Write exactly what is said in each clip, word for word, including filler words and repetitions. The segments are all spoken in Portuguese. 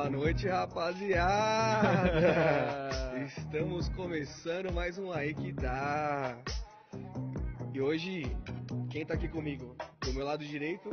Boa noite, rapaziada! Estamos começando mais um Aí Que Dá. E hoje, quem tá aqui comigo? Do meu lado direito...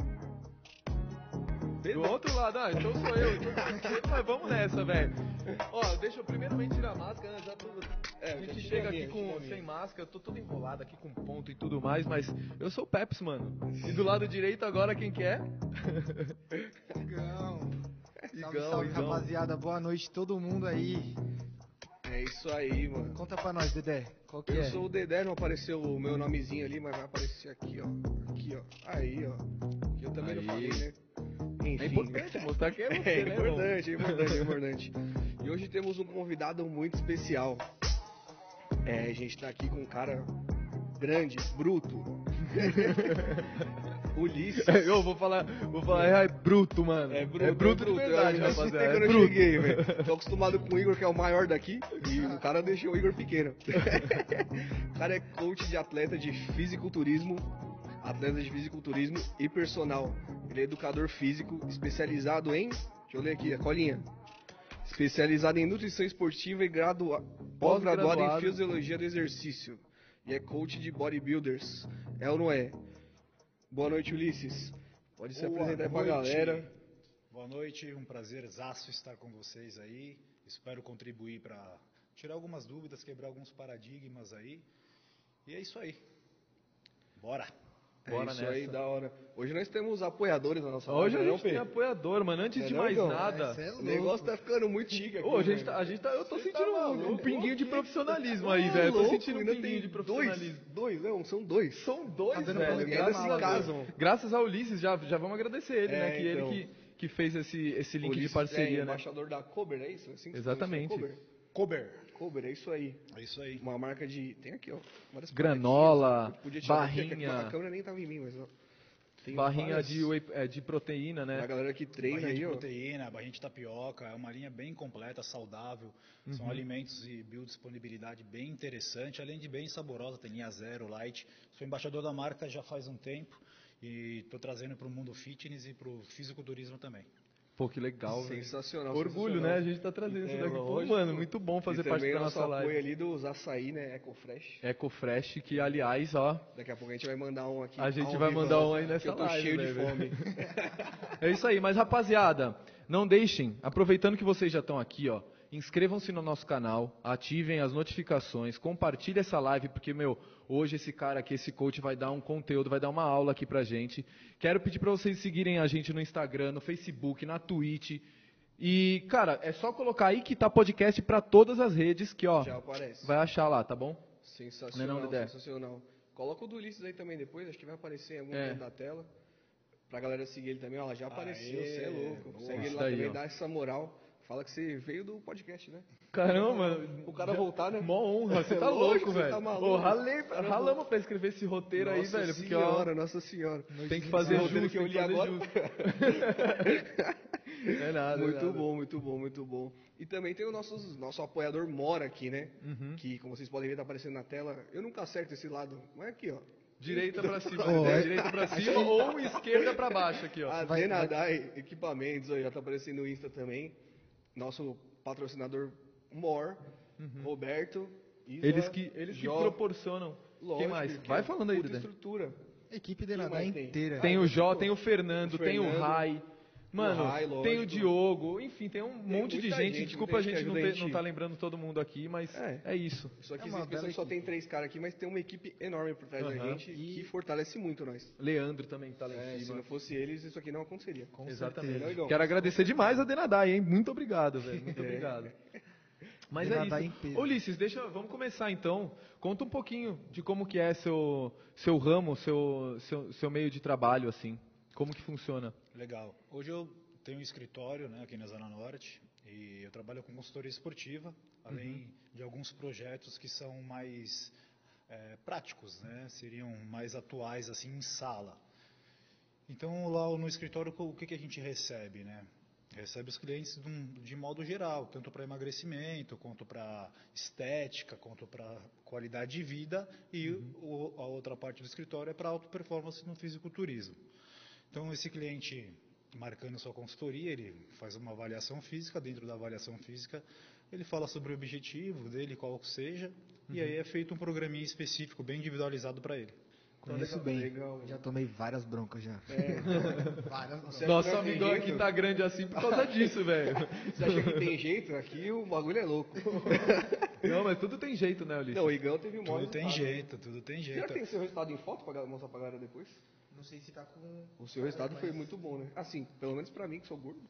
Do outro lado, ah, então sou eu, então, mas vamos nessa, velho. Ó, deixa eu primeiramente tirar a máscara, né? Já tô, é, a gente chega aqui com, sem máscara, eu tô todo enrolado aqui com ponto e tudo mais, mas eu sou o Peps, mano. E do lado direito agora quem que é? Igão. Igão, Salve, salve, Igão. rapaziada. Boa noite todo mundo aí. É isso aí, mano. Conta pra nós, Dedé. Qual que Eu é? sou o Dedé, não apareceu o meu nomezinho ali, mas vai aparecer aqui, ó. Aqui, ó. Aí, ó. Eu também Aí. não falei, né? Enfim. É importante mostrar que é você, É né, importante, é importante, é importante. E hoje temos um convidado muito especial. É, a gente tá aqui com um cara grande, bruto. Ulisses. Eu vou falar, vou falar, é, é bruto, mano. É bruto, é bruto de eu- verdade, eu assustei rapaziada. quando É eu bruto. cheguei, velho. Tô acostumado com o Igor, que é o maior daqui, e o cara deixou o Igor pequeno. O cara é coach de atleta de fisiculturismo, atleta de fisiculturismo e personal. Ele é educador físico, especializado em, deixa eu ler aqui, a colinha. Especializado em nutrição esportiva e gradua- pós-graduado em Pós-graduado. fisiologia do exercício. E é coach de bodybuilders. É ou não é? Boa noite, Ulisses. Pode se Boa apresentar aí pra noite. galera. Boa noite, um prazerzaço estar com vocês aí. Espero contribuir para tirar algumas dúvidas, quebrar alguns paradigmas aí. E é isso aí. Bora! Bora é isso nessa. aí, da hora. Hoje nós temos apoiadores na nossa Hoje a live, gente né, tem não, Fê? apoiador, mano. Antes Não é de não, mais Igão? nada... Cê é O louco. negócio tá ficando muito chique aqui. Ô, a gente velho. tá, a gente tá, eu tô Cê sentindo tá um- maluco? um pinguinho de profissionalismo Ô, aí, velho. Eu tô louco, sentindo um ainda pinguinho tem de profissionalismo. Dois, dois, não, são dois. São dois, Tá dando velho. pra- Graças Ainda a se Deus. casam. Graças ao Ulisses, já, já vamos agradecer ele, É, né? Que então. ele que, que fez esse, esse link Ulisses de parceria, é né? embaixador da Kober, é isso? Assim que se Exatamente. pronuncia, Kober. Kober. Kober, é isso aí. É isso aí. Uma marca de... Tem aqui, ó. Várias Granola, plaquinhas. Eu podia tirar daqui, barrinha. A câmera nem tava em mim, mas... Ó, tem Barrinha várias. de, whey- é, de proteína, Pra né? galera que treina Barrinha de aí, ó. proteína, barrinha de tapioca, é uma linha bem completa, saudável. São Uhum. alimentos e biodisponibilidade bem interessante, além de bem saborosa, tem linha zero, light. Sou embaixador da marca já faz um tempo e estou trazendo para o mundo fitness e para o fisiculturismo também. Pô, que legal, velho. Sensacional. Orgulho, sensacional. né? A gente tá trazendo isso É, daqui. Pô, lógico. mano, muito bom fazer e parte também da nosso nossa apoio live. ali dos açaí, né? Ecofresh. EcoFresh, que aliás, ó, Daqui a pouco a gente vai mandar um aqui. a gente ao vai vivo, mandar ó, um aí que nessa eu tô live, cheio de velho. fome. É isso aí, mas rapaziada, não deixem, aproveitando que vocês já estão aqui, ó, inscrevam-se no nosso canal, ativem as notificações, compartilhem essa live, porque, meu, hoje esse cara aqui, esse coach vai dar um conteúdo, vai dar uma aula aqui pra gente. Quero pedir pra vocês seguirem a gente no Instagram, no Facebook, na Twitch. E, cara, é só colocar aí que tá podcast pra todas as redes, que, ó, Já aparece. vai achar lá, tá bom? Sensacional, Não é não, Dedé? sensacional. Coloca o do Ulisses aí também depois, acho que vai aparecer em algum É. canto da tela. Pra galera seguir ele também, ó, já apareceu, Aê, você é louco. boa. Segue ele Isso lá aí, também, ó. dá essa moral. Fala que você veio do podcast, né? Caramba, O cara voltar, né? mó honra, você tá Lógico, louco, você velho. tá maluco. Ô, ralei, Caramba. ralamos pra escrever esse roteiro aí, Nossa velho, porque, senhora, ó, nossa senhora. tem que fazer Esse justo, roteiro que eu tem li fazer agora. justo. É nada, Muito é nada. bom, muito bom, muito bom. E também tem o nosso, nosso apoiador Mora aqui, né? Uhum. Que, como vocês podem ver, tá aparecendo na tela. Eu nunca acerto esse lado, mas aqui, ó. Direita pra cima, Ô, né? é- direita pra cima ou esquerda pra baixo aqui, ó. A Vai- Denadai Equipamentos, ó, já tá aparecendo no Insta também. Nosso patrocinador Mor, Roberto, Isa, Eles que, eles que Jó. proporcionam. Quem Lógico, mais? que Vai é falando aí, puta Dedé. estrutura. A equipe Quem Denadá mais tem? inteira. Tem Ah, o Jó, pô. tem o Fernando, O tem o Fernando. Rai. Mano, Rai, tem o lógico. Diogo, enfim, tem um monte de muita gente. gente, Desculpa a muita gente gente que não, ajuda a ter, gente. não tá lembrando todo mundo aqui, mas É. é, isso. Só que É uma vocês pensam bela que só tem equipe. três caras aqui, mas tem uma equipe enorme por trás da Aham. gente E- que fortalece muito nós. Leandro também tá lá É, em se cima. não fosse eles, isso aqui não aconteceria. Com Exatamente. certeza. Legal. Quero agradecer demais a Denadai, hein? Muito obrigado, velho. É. Muito obrigado. Mas Denadai é em isso. peso. Ulisses, deixa, vamos começar então. Conta um pouquinho de como que é seu, seu ramo, seu, seu, seu meio de trabalho, assim. Como que funciona? Legal. Hoje eu tenho um escritório, né, aqui na Zona Norte e eu trabalho com consultoria esportiva, além de alguns projetos que são mais é, práticos, né, seriam mais atuais assim em sala. Então lá no escritório o que, que a gente recebe, né? Recebe os clientes de, um, de modo geral, tanto para emagrecimento, quanto para estética, quanto para qualidade de vida, e Uhum. o, a outra parte do escritório é para auto performance no fisiculturismo. Então esse cliente marcando sua consultoria, ele faz uma avaliação física, dentro da avaliação física ele fala sobre o objetivo dele, qual que seja, uhum. e aí é feito um programinha específico, bem individualizado para ele. Conheço legal, bem, legal, já tomei várias broncas já. É. várias broncas. Nosso amigão aqui tá grande assim por causa disso, velho. Você acha que tem jeito? Aqui o bagulho é louco. Não, mas tudo tem jeito, né, Ulisses? Não, o Igão teve um Tudo modo tem resultado, jeito, né? tudo tem Você já jeito. tem seu resultado em foto pra mostrar pra galera depois? Não sei se tá com... O seu resultado mas... foi muito bom, né? Assim, pelo menos pra mim, que sou gordo.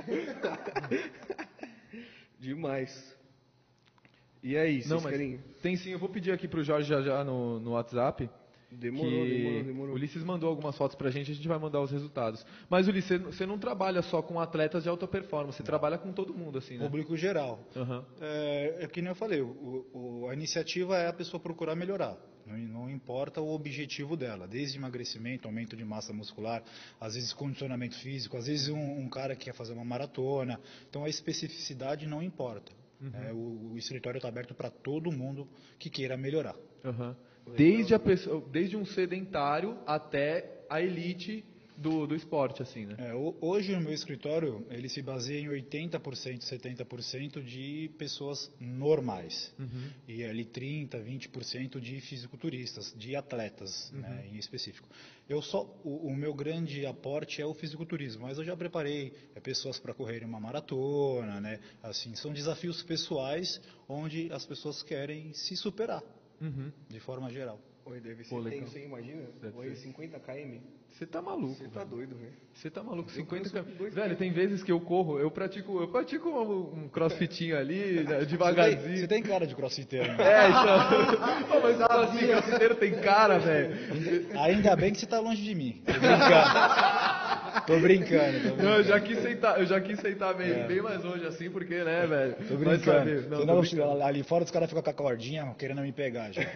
Demais. E aí, vocês Não, mas querem... tem sim, eu vou pedir aqui pro Jorge já já no, no WhatsApp. Demorou, que demorou, demorou. O Ulisses mandou algumas fotos pra gente, a gente vai mandar os resultados. Mas, Ulisses, você não trabalha só com atletas de alta performance, você trabalha com todo mundo, assim, né? Público geral. Uhum. É, é que nem eu falei, o, o, a iniciativa é a pessoa procurar melhorar. Não, não importa o objetivo dela, desde emagrecimento, aumento de massa muscular, às vezes condicionamento físico, às vezes um, um cara que quer fazer uma maratona. Então a especificidade não importa. Uhum. É, o, o escritório está aberto para todo mundo que queira melhorar. Uhum. Desde, a pessoa, desde um sedentário até a elite do, do esporte, assim, né? É, hoje o meu escritório, ele se baseia em oitenta por cento, setenta por cento de pessoas normais. Uhum. E ali trinta, vinte por cento de fisiculturistas, de atletas, uhum. né, em específico. Eu só, o, o meu grande aporte é o fisiculturismo, mas eu já preparei é, pessoas para correrem uma maratona, né? Assim, são desafios pessoais onde as pessoas querem se superar. Uhum. De forma geral. Oi, deve ser. Pô, tem, você imagina? Oi, cinquenta quilômetros? Você tá maluco. Você tá doido, velho. Você tá maluco, Eu cinquenta quilômetros. dois Velho, tem vezes que eu corro, eu pratico, eu pratico um, um crossfitinho ali, né, devagarzinho. Você tem, você tem cara de crossfiteiro, né? É, então. Pô, mas assim, crossfiteiro tem cara, velho. Ainda bem que você tá longe de mim. Tô brincando. Tô brincando, tô brincando. Não, eu já quis sentar, eu já quis sentar bem, é. bem mais longe assim, porque, né, velho? Tô brincando. Não, tô brincando. Ali fora os caras ficam com a cordinha querendo me pegar já.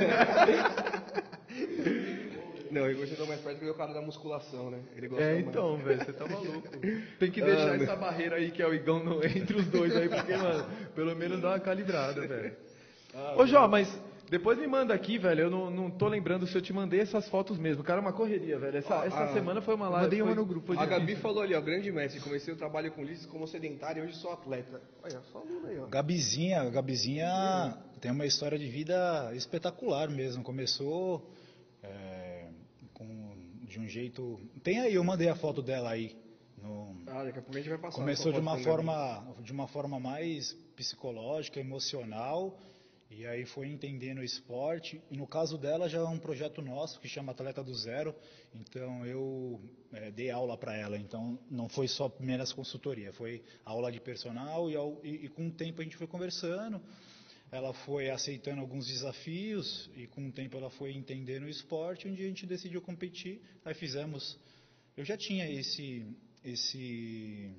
Não, ele gostou mais perto que o cara da musculação, né? Ele gosta é, então, velho, você tá maluco. Tem que deixar ah, essa barreira aí, que é o Igão, no, entre os dois aí, porque, mano, pelo menos dá uma calibrada, velho. Ah, Ô, Jó, mas depois me manda aqui, velho, eu não, não tô lembrando se eu te mandei essas fotos mesmo. Cara, é uma correria, velho. Essa, ah, essa ah, semana foi uma live. Mandei uma foi, no grupo. A Gabi falou ali, ó, grande mestre, comecei o trabalho com Ulisses como sedentário e hoje sou atleta. Olha, só aluno aí, ó. Gabizinha, Gabizinha tem uma história de vida espetacular mesmo. Começou... É... de um jeito... Tem aí, eu mandei a foto dela aí. No... Ah, daqui a pouco a gente vai passar. Começou de uma forma, de uma forma mais psicológica, emocional, e aí foi entendendo o esporte. E no caso dela já é um projeto nosso que chama Atleta do Zero. Então eu é, dei aula para ela. Então não foi só meras consultoria, foi aula de personal e, e, e com o tempo a gente foi conversando. Ela foi aceitando alguns desafios e com o tempo ela foi entendendo o esporte. Um dia a gente decidiu competir, aí fizemos... Eu já tinha esse, esse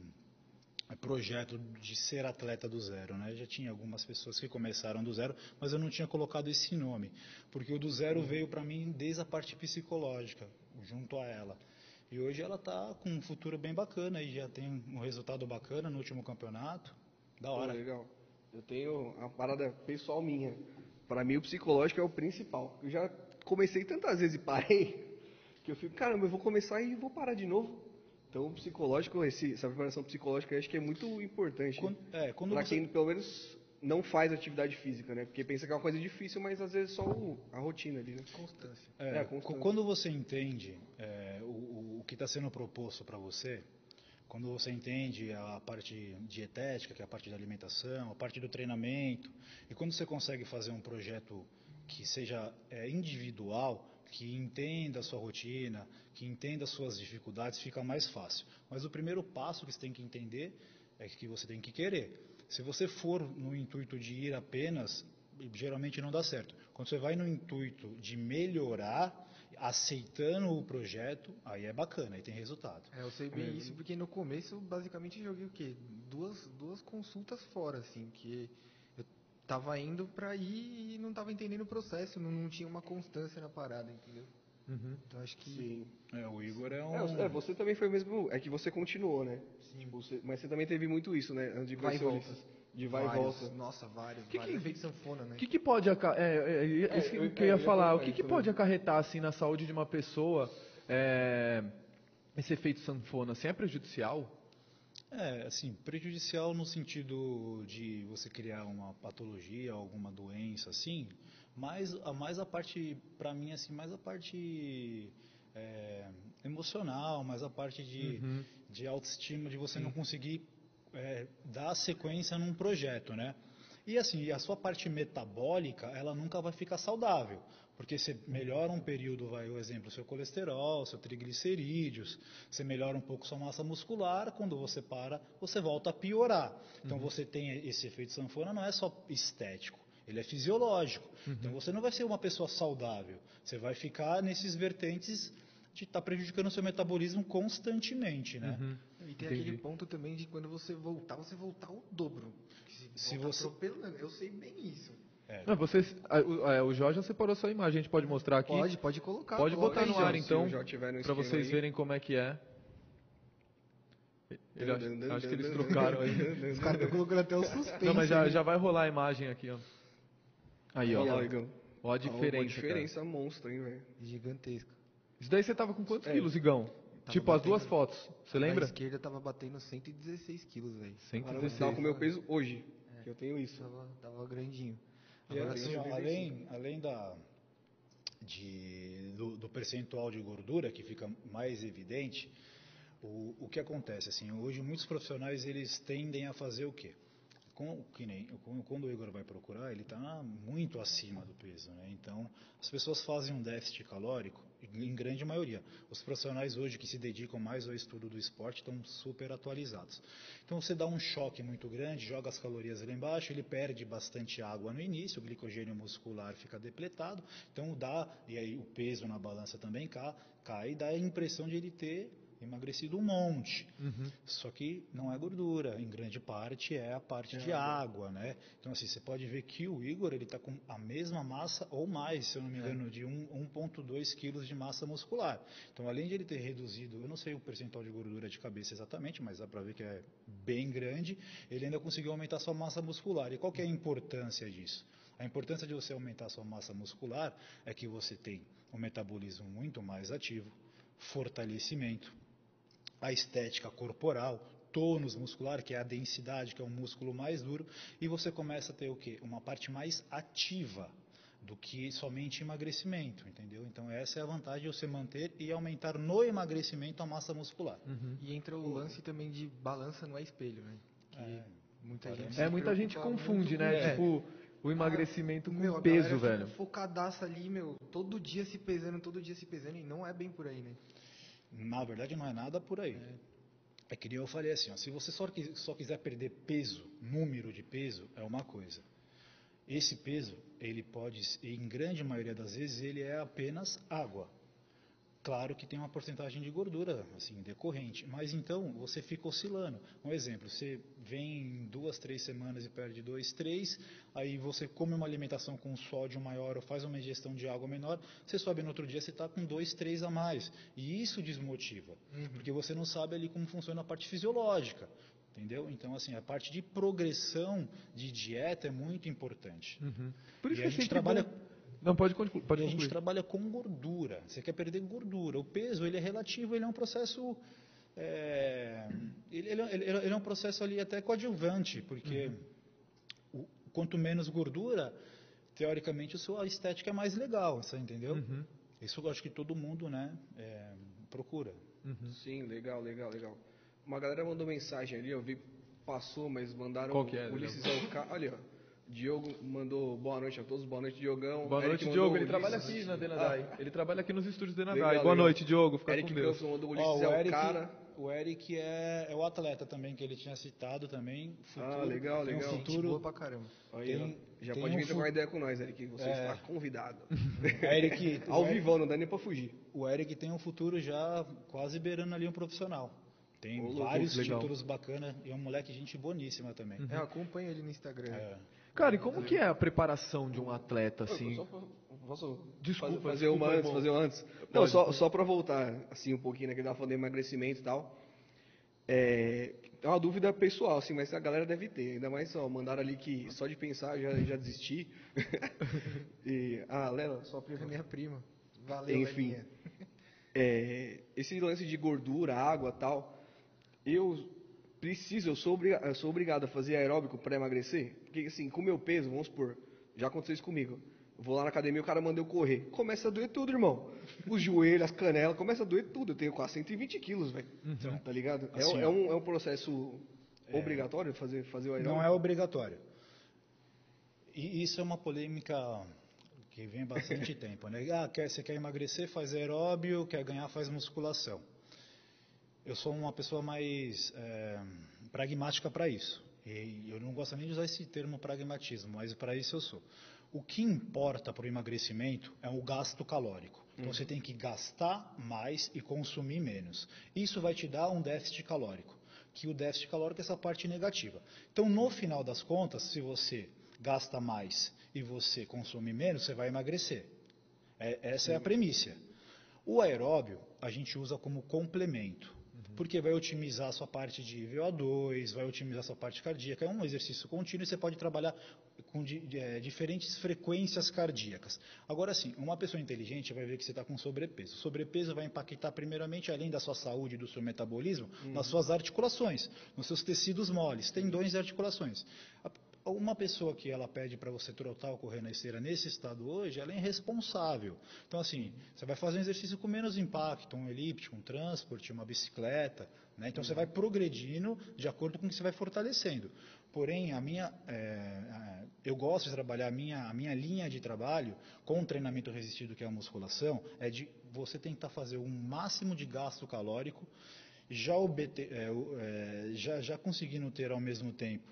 projeto de ser atleta do zero, né? Já tinha algumas pessoas que começaram do zero, mas eu não tinha colocado esse nome, porque o do zero veio para mim desde a parte psicológica, junto a ela. E hoje ela está com um futuro bem bacana e já tem um resultado bacana no último campeonato. Da hora. Pô, legal. Eu tenho uma parada pessoal minha. Para mim, o psicológico é o principal. Eu já comecei tantas vezes e parei, que eu fico, caramba, eu vou começar e vou parar de novo. Então, o psicológico, esse, essa preparação psicológica, eu acho que é muito importante. Quando, é, quando para você... quem, pelo menos, não faz atividade física, né? Porque pensa que é uma coisa difícil, mas às vezes só o, a rotina ali, né? Constância. É, é, a constância. Quando você entende é, o, o que está sendo proposto para você... Quando você entende a parte dietética, que é a parte da alimentação, a parte do treinamento, e quando você consegue fazer um projeto que seja é, individual, que entenda a sua rotina, que entenda as suas dificuldades, fica mais fácil. Mas o primeiro passo que você tem que entender é que você tem que querer. Se você for no intuito de ir apenas, geralmente não dá certo. Quando você vai no intuito de melhorar, aceitando o projeto, aí é bacana, aí tem resultado. É, eu sei bem é, isso, porque no começo, basicamente, joguei o quê? Duas, duas consultas fora, assim, que eu tava indo pra ir e não tava entendendo o processo, não, não tinha uma constância na parada, entendeu? Uhum. Então acho que... Sim. É, o Igor é um... É, você também foi mesmo... É que você continuou, né? Sim. Você, mas você também teve muito isso, né? Antes de vai e volta. De vai vários, e volta. Nossa, vários. Que vários. que, Efeito sanfona, né? O que, que pode... Aca é, é, é, isso é, que eu ia é, falar. Eu o que, que pode acarretar, assim, na saúde de uma pessoa... É, esse efeito sanfona assim, é prejudicial? É, assim, prejudicial no sentido de você criar uma patologia, alguma doença, assim, mas a, mais a parte, para mim, assim, mais a parte é, emocional, mais a parte de, Uhum. de autoestima, de você não conseguir é, dar sequência num projeto, né? E assim, a sua parte metabólica, ela nunca vai ficar saudável, porque você melhora um período, vai, o exemplo, seu colesterol, seu triglicerídeos, você melhora um pouco sua massa muscular, quando você para, você volta a piorar. Então Uhum. você tem esse efeito sanfona, não é só estético, ele é fisiológico. Uhum. Então você não vai ser uma pessoa saudável, você vai ficar nesses vertentes de estar tá prejudicando o seu metabolismo constantemente, né? Uhum. E tem Entendi. aquele ponto também de quando você voltar, você voltar o dobro. Se, Se voltar você- atropelando, eu sei bem isso. É, Não, vocês, a- o, é, o Jorge já separou sua imagem, a gente pode mostrar aqui? Pode, pode colocar. Pode coloca botar aí, no Jorge. ar então, Se o Jó tiver no pra esquema vocês aí. verem como é que é. Ele acha, Dan, dan, acho que eles dan, trocaram dan, aí. dan, dan, Os caras estão colocando até o suspense. Não, mas já, ali. já vai rolar a imagem aqui, ó. Aí, ó. Olha lá, Igão. Ó a diferença, Uma cara. diferença monstra, hein, velho. Gigantesco. Isso daí você tava com quantos É. quilos, Igão? Tava Tipo, as batendo- duas fotos. Você lembra? A esquerda tava batendo cento e dezesseis quilos, velho. Caramba, você cento e dezesseis. tava com o meu peso hoje. Que eu tenho isso. Tava, tava grandinho. E Agora assim, tem ó, cento e além, além da, de, do, do percentual de gordura que fica mais evidente, o, o que acontece? Assim, hoje muitos profissionais eles tendem a fazer o quê? Com, que nem, com- quando o Igor vai procurar, ele está muito acima do peso, né? Então, as pessoas fazem um déficit calórico, em grande maioria. Os profissionais hoje que se dedicam mais ao estudo do esporte estão super atualizados. Então, você dá um choque muito grande, joga as calorias lá embaixo, ele perde bastante água no início, o glicogênio muscular fica depletado, então dá, e aí o peso na balança também cai, cai e dá a impressão de ele ter emagrecido um monte. Uhum. Só que não é gordura, em grande parte é a parte de água, né? Então assim, você pode ver que o Igor, ele está com a mesma massa ou mais, se eu não me engano, de um- um vírgula dois quilos de massa muscular. Então além de ele ter reduzido, eu não sei o percentual de gordura de cabeça exatamente, mas dá para ver que é bem grande, ele ainda conseguiu aumentar sua massa muscular. E qual que é a importância disso? A importância de você aumentar sua massa muscular é que você tem um metabolismo muito mais ativo, fortalecimento, a estética corporal, tônus muscular, que é a densidade, que é o músculo mais duro, e você começa a ter o quê? Uma parte mais ativa do que somente emagrecimento, entendeu? Então essa é a vantagem de você manter e aumentar no emagrecimento a massa muscular. Uhum. E entra o lance também de balança não é espelho, né? Que É, muita parece. gente se É, muita gente preocupa confunde, muito né? com- é. Tipo, o emagrecimento com Meu, a peso, galera fica velho. focadaça ali, meu, todo dia se pesando, todo dia se pesando, e não é bem por aí, né? Na verdade não é nada por aí. É que nem eu falei assim, ó, se você só, quis- só quiser perder peso, número de peso, é uma coisa. Esse peso, ele pode, em grande maioria das vezes, ele é apenas água. Claro que tem uma porcentagem de gordura, assim, decorrente, mas então você fica oscilando. Um exemplo, você vem duas, três semanas e perde dois, três, aí você come uma alimentação com sódio maior ou faz uma ingestão de água menor, você sobe no outro dia, você está com dois, três a mais. E isso desmotiva, porque você não sabe ali como funciona a parte fisiológica. Entendeu? Então, assim, a parte de progressão de dieta é muito importante. Uhum. Por E isso a que é gente sempre trabalha- bom. Não, pode, conclu- pode e a gente concluir. trabalha com gordura. Você quer perder gordura. O peso, ele é relativo, ele é um processo... é, ele, ele- ele- ele é um processo ali até coadjuvante, porque o- quanto menos gordura, teoricamente, a sua estética é mais legal, você entendeu? Uhum. Isso eu acho que todo mundo, né, é, procura. Sim, legal, legal, legal. Uma galera mandou mensagem ali, eu vi, passou, mas mandaram Qual que é, Ulisses Alca... Olha, ó. Diogo mandou boa noite a todos, boa noite, Diogão. Boa Eric noite, mandou Diogo. Ele Ulisses. trabalha aqui na Denadai. Ele trabalha aqui nos estúdios Denadai. Legal, Boa legal. noite, Diogo. Fica Eric com Deus. Campos mandou Ó, Ulisses é o Eric, cara. o Eric é, é o atleta também, que ele tinha citado também. Futuro, Ah, legal, tem um legal. Gente futuro, boa pra caramba. Aí, Tem- ó, já tem pode um vir trocar fu- uma ideia com nós, Eric. Você É. está convidado. Eric, Ao o Eric- vivão, não dá nem pra fugir. O Eric tem um futuro já quase beirando ali um profissional. Tem Ô, louco, vários legal. títulos bacanas e é um moleque gente boníssima também. É, eu acompanho ele no Instagram. É. Cara, e como que é a preparação de um atleta, assim? Só pra- posso Desculpa, fazer, fazer desculpa, uma antes, irmão. fazer uma antes? Não, Pode, só, pode. só pra voltar assim um pouquinho, né, que ele tava falando de emagrecimento e tal. É, é uma dúvida pessoal, assim, mas a galera deve ter. Ainda mais, ó, mandaram ali que só de pensar já, já desisti. E, ah, Lela, sua É prima. minha prima. Valeu, Enfim. Lelinha. é, esse lance de gordura, água tal, eu preciso, eu sou, obriga, eu sou obrigado a fazer aeróbico para emagrecer? Porque assim, com o meu peso, vamos supor, já aconteceu isso comigo. Eu vou lá na academia, o cara manda eu correr. Começa a doer tudo, irmão. Os joelhos, as canelas, começa a doer tudo. Eu tenho quase cento e vinte quilos, velho. Então, Tá ligado? É, assim, é um, é um processo obrigatório fazer, fazer o aeróbico? Não é obrigatório. E isso é uma polêmica que vem há bastante tempo, né? Ah, quer, você quer emagrecer, faz aeróbio, quer ganhar, faz musculação. Eu sou uma pessoa mais é, pragmática para isso. E eu não gosto nem de usar esse termo pragmatismo, mas para isso eu sou. O que importa para o emagrecimento é o gasto calórico. Então, você tem que gastar mais e consumir menos. Isso vai te dar um déficit calórico, que o déficit calórico é essa parte negativa. Então, no final das contas, se você gasta mais e você consome menos, você vai emagrecer. É, essa é a premissa. O aeróbio, a gente usa como complemento. Porque vai otimizar a sua parte de V O dois, vai otimizar a sua parte cardíaca. É um exercício contínuo e você pode trabalhar com di, é, diferentes frequências cardíacas. Agora sim, uma pessoa inteligente vai ver que você está com sobrepeso. O sobrepeso vai impactar primeiramente, além da sua saúde e do seu metabolismo, uhum. nas suas articulações, nos seus tecidos moles, tendões e articulações. Uma pessoa que ela pede para você trotar ou correr na esteira nesse estado hoje, ela é irresponsável. Então, assim, você vai fazer um exercício com menos impacto, um elíptico, um transporte, uma bicicleta, né? Então, você vai progredindo de acordo com o que você vai fortalecendo. Porém, a minha, é, eu gosto de trabalhar, a minha, a minha linha de trabalho com o treinamento resistido, que é a musculação, é de você tentar fazer o máximo de gasto calórico, já, obter, é, é, já, já conseguindo ter ao mesmo tempo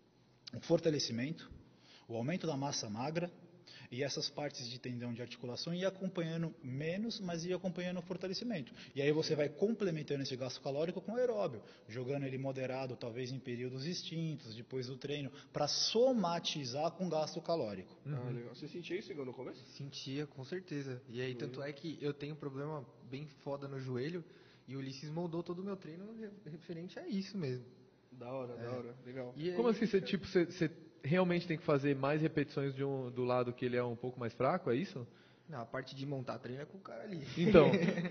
o fortalecimento, o aumento da massa magra e essas partes de tendão de articulação e acompanhando menos, mas ir acompanhando o fortalecimento. E aí você vai complementando esse gasto calórico com o aeróbio, jogando ele moderado, talvez em períodos distintos, depois do treino, para somatizar com gasto calórico. Uhum. Ah, legal. Você sentia isso, Igor, no começo? Sentia, com certeza. E aí, tanto é que eu tenho um problema bem foda no joelho e o Ulisses moldou todo o meu treino referente a isso mesmo. Da hora, é. da hora, legal. E como aí, assim, você, tipo, você, você realmente tem que fazer mais repetições de um, do lado que ele é um pouco mais fraco, é isso? Não, a parte de montar treino é com o cara ali. Então,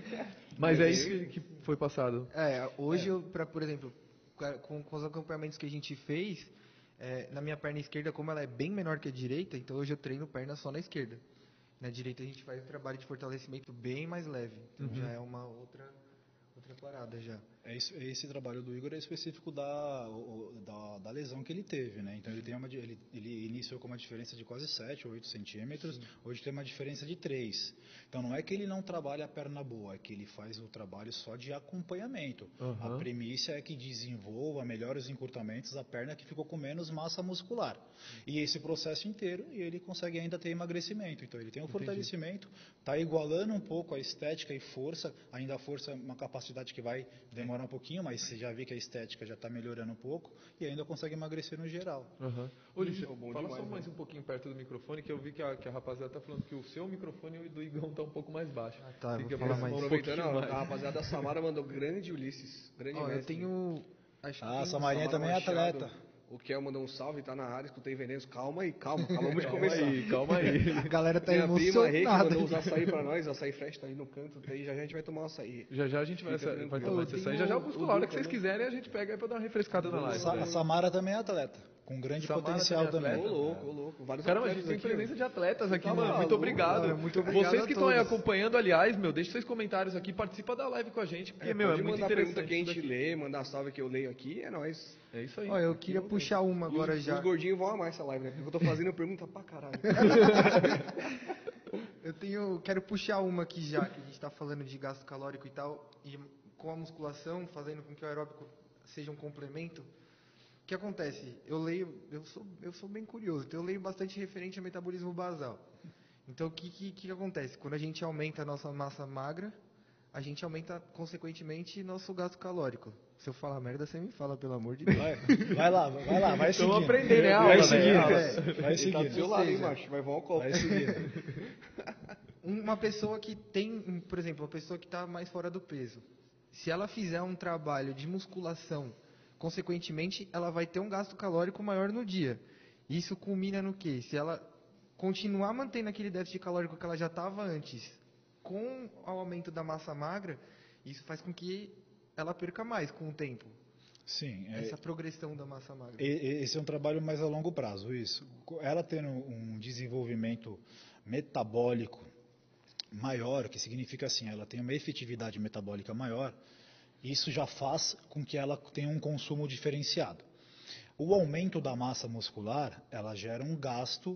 mas é isso que, que foi passado. É, hoje, é. eu, pra, por exemplo, com, com os acompanhamentos que a gente fez, é, na minha perna esquerda, como ela é bem menor que a direita, então hoje eu treino perna só na esquerda. Na direita a gente faz um trabalho de fortalecimento bem mais leve, então uhum. já é uma outra... outra parada já. É esse, esse trabalho do Igor é específico da, da, da lesão que ele teve, né? Então ele, tem uma, ele, ele iniciou com uma diferença de quase sete ou oito centímetros, Sim. hoje tem uma diferença de três. Então não é que ele não trabalha a perna boa, é que ele faz o trabalho só de acompanhamento. Uhum. A premissa é que desenvolva melhor os encurtamentos da perna que ficou com menos massa muscular. E esse processo inteiro, e ele consegue ainda ter emagrecimento. Então ele tem um Entendi. fortalecimento, está igualando um pouco a estética e força, ainda a força é uma capacidade que vai demorar um pouquinho, mas você já vê que a estética já está melhorando um pouco e ainda consegue emagrecer no geral. Uhum. Ulisses, fala demais, só mais né? um pouquinho perto do microfone, que eu vi que a, que a rapaziada está falando que o seu microfone e o do Igão está um pouco mais baixo. Ah, tá, Fica vou falar mais. Aproveitando, um a rapaziada da Samara mandou grande Ulisses, grande oh, mestre. Eu tenho... Acho ah, a tem Samarinha também é atleta. O Kel mandou um salve, tá na área, escutei venenos. Calma aí, calma, acabamos de começar. Calma aí, calma aí. A galera tá Minha emocionada. prima Rê, que mandou os açaí pra nós, açaí fresh tá aí no canto, aí já, já a gente vai tomar um açaí. Já já a gente vai, vai, vai tomar esse açaí, já já eu busco a hora que vocês quiserem, a gente pega aí pra dar uma refrescada na live. A Samara também é atleta, com grande Samara potencial também. Ô louco, ô louco. Vários Caramba, a gente tem aqui, presença de atletas aqui, tá mano. maluco, Muito obrigado. Cara, muito obrigado Vocês que estão aí todos. acompanhando, aliás, meu, deixa seus comentários aqui, participa da live com a gente, porque, é, meu, é muito mandar interessante. Pergunta que a gente lê, mandar salve que eu leio aqui, é nóis. É isso aí. Olha, eu queria eu puxar uma agora os, já. Os gordinhos vão amar essa live, né? Porque eu tô fazendo pergunta pra caralho. Eu tenho, quero puxar uma aqui já, que a gente tá falando de gasto calórico e tal, e com a musculação, fazendo com que o aeróbico seja um complemento. O que acontece? Eu leio, eu sou, eu sou bem curioso, então eu leio bastante referente ao metabolismo basal. Então, o que, que, que acontece? Quando a gente aumenta a nossa massa magra, a gente aumenta, consequentemente, nosso gasto calórico. Se eu falar merda, você me fala, pelo amor de Deus. Vai, vai lá, vai lá, vai seguir. Estamos aprendendo, né? Vai aula, seguir, né? vai seguir. Tá do seu lado, hein, macho? Vai vão ao copo. Vai seguir. Uma pessoa que tem, por exemplo, uma pessoa que está mais fora do peso, se ela fizer um trabalho de musculação, consequentemente, ela vai ter um gasto calórico maior no dia. Isso culmina no quê? Se ela continuar mantendo aquele déficit calórico que ela já estava antes, com o aumento da massa magra, isso faz com que ela perca mais com o tempo. Sim. É, Essa progressão da massa magra. esse é um trabalho mais a longo prazo, isso. Ela tendo um desenvolvimento metabólico maior, que significa assim, ela tem uma efetividade metabólica maior, isso já faz com que ela tenha um consumo diferenciado. O aumento da massa muscular, ela gera um gasto,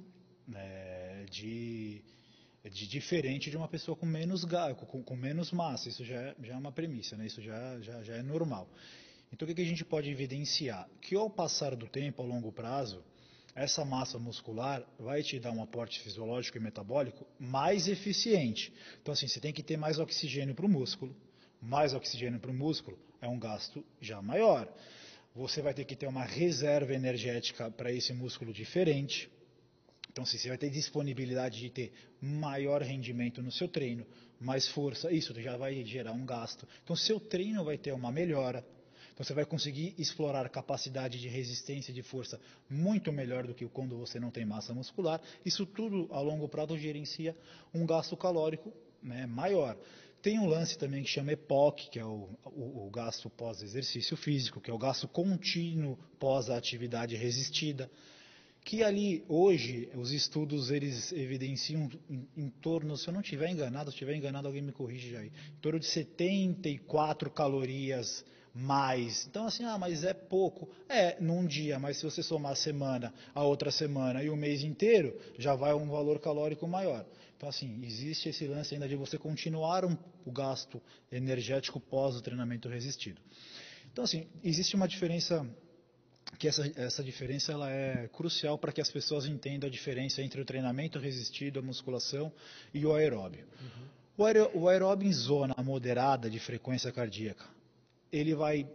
né, de, de diferente de uma pessoa com menos, com, com menos massa. Isso já é, já é uma premissa, né? Isso já, já, já é normal. Então, o que, que a gente pode evidenciar? Que ao passar do tempo, ao longo prazo, essa massa muscular vai te dar um aporte fisiológico e metabólico mais eficiente. Então, assim, você tem que ter mais oxigênio para o músculo. Mais oxigênio para o músculo é um gasto já maior. Você vai ter que ter uma reserva energética para esse músculo diferente. Então, assim, você vai ter disponibilidade de ter maior rendimento no seu treino, mais força, isso já vai gerar um gasto. Então, seu treino vai ter uma melhora. Então, você vai conseguir explorar a capacidade de resistência e de força muito melhor do que quando você não tem massa muscular. Isso tudo, a longo prazo, gerencia um gasto calórico, né, maior. Tem um lance também que chama E P O C, que é o, o, o gasto pós-exercício físico, que é o gasto contínuo pós-atividade resistida, que ali, hoje, os estudos eles evidenciam em, em torno, se eu não estiver enganado, se estiver enganado alguém me corrige aí, em torno de setenta e quatro calorias mais. Então, assim, ah, mas é pouco. É, num dia, mas se você somar a semana, a outra semana e o mês inteiro, já vai um valor calórico maior. Então, assim, existe esse lance ainda de você continuar um, o gasto energético pós o treinamento resistido. Então, assim, existe uma diferença, que essa, essa diferença ela é crucial para que as pessoas entendam a diferença entre o treinamento resistido, a musculação e o aeróbio. Uhum. O, aeró, o aeróbio em zona moderada de frequência cardíaca, ele vai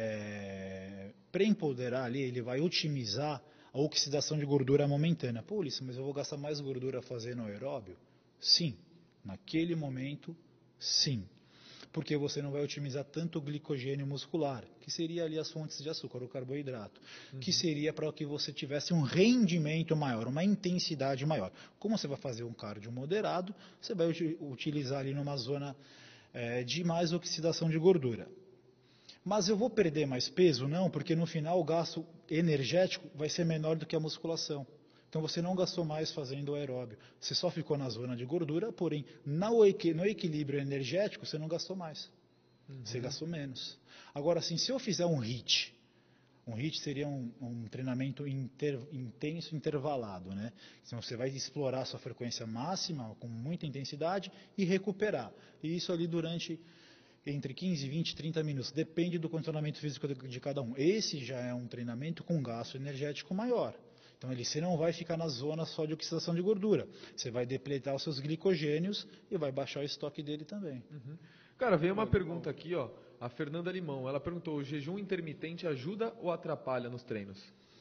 é, pré-empoderar ali, ele vai otimizar a oxidação de gordura momentânea. Pô, Ulisses, mas eu vou gastar mais gordura fazendo aeróbio? Sim, naquele momento, sim. Porque você não vai otimizar tanto o glicogênio muscular, que seria ali as fontes de açúcar, o carboidrato, uhum. que seria para que você tivesse um rendimento maior, uma intensidade maior. Como você vai fazer um cardio moderado, você vai utilizar ali numa zona é, de mais oxidação de gordura. Mas eu vou perder mais peso? Não, porque no final o gasto energético vai ser menor do que a musculação. Então você não gastou mais fazendo aeróbio. Você só ficou na zona de gordura, porém no equilíbrio energético você não gastou mais. Uhum. Você gastou menos. Agora, assim, se eu fizer um HIIT, um HIIT seria um, um treinamento inter, intenso intervalado, né? Então você vai explorar a sua frequência máxima com muita intensidade e recuperar. E isso ali durante entre quinze, vinte, trinta minutos, depende do condicionamento físico de, de cada um. Esse já é um treinamento com gasto energético maior. Então ele, você não vai ficar na zona só de oxidação de gordura. Você vai depletar os seus glicogênios e vai baixar o estoque dele também. Uhum. Cara, veio uma pergunta aqui, ó. A Fernanda Limão, ela perguntou: o jejum intermitente ajuda ou atrapalha nos treinos?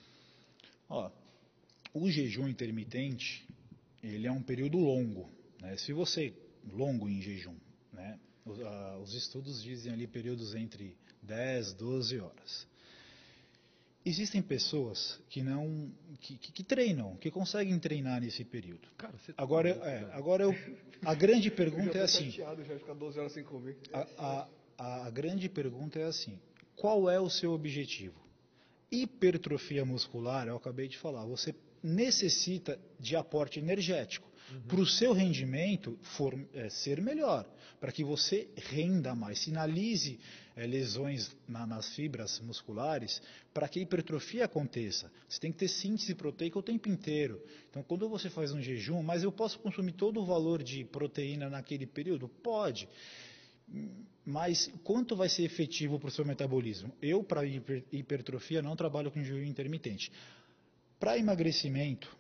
Ó, o jejum intermitente, ele é um período longo, né? Se você longo em jejum, né? Os, uh, os estudos dizem ali períodos entre dez, doze horas. Existem pessoas que não que, que, que treinam, que conseguem treinar nesse período. Cara, você agora, tá é, agora eu, a grande pergunta é assim. Chateado, já ficar doze horas sem comer. A, a, a grande pergunta é assim: qual é o seu objetivo? Hipertrofia muscular, eu acabei de falar, você necessita de aporte energético. Uhum. Para o seu rendimento for, é, ser melhor, para que você renda mais, sinalize é, lesões na, nas fibras musculares, para que a hipertrofia aconteça. Você tem que ter síntese proteica o tempo inteiro. Então, quando você faz um jejum, mas eu posso consumir todo o valor de proteína naquele período? Pode. Mas quanto vai ser efetivo para o seu metabolismo? Eu, para hiper, hipertrofia, não trabalho com jejum intermitente. Para emagrecimento,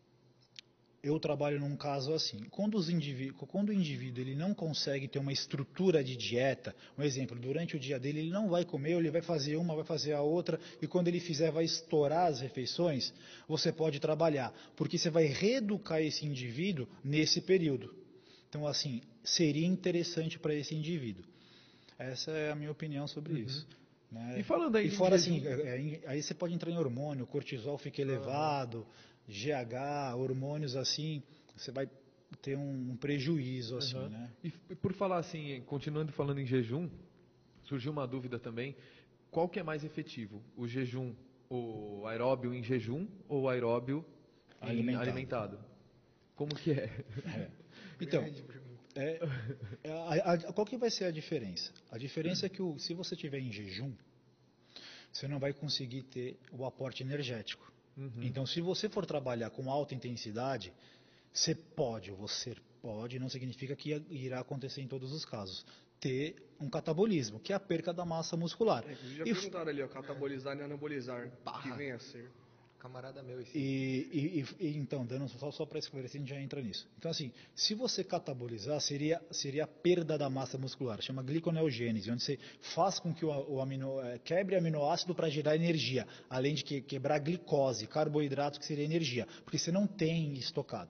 eu trabalho num caso assim, quando, os indivíduo, quando o indivíduo ele não consegue ter uma estrutura de dieta, um exemplo, durante o dia dele ele não vai comer, ele vai fazer uma, vai fazer a outra, e quando ele fizer vai estourar as refeições, você pode trabalhar, porque você vai reeducar esse indivíduo nesse período. Então, assim, seria interessante para esse indivíduo. Essa é a minha opinião sobre uhum. isso. Né? E falando aí e fora assim, é, é, aí você pode entrar em hormônio, o cortisol fica elevado, uhum. G H, hormônios assim, você vai ter um prejuízo, assim, Uhum. né? E f- por falar assim, continuando falando em jejum, surgiu uma dúvida também. Qual que é mais efetivo? O jejum, o aeróbio em jejum ou o aeróbio em Alimentado. alimentado? Como que é? É. Então, Grande pergunta. é, é, a- a- qual que vai ser a diferença? A diferença é que o, se você estiver em jejum, você não vai conseguir ter o aporte energético. Uhum. Então, se você for trabalhar com alta intensidade, você pode, você pode, não significa que irá acontecer em todos os casos, ter um catabolismo, que é a perca da massa muscular. É, inclusive já E f- perguntaram ali, ó, catabolizar e anabolizar. O que vem a ser? Camarada meu esse. E, e- e- e, então, dando só, só para esclarecer, a gente já entra nisso. Então, assim, se você catabolizar, seria, seria a perda da massa muscular, chama gliconeogênese, onde você faz com que o, o amino, eh, quebre aminoácido para gerar energia, além de que, quebrar glicose, carboidrato, que seria energia, porque você não tem estocado.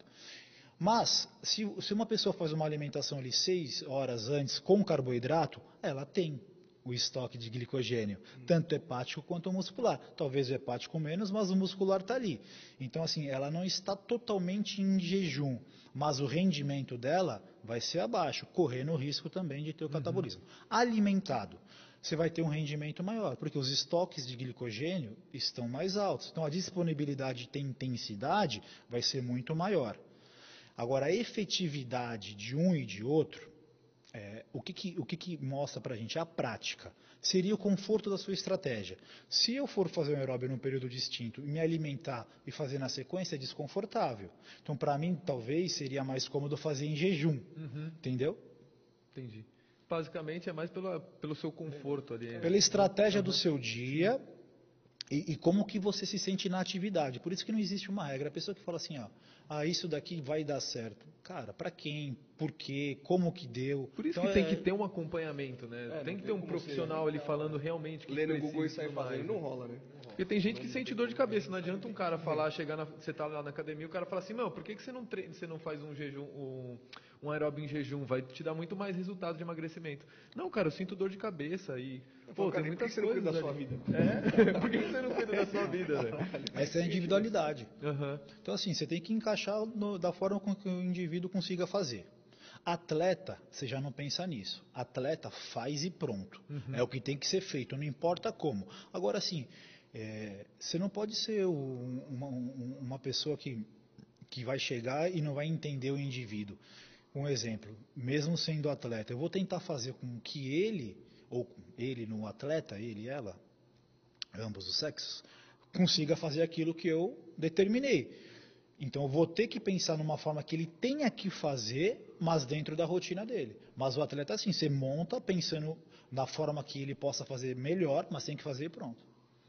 Mas, se, se uma pessoa faz uma alimentação ali seis horas antes com carboidrato, ela tem o estoque de glicogênio, tanto hepático quanto muscular. Talvez o hepático menos, mas o muscular está ali. Então, assim, ela não está totalmente em jejum, mas o rendimento dela vai ser abaixo, correndo o risco também de ter o catabolismo. Alimentado, você vai ter um rendimento maior, porque os estoques de glicogênio estão mais altos. Então, a disponibilidade de ter intensidade vai ser muito maior. Agora, a efetividade de um e de outro, é, o, que, que, o que, que mostra para a gente? A prática. Seria o conforto da sua estratégia. Se eu for fazer um aeróbio num período distinto e me alimentar e fazer na sequência, é desconfortável. Então, para mim, talvez seria mais cômodo fazer em jejum. Uhum. Entendeu? Entendi. Basicamente é mais pelo, pelo seu conforto ali. né? Pela estratégia do seu dia e, e como que você se sente na atividade. Por isso que não existe uma regra. A pessoa que fala assim, ó, ah, isso daqui vai dar certo. Cara, para quem? Por quê? Como que deu? Por isso Então, que tem é- que ter um acompanhamento, né? É, tem não que ter tem um como profissional você ali falando realmente o que Lê no precisa Google e e sair tudo mais, fazendo, né? não rola, né? Porque tem gente que sente dor de cabeça, não adianta um cara falar, chegar na, você tá lá na academia, o cara fala assim, meu, por que, que você não treina, você não faz um jejum, um, um aeróbio em jejum, vai te dar muito mais resultado de emagrecimento. Não, cara, eu sinto dor de cabeça e, pô, cara, tem por que muitas você não cuida coisas da sua ali. vida? É? Por que que você não cuida da sua vida, velho? essa é a individualidade. Aham. Então, assim, você tem que encaixar no- da forma com que o indivíduo consiga fazer. Atleta, você já não pensa nisso. Atleta faz e pronto. É o que tem que ser feito, não importa como. Agora, assim, é, você não pode ser um- uma, um- uma pessoa que, que vai chegar e não vai entender o indivíduo. Um exemplo, mesmo sendo atleta, eu vou tentar fazer com que ele, ou ele no atleta, ele e ela, ambos os sexos, consiga fazer aquilo que eu determinei. Então eu vou ter que pensar numa forma que ele tenha que fazer, mas dentro da rotina dele. Mas o atleta assim, você monta pensando na forma que ele possa fazer melhor, mas tem que fazer e pronto.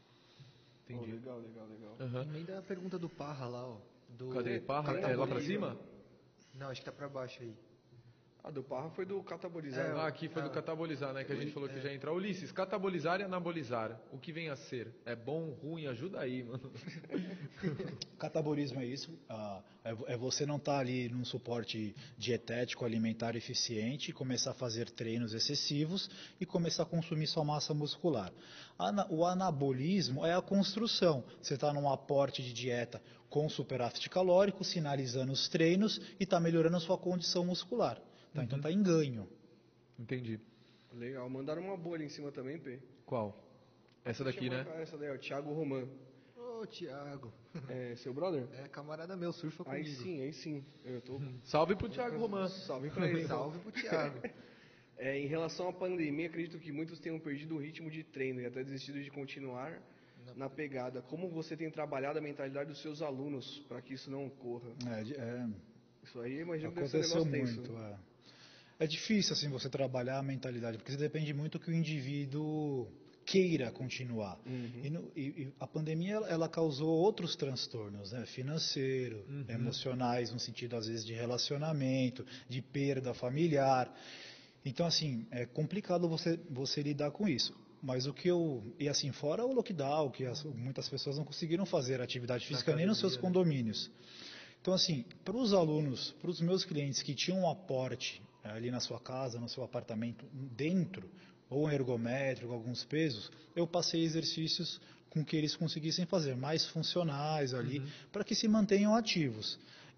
Pô, Entendi. legal, legal, legal. Aham. Emenda a pergunta do Parra lá, ó. Do Cadê? Parra? É lá pra cima? Não, acho que tá pra baixo aí. A do Parra foi do catabolizar. É, Ah, aqui foi do Ah. catabolizar, né? Que a gente falou que já entra. Ulisses, catabolizar e anabolizar. O que vem a ser? É bom, ruim? Ajuda aí, mano. Catabolismo é isso, ah, é, é você não estar ali num suporte dietético, alimentar eficiente, começar a fazer treinos excessivos e começar a consumir sua massa muscular. Ana- o anabolismo é a construção, você está num aporte de dieta com superávit calórico, sinalizando os treinos e está melhorando a sua condição muscular. Tá? Então está em ganho. Entendi. Legal. Mandaram uma bolha em cima também, P. Qual? Essa daqui, Chama né? pra Essa daí, ó, Thiago Roman. Ô, Thiago. É seu brother? É camarada meu, surfa Aí comigo. sim, aí sim. Eu tô... Salve pro Thiago Roman. Salve pra ele. Salve pro Thiago. É, em relação à pandemia, acredito que muitos tenham perdido o ritmo de treino e até desistido de continuar na pegada. Como você tem trabalhado a mentalidade dos seus alunos para que isso não ocorra? É, de- é, Isso aí, imagino que deve ser um aconteceu negócio tenso. muito. É. É difícil assim você trabalhar a mentalidade, porque depende muito que o indivíduo queira continuar. Uhum. E, no- e- e a pandemia ela- ela causou outros transtornos, né? Financeiro, emocionais, no sentido às vezes de relacionamento, de perda familiar. Então assim é complicado você você lidar com isso. Mas o que eu e assim fora o lockdown, que as- muitas pessoas não conseguiram fazer atividade física nem nos seus academia, né? condomínios. Então, assim, para os alunos, para os meus clientes que tinham um aporte eh, ali na sua casa, no seu apartamento, dentro, ou um ergométrico, alguns pesos, eu passei exercícios com que eles conseguissem fazer, mais funcionais ali, para que se mantenham ativos.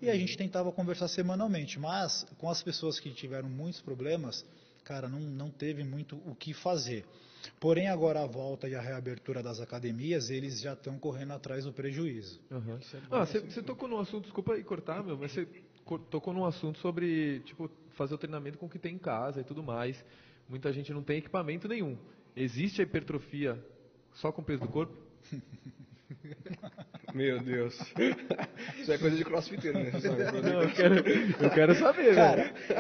e a gente tentava conversar semanalmente. Mas com as pessoas que tiveram muitos problemas, cara, não, não teve muito o que fazer. Porém, agora a volta e a reabertura das academias, eles já estão correndo atrás do prejuízo. Uhum. Ah, você, você tocou num assunto, desculpa aí cortar, meu, mas você co- tocou num assunto sobre, tipo, fazer o treinamento com o que tem em casa e tudo mais. Muita gente não tem equipamento nenhum. Existe a hipertrofia só com o peso do corpo? Meu Deus. Isso é coisa de crossfiteiro, né? Você sabe? Não, eu quero, eu quero saber, Cara, velho.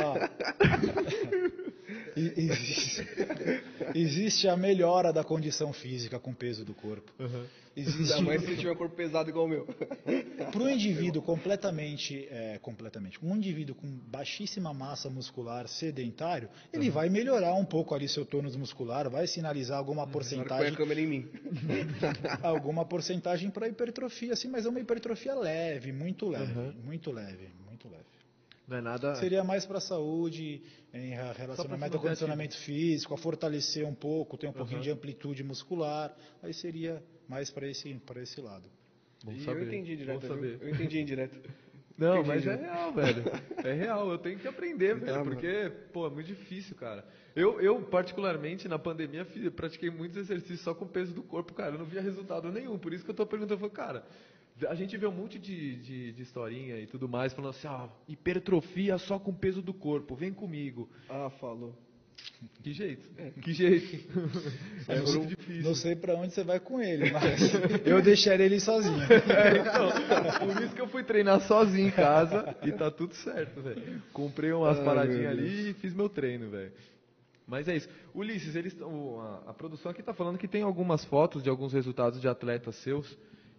ó, e- existe, existe a melhora da condição física com o peso do corpo. Uhum. Existe Ainda mais se tiver um corpo pesado igual o meu. para o indivíduo completamente, é, completamente, um indivíduo com baixíssima massa muscular sedentário, ele vai melhorar um pouco ali seu tônus muscular, vai sinalizar alguma Agora põe a porcentagem, câmera em mim. alguma porcentagem para hipertrofia, assim, mas é uma hipertrofia leve, muito leve, Uhum. muito leve, muito leve. Não é nada... Seria mais para a saúde, em Só pra se relacionamento ao manter condicionamento físico, a fortalecer um pouco, ter um pouquinho Uhum. de amplitude muscular, aí seria mais para esse, para esse lado. Bom E saber, eu entendi bom direto, saber. viu? Eu entendi indireto. Não, Entendi, mas é né? real, velho. É real, eu tenho que aprender, velho, Ah, porque, pô, é muito difícil, cara. Eu, eu, particularmente, na pandemia, fiz, pratiquei muitos exercícios só com o peso do corpo, cara, eu não via resultado nenhum, por isso que eu tô perguntando, eu falei, cara, a gente vê um monte de, de, de historinha e tudo mais, falando assim, ah, hipertrofia só com o peso do corpo, vem comigo. Ah, falou. Que jeito? Que jeito? É não, muito sei- difícil. não sei para onde você vai com ele, mas eu deixaria ele sozinho. É, então, por isso que eu fui treinar sozinho em casa e tá tudo certo, velho. Comprei umas Ai, paradinhas meu ali e fiz meu treino, velho. Mas é isso. Ulisses, eles tão, a, a produção aqui tá falando que tem algumas fotos de alguns resultados de atletas seus.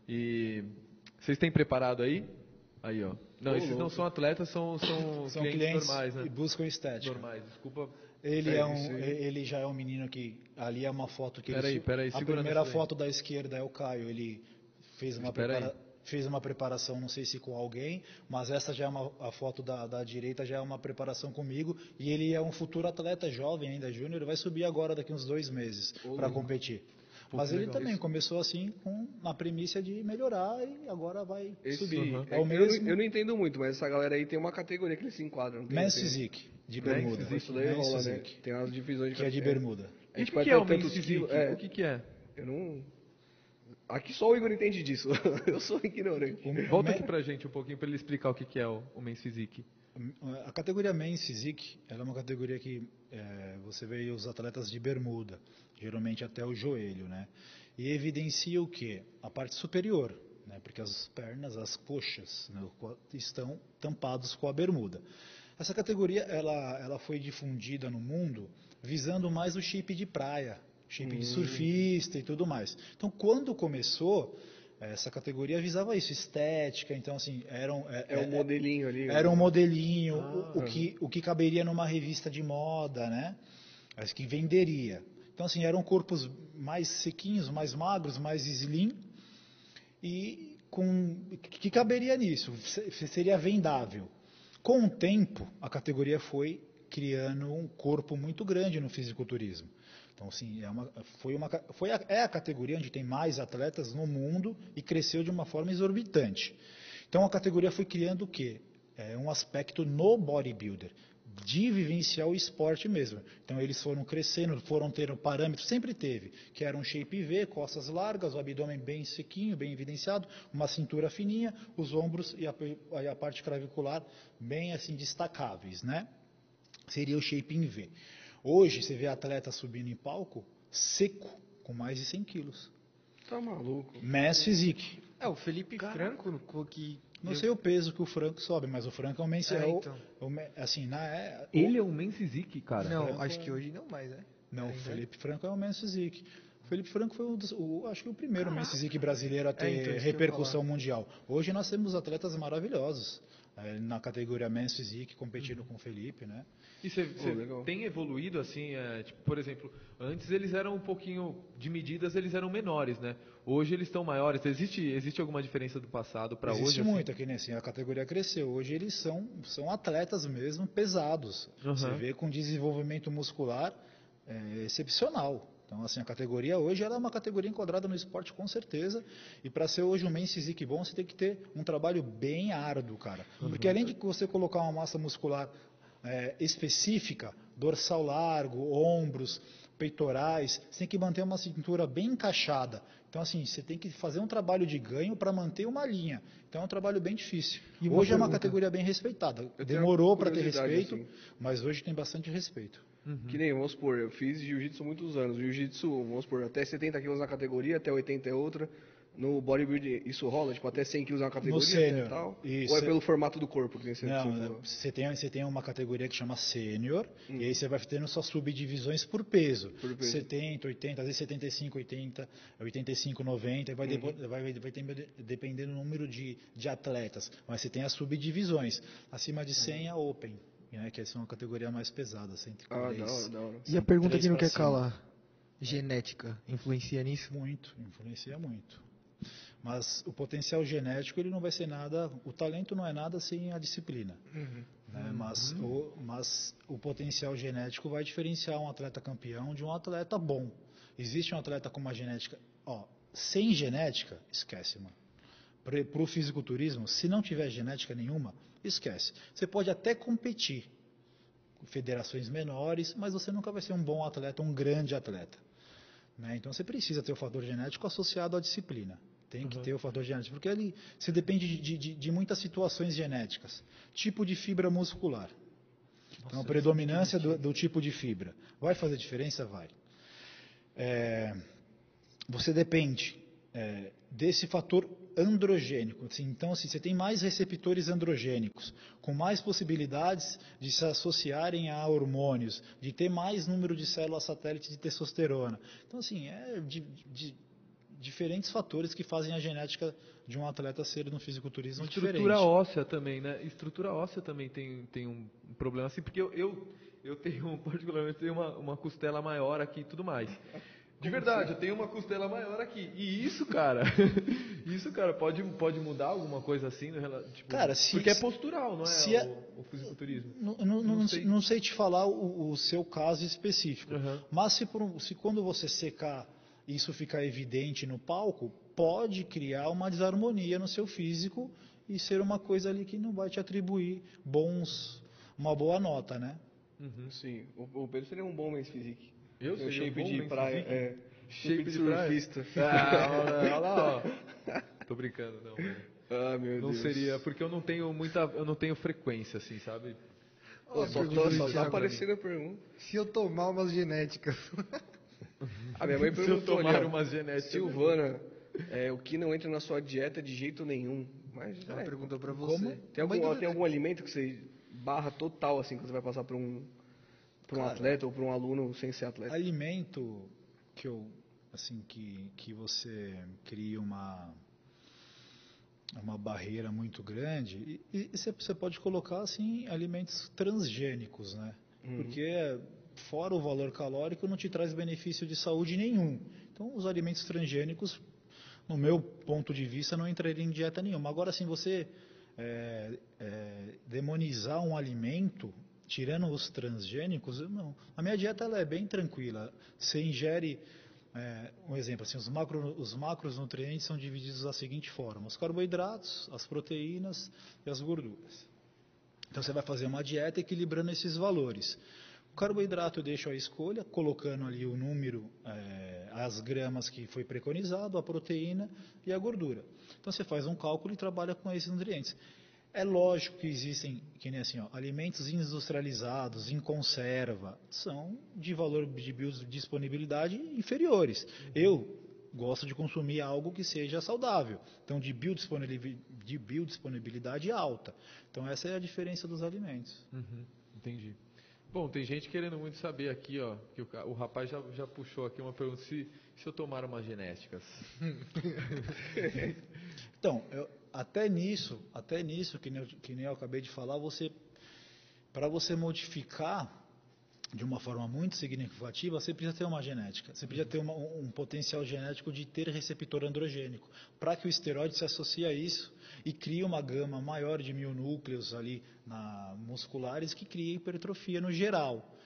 E vocês têm preparado aí? Aí, ó. Não, Ô, esses não louco. são atletas, são, são, São clientes, clientes normais, né? e buscam estética. Normais, desculpa. Ele, É, é um, isso aí. ele já é um menino que. Ali é uma foto que ele. Peraí, peraí, a segura primeira nessa daí. foto da esquerda é o Caio. Ele fez uma, Espera prepara- aí. fez uma preparação, não sei se com alguém, mas essa já é uma. A foto da, da direita já é uma preparação comigo. E ele é um futuro atleta jovem, ainda júnior. Vai subir agora daqui uns dois meses para competir. Pô, Mas que ele legal também isso. começou assim com a premissa de melhorar e agora vai Esse, subir. Uhum. É é o que eu, mesmo não, eu não entendo muito, mas essa galera aí tem uma categoria que eles se enquadram. não tem? Men's Tem- Physique de Men's bermuda. Physique, Isso daí Men's rola, né? Physique, Tem umas divisões que é de categoria. bermuda. A E o gente que, vai que é o ter Men's tantos Physique? quilos. É, O que, que é? eu não. Aqui só o Igor entende disso. Eu sou ignorante. O- Volta o aqui pra gente um pouquinho pra ele explicar o que, que é o, o Men's Physique. A categoria Men's Physique, ela é uma categoria que é, você vê os atletas de bermuda, geralmente até o joelho, né? E evidencia o quê? A parte superior, né? Porque as pernas, as coxas, né, estão tampados com a bermuda. Essa categoria, ela, ela foi difundida no mundo visando mais o shape de praia, shape de surfista e tudo mais. Então, quando começou, essa categoria visava isso, estética, então assim, eram... É um modelinho ali. Era um modelinho, Ah, o, o que, o que caberia numa revista de moda, né? Mas que venderia. Então, assim, eram corpos mais sequinhos, mais magros, mais slim, e com, que caberia nisso, se- seria vendável. Com o tempo, a categoria foi criando um corpo muito grande no fisiculturismo. Então, assim, é, uma, foi uma, foi a, é a categoria onde tem mais atletas no mundo e cresceu de uma forma exorbitante. Então, a categoria foi criando o quê? É um aspecto no bodybuilder, de vivenciar o esporte mesmo. Então, eles foram crescendo, foram tendo parâmetros, sempre teve, que era um shape V, costas largas, o abdômen bem sequinho, bem evidenciado, uma cintura fininha, os ombros e a, e a parte clavicular bem assim destacáveis, né? Seria o shape em V. Hoje, você vê atleta subindo em palco, seco, com mais de cem quilos. Tá maluco. Men's Physique. É, o Felipe Franco, co- que... Não sei o peso que o Franco sobe, mas o Franco é um men's... É, é o- então. o me- assim, na, é, o- Ele é um Men's Physique, cara. Não, Franco acho é- que hoje não mais, né? Não, o Ainda. Felipe Franco é o men's physique. O Felipe Franco foi um dos, o, acho que o primeiro men's physique brasileiro a ter É, então, isso que eu ia repercussão mundial. Hoje nós temos atletas maravilhosos é, na categoria men's physique competindo com o Felipe, né? E você legal. tem evoluído assim, é, tipo, por exemplo, antes eles eram um pouquinho, de medidas eles eram menores, né? Hoje eles estão maiores. Existe, existe alguma diferença do passado para hoje? Existe assim? muito aqui, né? Assim, a categoria cresceu. Hoje eles são, são atletas mesmo pesados. Uhum. Você vê com desenvolvimento muscular é, excepcional. Então, assim, a categoria hoje ela é uma categoria enquadrada no esporte com certeza, e para ser hoje um men's physique bom, você tem que ter um trabalho bem árduo, cara. Porque além de você colocar uma massa muscular é, específica, dorsal largo, ombros, peitorais, você tem que manter uma cintura bem encaixada. Então, assim, você tem que fazer um trabalho de ganho para manter uma linha. Então, é um trabalho bem difícil. E uma hoje é uma pergunta. categoria bem respeitada. Eu tenho Demorou uma para ter curiosidade, respeito, assim. mas hoje tem bastante respeito. Que nem, vamos supor, eu fiz jiu-jitsu há muitos anos. Jiu-jitsu, vamos supor, até setenta quilos na categoria, até oitenta é outra. No bodybuilding, isso rola? Tipo, até cem quilos na categoria? sênior, e tal? isso. Ou é pelo formato do corpo? Que nem você Não, você falou? você tem, você tem uma categoria que chama sênior, Hum. e aí você vai tendo suas subdivisões por peso. Por peso. setenta, oitenta, às vezes setenta e cinco, oitenta, oitenta e cinco, noventa, e vai, depo- vai, vai, vai ter, dependendo do número de, de atletas. Mas você tem as subdivisões. Acima de cem é open, né, que essa é uma categoria mais pesada, cento e Ah, três. da hora, da hora. E a pergunta três que não pra quer cima. calar. Genética influencia nisso? Muito, influencia muito. Mas o potencial genético ele não vai ser nada, o talento não é nada sem a disciplina. Né? Mas, o, mas o potencial genético vai diferenciar um atleta campeão de um atleta bom. Existe um atleta com uma genética, ó, sem genética, esquece, mano. Para o fisiculturismo, se não tiver genética nenhuma, esquece. Você pode até competir com federações menores, mas você nunca vai ser um bom atleta, um grande atleta. Né? Então você precisa ter o fator genético associado à disciplina. Tem que Uhum. ter o fator genético, porque ele, você depende de, de, de muitas situações genéticas. Tipo de fibra muscular. Então a predominância do, do tipo de fibra. Vai fazer diferença? Vai. É, você depende é, desse fator androgênico. Assim, então, assim, você tem mais receptores androgênicos, com mais possibilidades de se associarem a hormônios, de ter mais número de células satélites de testosterona. Então, assim, é de, de diferentes fatores que fazem a genética de um atleta ser no fisiculturismo Estrutura diferente. óssea também, né? Estrutura óssea também tem, tem um problema assim, porque eu, eu, eu tenho, particularmente, tenho uma, uma costela maior aqui e tudo mais. De verdade, eu tenho uma costela maior aqui. E isso, cara, isso, cara, pode, pode mudar alguma coisa assim? No, rela- tipo, Cara, se- porque é postural, não é, se é- o, o fisiculturismo? Não, não, Não não sei. sei. não sei te falar o, o seu caso específico, Uhum. mas se, por um- se quando você secar isso ficar evidente no palco, pode criar uma desarmonia no seu físico e ser uma coisa ali que não vai te atribuir bons, uma boa nota, né? Uhum. Sim, o, o Pedro seria um bom men's physique. Eu Tem o seria um shape bom de men's praia, physique? é, Shape de de praia? surfista. Ah, olha, olha lá, ó. Tô brincando, não. velho. Ah, meu Não Deus. seria, porque eu não tenho muita, eu não tenho frequência, assim, sabe? Pô, Ó, só, pergunta só, do só tá Thiago aparecendo a pergunta. Se eu tomar umas genéticas. A minha mãe Se eu perguntou tomar ali, ó, umas genéticas. Silvana, é, o que não entra na sua dieta de jeito nenhum. Mas Ela é, perguntou pra Como? você. tem, Mãe algum, do tem Dedé. algum alimento que você barra total assim quando você vai passar para um, pra um Cara, atleta ou para um aluno sem ser atleta? Alimento que eu assim que que você cria uma uma barreira muito grande e, e você, você pode colocar assim alimentos transgênicos, né? Porque fora o valor calórico não te traz benefício de saúde nenhum. Então os alimentos transgênicos, no meu ponto de vista, não entrariam em dieta nenhuma. Agora, assim, você é, é, demonizar um alimento, tirando os transgênicos, eu não. A minha dieta ela é bem tranquila. Você ingere, é, um exemplo, assim, os, macro, os macronutrientes são divididos da seguinte forma: os carboidratos, as proteínas e as gorduras. Então você vai fazer uma dieta equilibrando esses valores. O carboidrato eu deixo à escolha, colocando ali o número, é, as gramas que foi preconizado, a proteína e a gordura. Então você faz um cálculo e trabalha com esses nutrientes. É lógico que existem, que nem assim, ó, alimentos industrializados, em conserva, são de valor de biodisponibilidade inferiores. Eu gosto de consumir algo que seja saudável, então de biodisponibilidade, de biodisponibilidade alta. Então essa é a diferença dos alimentos. Uhum, entendi. Bom, tem gente querendo muito saber aqui, ó, que o, ca- o rapaz já, já puxou aqui uma pergunta, se, se eu tomar umas genéticas. Então, eu- até nisso, até nisso que nem, eu, que nem eu acabei de falar, você, para você modificar de uma forma muito significativa, você precisa ter uma genética, você precisa ter uma, um, um potencial genético de ter receptor androgênico, para que o esteroide se associe a isso e crie uma gama maior de mil núcleos ali na, musculares que cria hipertrofia no geral.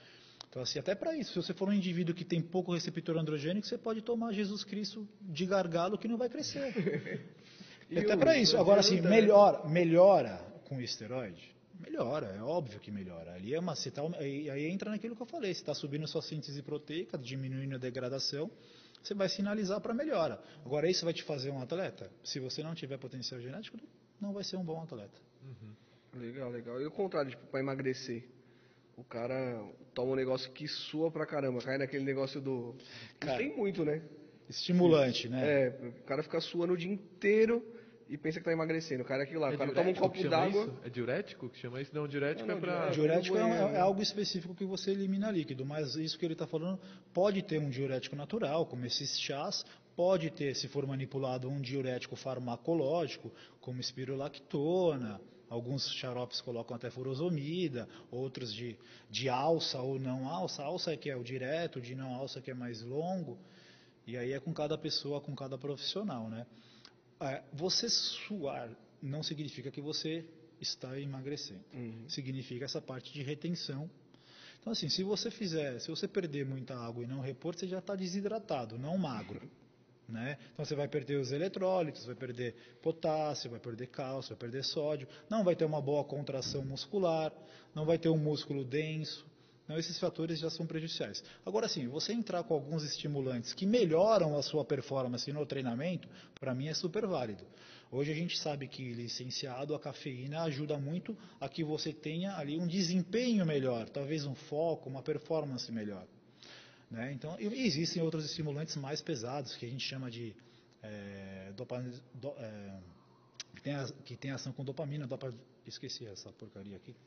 Então, assim, até para isso, se você for um indivíduo que tem pouco receptor androgênico, você pode tomar Jesus Cristo de gargalo que não vai crescer. E até o- para isso. não Agora, assim, adianta, né? melhora, melhora com o esteroide? Melhora, é óbvio que melhora. Ali é uma, você tá, aí, aí entra naquilo que eu falei, você está subindo sua síntese proteica, diminuindo a degradação, você vai sinalizar para melhora. Agora, isso vai te fazer um atleta? Se você não tiver potencial genético, não vai ser um bom atleta. Legal, legal. E o contrário, tipo, pra emagrecer. O cara toma um negócio que sua pra caramba, cai naquele negócio do... Não Cara, tem muito, né? Estimulante, né? É, o cara fica suando o dia inteiro e pensa que tá emagrecendo. O cara é aquilo lá, É o cara toma um diurético que copo chama d'água... isso? É diurético que chama isso? Não, diurético Não, é não, pra... diurético. Diurético é, banheiro, é né? algo específico que você elimina líquido, mas isso que ele está falando pode ter um diurético natural, como esses chás, pode ter, se for manipulado, um diurético farmacológico, como espirolactona, alguns xaropes colocam até furosemida, outros de, de alça ou não alça, alça é que é o direto, de não alça que é mais longo, e aí é com cada pessoa, com cada profissional, né? É, você suar não significa que você está emagrecendo. Uhum. Significa essa parte de retenção. Então, assim, se você fizer, se você perder muita água e não repor, você já está desidratado, não magro. Né? Então, você vai perder os eletrólitos, vai perder potássio, vai perder cálcio, vai perder sódio, não vai ter uma boa contração muscular, não vai ter um músculo denso. Então, esses fatores já são prejudiciais. Agora, sim, você entrar com alguns estimulantes que melhoram a sua performance no treinamento, para mim é super válido. Hoje a gente sabe que, licenciado, a cafeína ajuda muito a que você tenha ali um desempenho melhor, talvez um foco, uma performance melhor. Né? Então, e existem outros estimulantes mais pesados, que a gente chama de é, dopa, do, é, que, tem a, que tem ação com dopamina, dopa, esqueci essa porcaria aqui.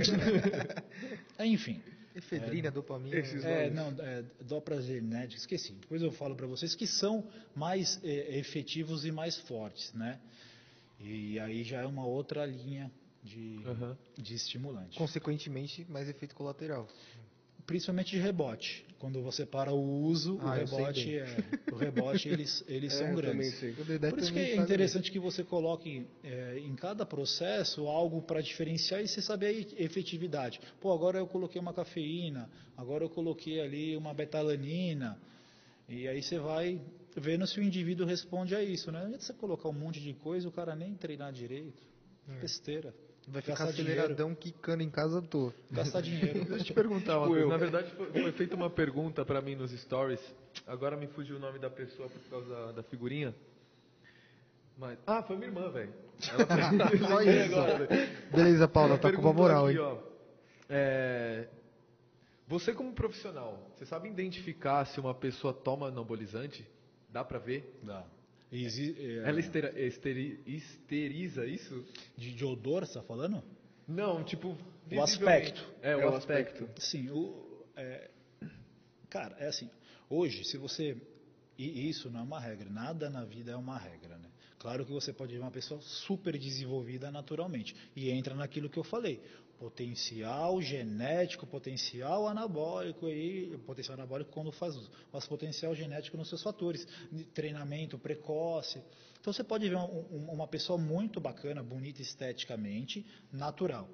Enfim. Efedrina, É, dopamina. esses É, nomes. não, é, dopragenética, esqueci. Depois eu falo para vocês que são mais é, efetivos e mais fortes, né? E aí já é uma outra linha de, Uhum. de estimulante. Consequentemente, mais efeito colateral. Principalmente de rebote. Quando você para o uso, Ah, o eu sei rebote, bem. é, o rebote eles, eles É, são eu também grandes. sei. O Dedé Por isso que também é faz interessante que você coloque é, em cada processo algo para diferenciar e você saber a e- efetividade. Pô, agora eu coloquei uma cafeína, agora eu coloquei ali uma betalanina, e aí você vai vendo se o indivíduo responde a isso. Né? Não adianta você colocar um monte de coisa e o cara nem treinar direito. Besteira. Vai ficar Gastar aceleradão quicando em casa à toa. dinheiro. Gastar dinheiro. Deixa eu te perguntar uma Tipo coisa. eu. Na verdade, foi, foi feita uma pergunta pra mim nos stories. Agora me fugiu o nome da pessoa por causa da, da figurinha. Mas... Ah, foi minha irmã, velho. Ela perguntou Só lembrei isso. agora, velho. Beleza, Paula, Ela tá com uma perguntou moral, aqui, hein? ó, é, você como profissional, você sabe identificar se uma pessoa toma anabolizante? Dá pra ver? Dá. Exi- é, Ela estera, esteri, esteriza isso? de, de odor, você está falando? Não, tipo... O visivelmente. aspecto. É, É o o aspecto. Sim, o, é, cara, é assim, hoje, se você, e isso não é uma regra, nada na vida é uma regra, né? Claro que você pode ver uma pessoa super desenvolvida naturalmente, e entra naquilo que eu falei, potencial genético, potencial anabólico, aí, potencial anabólico quando faz uso, mas potencial genético nos seus fatores, treinamento precoce. Então você pode ver um, um, uma pessoa muito bacana, bonita esteticamente, natural.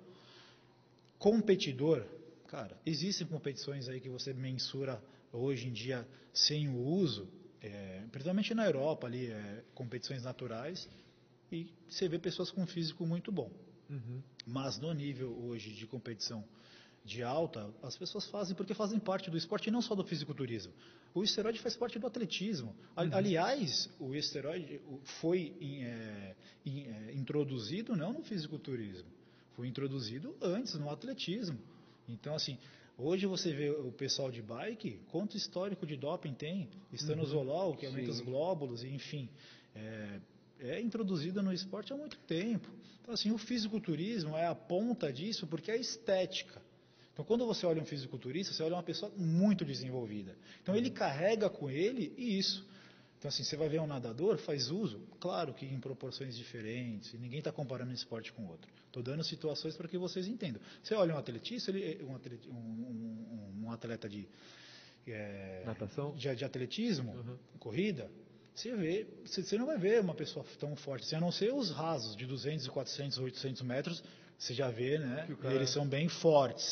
Competidor, cara, existem competições aí que você mensura hoje em dia sem o uso, é, principalmente na Europa ali, é, competições naturais, e você vê pessoas com um físico muito bom. Uhum. Mas no nível hoje de competição de alta, as pessoas fazem porque fazem parte do esporte e não só do fisiculturismo. O esteroide faz parte do atletismo. Uhum. Aliás, o esteroide foi em, é, em, é, introduzido não no fisiculturismo, foi introduzido antes no atletismo. Então, assim, hoje você vê o pessoal de bike, quanto histórico de doping tem? Estanozolol, que aumenta Sim. os glóbulos, enfim. É, é introduzido no esporte há muito tempo. Então, assim, o fisiculturismo é a ponta disso porque é estética. Então, quando você olha um fisiculturista, você olha uma pessoa muito desenvolvida. Então, ele carrega com ele isso. Então, assim, você vai ver um nadador, faz uso, claro que em proporções diferentes, e ninguém está comparando um esporte com outro. Estou dando situações para que vocês entendam. Você olha um atletista, ele, um, atleta, um, um, um atleta de, é, Natação? de, de atletismo, Uhum. corrida, você vê, você, você não vai ver uma pessoa tão forte, assim, a não ser os rasos de duzentos, quatrocentos, oitocentos metros, você já vê, né? Que o cara- Eles são bem fortes.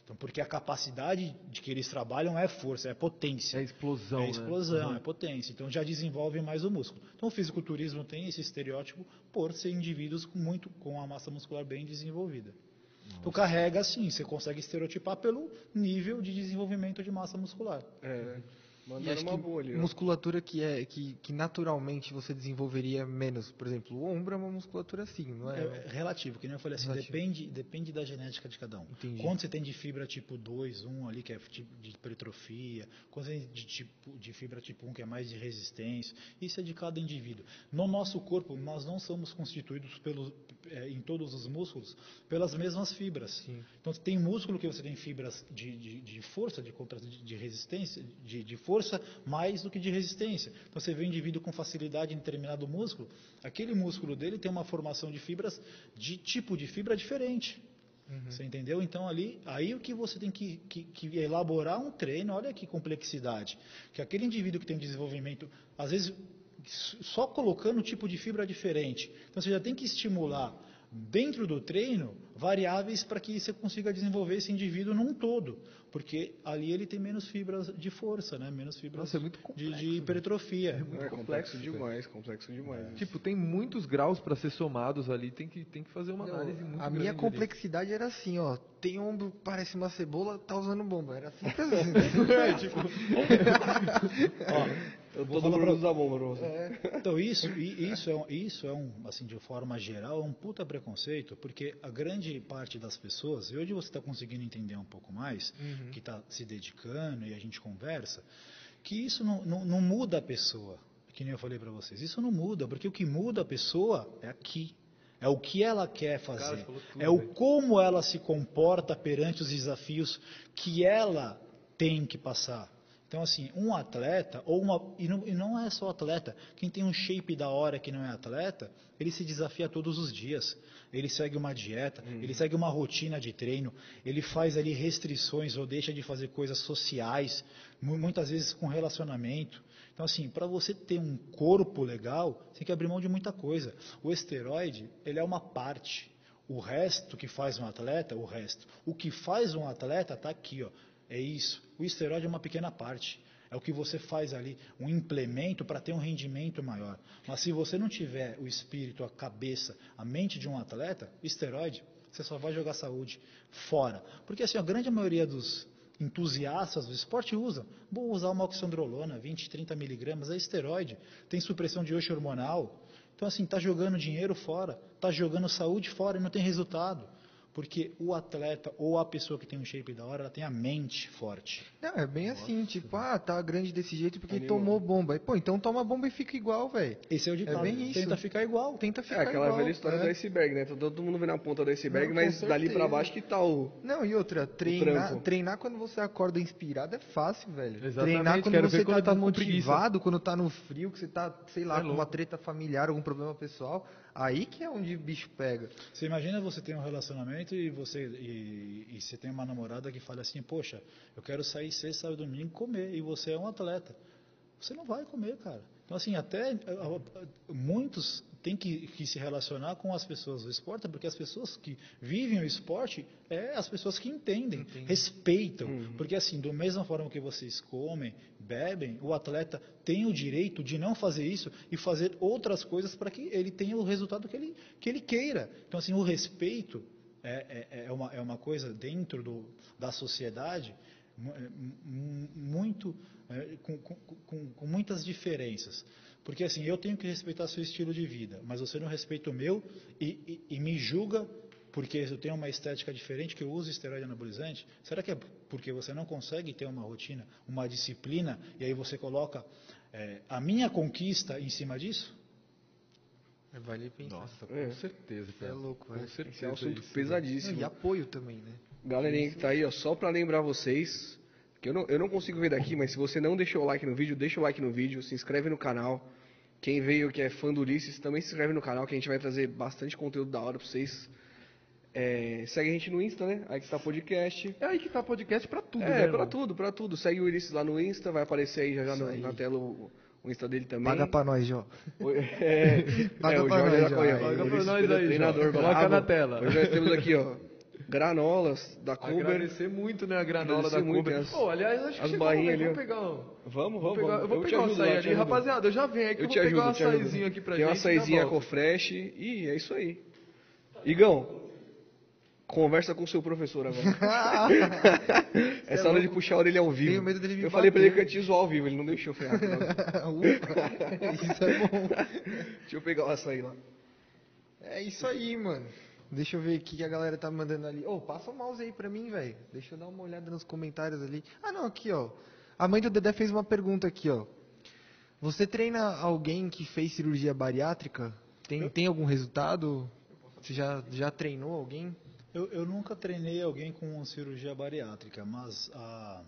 Então, porque a capacidade de que eles trabalham é força, é potência. É explosão, É explosão, né? é potência. Então já desenvolve mais o músculo. Então o fisiculturismo tem esse estereótipo por ser indivíduos com muito com a massa muscular bem desenvolvida. Nossa. Tu carrega assim, você consegue estereotipar pelo nível de desenvolvimento de massa muscular. É. E Mandaram acho uma que boa ali, ó. musculatura que, é, que, que naturalmente você desenvolveria menos. Por exemplo, o ombro é uma musculatura assim, não é? É relativo, que nem eu falei assim, Relativo. depende, depende da genética de cada um. Entendi. Quando você tem de fibra tipo dois, um ali, que é tipo de hipertrofia, quando você tem de, tipo, de fibra tipo um, que é mais de resistência, isso é de cada indivíduo. No nosso corpo, nós não somos constituídos pelo, é, em todos os músculos pelas mesmas fibras. Sim. Então, tem músculo que você tem fibras de, de, de força, de, contra, de, de resistência, de, de força, mais do que de resistência. Então você vê um indivíduo com facilidade em determinado músculo, aquele músculo dele tem uma formação de fibras de tipo de fibra diferente. Uhum. Você entendeu? Então ali, aí o que você tem que, que, que elaborar um treino, olha que complexidade. Que aquele indivíduo que tem um desenvolvimento, às vezes só colocando um tipo de fibra diferente. Então você já tem que estimular dentro do treino variáveis para que você consiga desenvolver esse indivíduo num todo, porque ali ele tem menos fibras de força, né? Menos fibras Nossa, é muito de, complexo, de hipertrofia. É, muito complexo complexo, demais, complexo demais. Tipo, tem muitos graus para ser somados ali, tem que, tem que fazer uma análise muito a grande minha ali. complexidade era assim, ó. Tem ombro, parece uma cebola, tá usando bomba. Era assim. assim. É, tipo, ó, Eu vou todo falar mundo pra- usa a bomba pra você. É. Então isso, i- isso, é, um- isso é um, assim, de forma geral, é um puta preconceito, porque a grande parte das pessoas, e hoje você está conseguindo entender um pouco mais, Uhum. que está se dedicando e a gente conversa, que isso não, não, não muda a pessoa, que nem eu falei para vocês. Isso não muda, porque o que muda a pessoa é aqui. É o que ela quer fazer. Cara, você falou tudo, é o velho. como ela se comporta perante os desafios que ela tem que passar. Então, assim, um atleta, ou uma, e, não, e não é só atleta, quem tem um shape da hora que não é atleta, ele se desafia todos os dias. Ele segue uma dieta, Uhum. ele segue uma rotina de treino, ele faz ali restrições ou deixa de fazer coisas sociais, mu- muitas vezes com relacionamento. Então, assim, para você ter um corpo legal, você tem que abrir mão de muita coisa. O esteroide, ele é uma parte. O resto que faz um atleta, o resto. O que faz um atleta está aqui, ó. É isso. O esteroide é uma pequena parte. É o que você faz ali, um implemento para ter um rendimento maior. Mas se você não tiver o espírito, a cabeça, a mente de um atleta, esteroide, você só vai jogar saúde fora. Porque assim, a grande maioria dos entusiastas do esporte usam. Vou usar uma oxandrolona, vinte, trinta miligramas, é esteroide. Tem supressão de eixo hormonal. Então assim, está jogando dinheiro fora, está jogando saúde fora e não tem resultado. Porque o atleta ou a pessoa que tem um shape da hora, ela tem a mente forte. Não, é bem assim, tipo, ah, tá grande desse jeito porque Animal. tomou bomba. Aí, pô, então toma bomba e fica igual, velho. Esse é o ditado. bem isso. Tenta ficar igual. Tenta É ficar aquela igual. velha história é. do iceberg, né? Todo mundo vê na ponta do iceberg, Não, mas com dali pra certeza. baixo que tá o... Não, e outra, treinar, trampo. treinar quando você acorda inspirado é fácil, velho. Exatamente, Treinar quando quero você ver quando tá tá com preguiça. desmotivado, quando tá no frio, que você tá, sei lá, É com louco. uma treta familiar, algum problema pessoal, aí que é onde o bicho pega. Você imagina você ter um relacionamento e você e, e você tem uma namorada que fala assim, poxa, eu quero sair sexta, sábado e domingo e comer, e você é um atleta. Você não vai comer, cara. Então, assim, até ah, ah, muitos têm que, que se relacionar com as pessoas do esporte, porque as pessoas que vivem o esporte é as pessoas que entendem, Entendi. respeitam. Porque, assim, da mesma forma que vocês comem, bebem, o atleta tem o direito de não fazer isso e fazer outras coisas para que ele tenha o resultado que ele, que ele queira. Então, assim, o respeito é, é, é, uma, é uma coisa dentro do, da sociedade mu- é, mu- muito é, com, com, com, com muitas diferenças. Porque assim, eu tenho que respeitar seu estilo de vida, mas você não respeita o meu e, e, e me julga porque eu tenho uma estética diferente, que eu uso esteroide anabolizante. Será que é porque você não consegue ter uma rotina, uma disciplina, e aí você coloca é, a minha conquista em cima disso? Vale pensar. Nossa, com É. certeza, É cara. louco, com é. certeza. Esse é um assunto isso, pesadíssimo. E apoio também, né? Galerinha que tá aí, ó, só pra lembrar vocês, que eu não, eu não consigo ver daqui, mas se você não deixou o like no vídeo, deixa o like no vídeo, se inscreve no canal. Quem veio que é fã do Ulisses, também se inscreve no canal, que a gente vai trazer bastante conteúdo da hora pra vocês. É, segue a gente no Insta, né? Aí que tá podcast. É aí que tá podcast pra tudo, É, né, pra irmão? tudo, pra tudo. Segue o Ulisses lá no Insta, vai aparecer aí já, já Isso no- aí. na tela o, o Insta dele também. Paga pra nós, Jó. O- É, Paga é, o pra Jorge nós, Aracoia, Jó. o Paga pra Ulisses nós Pereira, aí, Jó. treinador Coloca brabo. na tela. Hoje nós temos aqui, ó, granolas da Kuber. Agradecer muito, né, a granola Agradecer da muito, Kuber. as- Pô, aliás, acho que as chegou, barrinhas né? ali, Vamos ó. pegar um... Vamos, Vou vamos, pegar, vamos. eu vou Eu te pegar um ajudo açaí lá, te ali. ajudo. Rapaziada, eu já venho aí que eu, Eu vou te pegar ajudo, um eu te ajudo. açaizinho aqui pra Tem um gente. e já açaizinho volto. Ecofresh e é isso aí. Igão, conversa com o seu professor agora. Essa hora de puxar a orelha ao vivo. Tenho medo dele me eu falei pra ele que bater. eu ia te zoar ao vivo, ele não deixou ferrar. Ufa, isso é bom. Deixa eu pegar o açaí lá. É isso aí, mano. Deixa eu ver o que que a galera tá mandando ali. Ô, passa o mouse aí pra mim, velho. Deixa eu dar uma olhada nos comentários ali. Ah, não, aqui, ó. A mãe do Dedé fez uma pergunta aqui, ó. Você treina alguém que fez cirurgia bariátrica? Tem, tem algum resultado? Você já, já treinou alguém? Eu, eu nunca treinei alguém com cirurgia bariátrica, mas, a,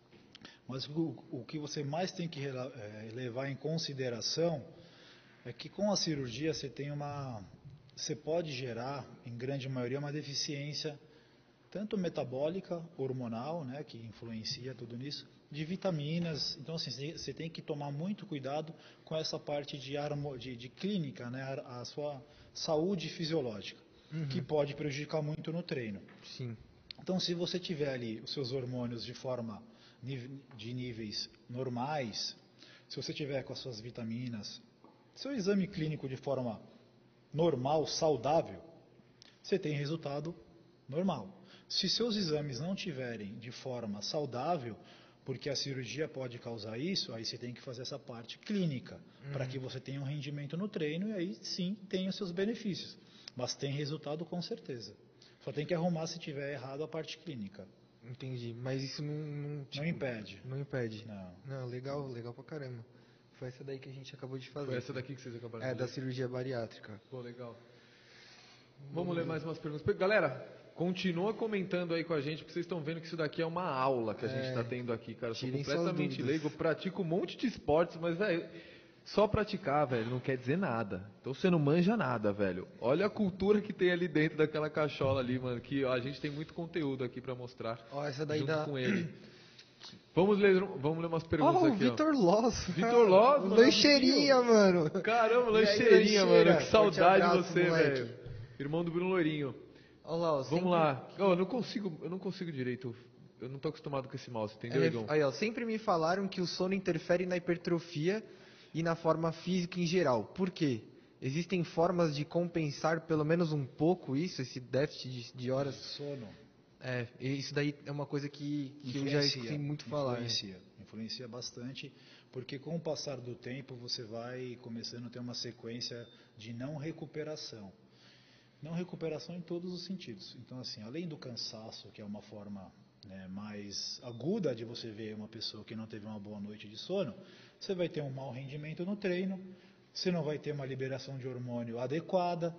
mas o, o que você mais tem que rela- eh, levar em consideração é que com a cirurgia você tem uma, você pode gerar, em grande maioria, uma deficiência tanto metabólica, hormonal, né, que influencia tudo nisso, de vitaminas. Então, assim, você você tem que tomar muito cuidado com essa parte de, armo, de, de clínica, né, a, a sua saúde fisiológica, que pode prejudicar muito no treino. Sim. Então, se você tiver ali os seus hormônios de forma nive- de níveis normais, se você tiver com as suas vitaminas, seu exame clínico de forma normal, saudável, você tem resultado normal. Se seus exames não tiverem de forma saudável, porque a cirurgia pode causar isso, aí você tem que fazer essa parte clínica, para que você tenha um rendimento no treino e aí sim tenha os seus benefícios. Mas tem resultado com certeza. Só tem que arrumar se tiver errado a parte clínica. Entendi. Mas isso não... Não, tipo, Não impede. Não impede. Não. Não, legal, legal pra caramba. Foi essa daí que a gente acabou de fazer. Foi essa daqui que vocês acabaram É, de da ler. cirurgia bariátrica. Pô, legal. Vamos ler mais umas perguntas. Galera, continua comentando aí com a gente, porque vocês estão vendo que isso daqui é uma aula que a gente É. está tendo aqui, cara. Eu sou Tirem suas completamente dúvidas. leigo, pratico um monte de esportes, mas, velho, só praticar, velho, não quer dizer nada. Então você não manja nada, velho. Olha a cultura que tem ali dentro daquela cachola ali, mano, que ó, a gente tem muito conteúdo aqui pra mostrar. Ó, essa daí junto da... com ele. Vamos ler, vamos ler umas perguntas Ó, o aqui, Vitor Loss. Vitor Loss, mano, Lancheirinha, mano. ó. Caramba, E aí, lancheirinha, lancheira? mano. Que Forte saudade de abraço, você, moleque. velho. Irmão do Bruno Loirinho. Olha lá, ó, Vamos sempre- lá. Oh, eu não consigo, eu não consigo direito. Eu não tô acostumado com esse mouse, entendeu, É, Igão? aí, ó, sempre me falaram que o sono interfere na hipertrofia e na forma física em geral. Por quê? Existem formas de compensar pelo menos um pouco isso, esse déficit de, de horas? Sono. É, e isso daí é uma coisa que, que eu já escutei muito falar. né? Influencia, influencia bastante, porque com o passar do tempo você vai começando a ter uma sequência de não recuperação. Não recuperação em todos os sentidos. Então, assim, além do cansaço, que é uma forma né, mais aguda de você ver uma pessoa que não teve uma boa noite de sono, você vai ter um mau rendimento no treino, você não vai ter uma liberação de hormônio adequada,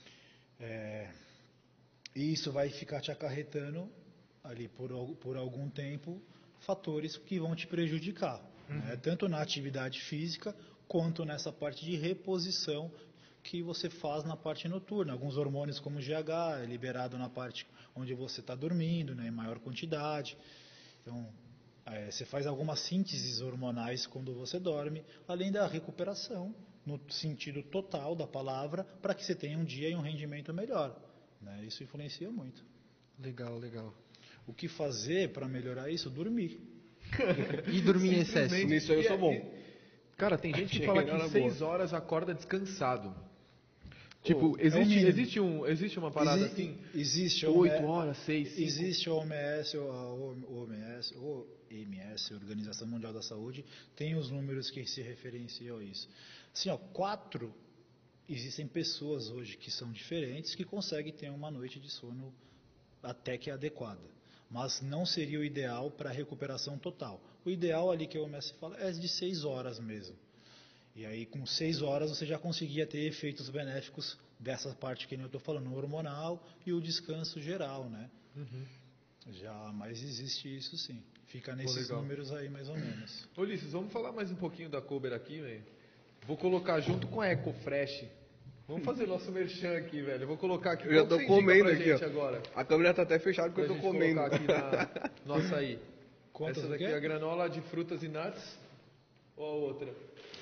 é, e isso vai ficar te acarretando ali por, al- por algum tempo fatores que vão te prejudicar, né, tanto na atividade física quanto nessa parte de reposição que você faz na parte noturna. Alguns hormônios como o G H é liberado na parte onde você está dormindo, né, em maior quantidade. Então, é, você faz algumas sínteses hormonais quando você dorme, além da recuperação, no sentido total da palavra, para que você tenha um dia e um rendimento melhor. Né? Isso influencia muito. Legal, legal. O que fazer para melhorar isso? Dormir. E dormir em excesso? Simplesmente. Nisso aí eu sou bom. Cara, tem gente que Chega fala na que boa. seis horas acorda descansado. Tipo, é o existe, mínimo. existe, um, existe uma parada Exi- assim? Existe a Oito OMS horas, seis, cinco? Existe a O M S, a O M S, O M S, Organização Mundial da Saúde, tem os números que se referenciam a isso. Assim, ó, quatro, existem pessoas hoje que são diferentes que conseguem ter uma noite de sono até que adequada, mas não seria o ideal para a recuperação total. O ideal ali que a O M S fala é de seis horas mesmo. E aí, com seis horas, você já conseguia ter efeitos benéficos dessa parte que eu estou falando, o hormonal e o descanso geral, né? Já, mas existe isso sim. Fica nesses legal. números aí, mais ou menos. Ô, Ulisses, vamos falar mais um pouquinho da Kober aqui, velho? Vou colocar junto com a Ecofresh. Vamos fazer nosso merchan aqui, velho. Eu vou colocar aqui. Eu já Qual tô que você indica comendo pra aqui, gente ó. agora? A câmera tá até fechada porque Pra eu tô gente comendo. colocar aqui na, no açaí. Quantas Essa o daqui quê? é a granola de frutas e nuts. Ou a outra?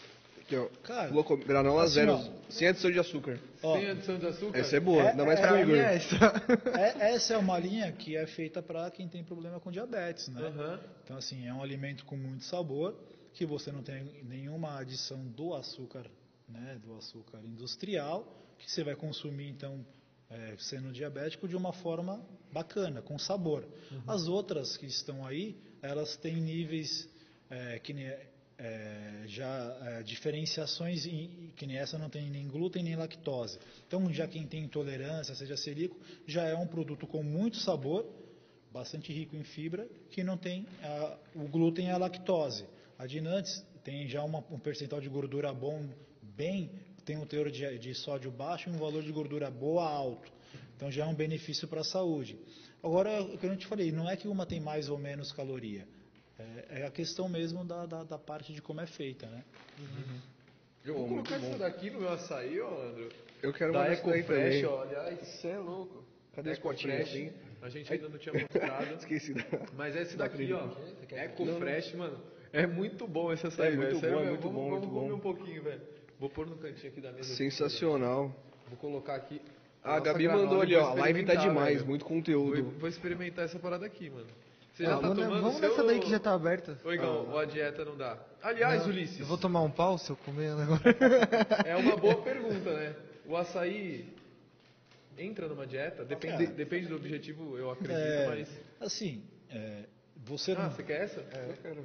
Aqui, ó. Cara, Floco- granola assim, zero, ó. sem adição de açúcar. Ó, Sem adição de açúcar? Essa é boa, É- ainda mais é- pro é- Igor. É essa. é- essa é uma linha que é feita para quem tem problema com diabetes, né? Aham. Então, assim, é um alimento com muito sabor, que você não tem nenhuma adição do açúcar, né, do açúcar industrial, que você vai consumir, então, é, sendo diabético, de uma forma bacana, com sabor. As outras que estão aí, elas têm níveis, é, que nem, é, já é, diferenciações, em- que nem essa não tem nem glúten nem lactose. Então, já quem tem intolerância, seja celíaco, já é um produto com muito sabor, bastante rico em fibra, que não tem a, o glúten e a lactose. A Dinantes tem já uma, um percentual de gordura bom, bem, tem um teor de, de sódio baixo e um valor de gordura boa alto. Então já é um benefício para a saúde. Agora, o que eu te falei, não é que uma tem mais ou menos caloria, é, é a questão mesmo da, da, da parte de como é feita, né? Eu vou Pô, colocar muito isso bom. daqui no meu açaí, ó, André. Eu quero Da uma dessa daí Ecofresh, também. ó, aliás. Você é louco. Cadê os Ecofresh, potinhos assim? a gente ainda não tinha mostrado. Esqueci da... Mas esse da daqui, ó, acrílico. Ecofresh, mano, é muito bom esse açaí, É velho. muito Sério bom, é mesmo, muito vamos, bom, vamos muito comer bom. um pouquinho, velho. Vou pôr no cantinho aqui da mesa. aqui, Sensacional. ó. Vou colocar aqui. A nossa Gabi granola mandou e ali, vou ó. A live tá experimentar, demais, velho. muito Vou, conteúdo. vou experimentar essa parada aqui, mano. Você Ah, já tá vamos tomando vamos seu... nessa daí que já tá aberta. Ô, Igão, ou a dieta não dá? Aliás, Não, Ulisses, Eu vou tomar um pau se eu comer agora. é uma boa pergunta, né? O açaí entra numa dieta? Depende, É. depende do objetivo, eu acredito, É, mas... assim, é, você, Ah, não, você quer essa? Eu quero.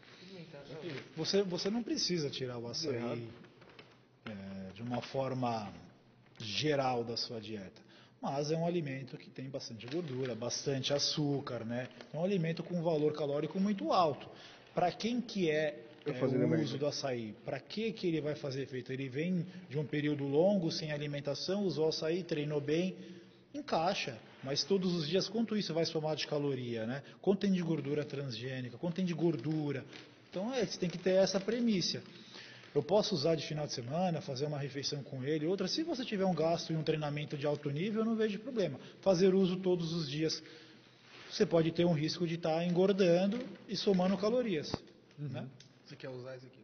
você, você não precisa tirar o açaí é, de uma forma geral da sua dieta. Mas é um alimento que tem bastante gordura, bastante açúcar, né? É um alimento com valor calórico muito alto. Para quem que é, Eu é, fazendo o merda. uso do açaí? Para que que ele vai fazer efeito? Ele vem de um período longo, sem alimentação, usou açaí, treinou bem, encaixa. Mas todos os dias, quanto isso vai somar de caloria, né? Quanto tem de gordura transgênica, quanto tem de gordura. Então, é, você tem que ter essa premissa. Eu posso usar de final de semana, fazer uma refeição com ele, outra. Se você tiver um gasto e um treinamento de alto nível, eu não vejo problema. Fazer uso todos os dias, você pode ter um risco de estar engordando e somando calorias. Né? Você quer usar isso aqui?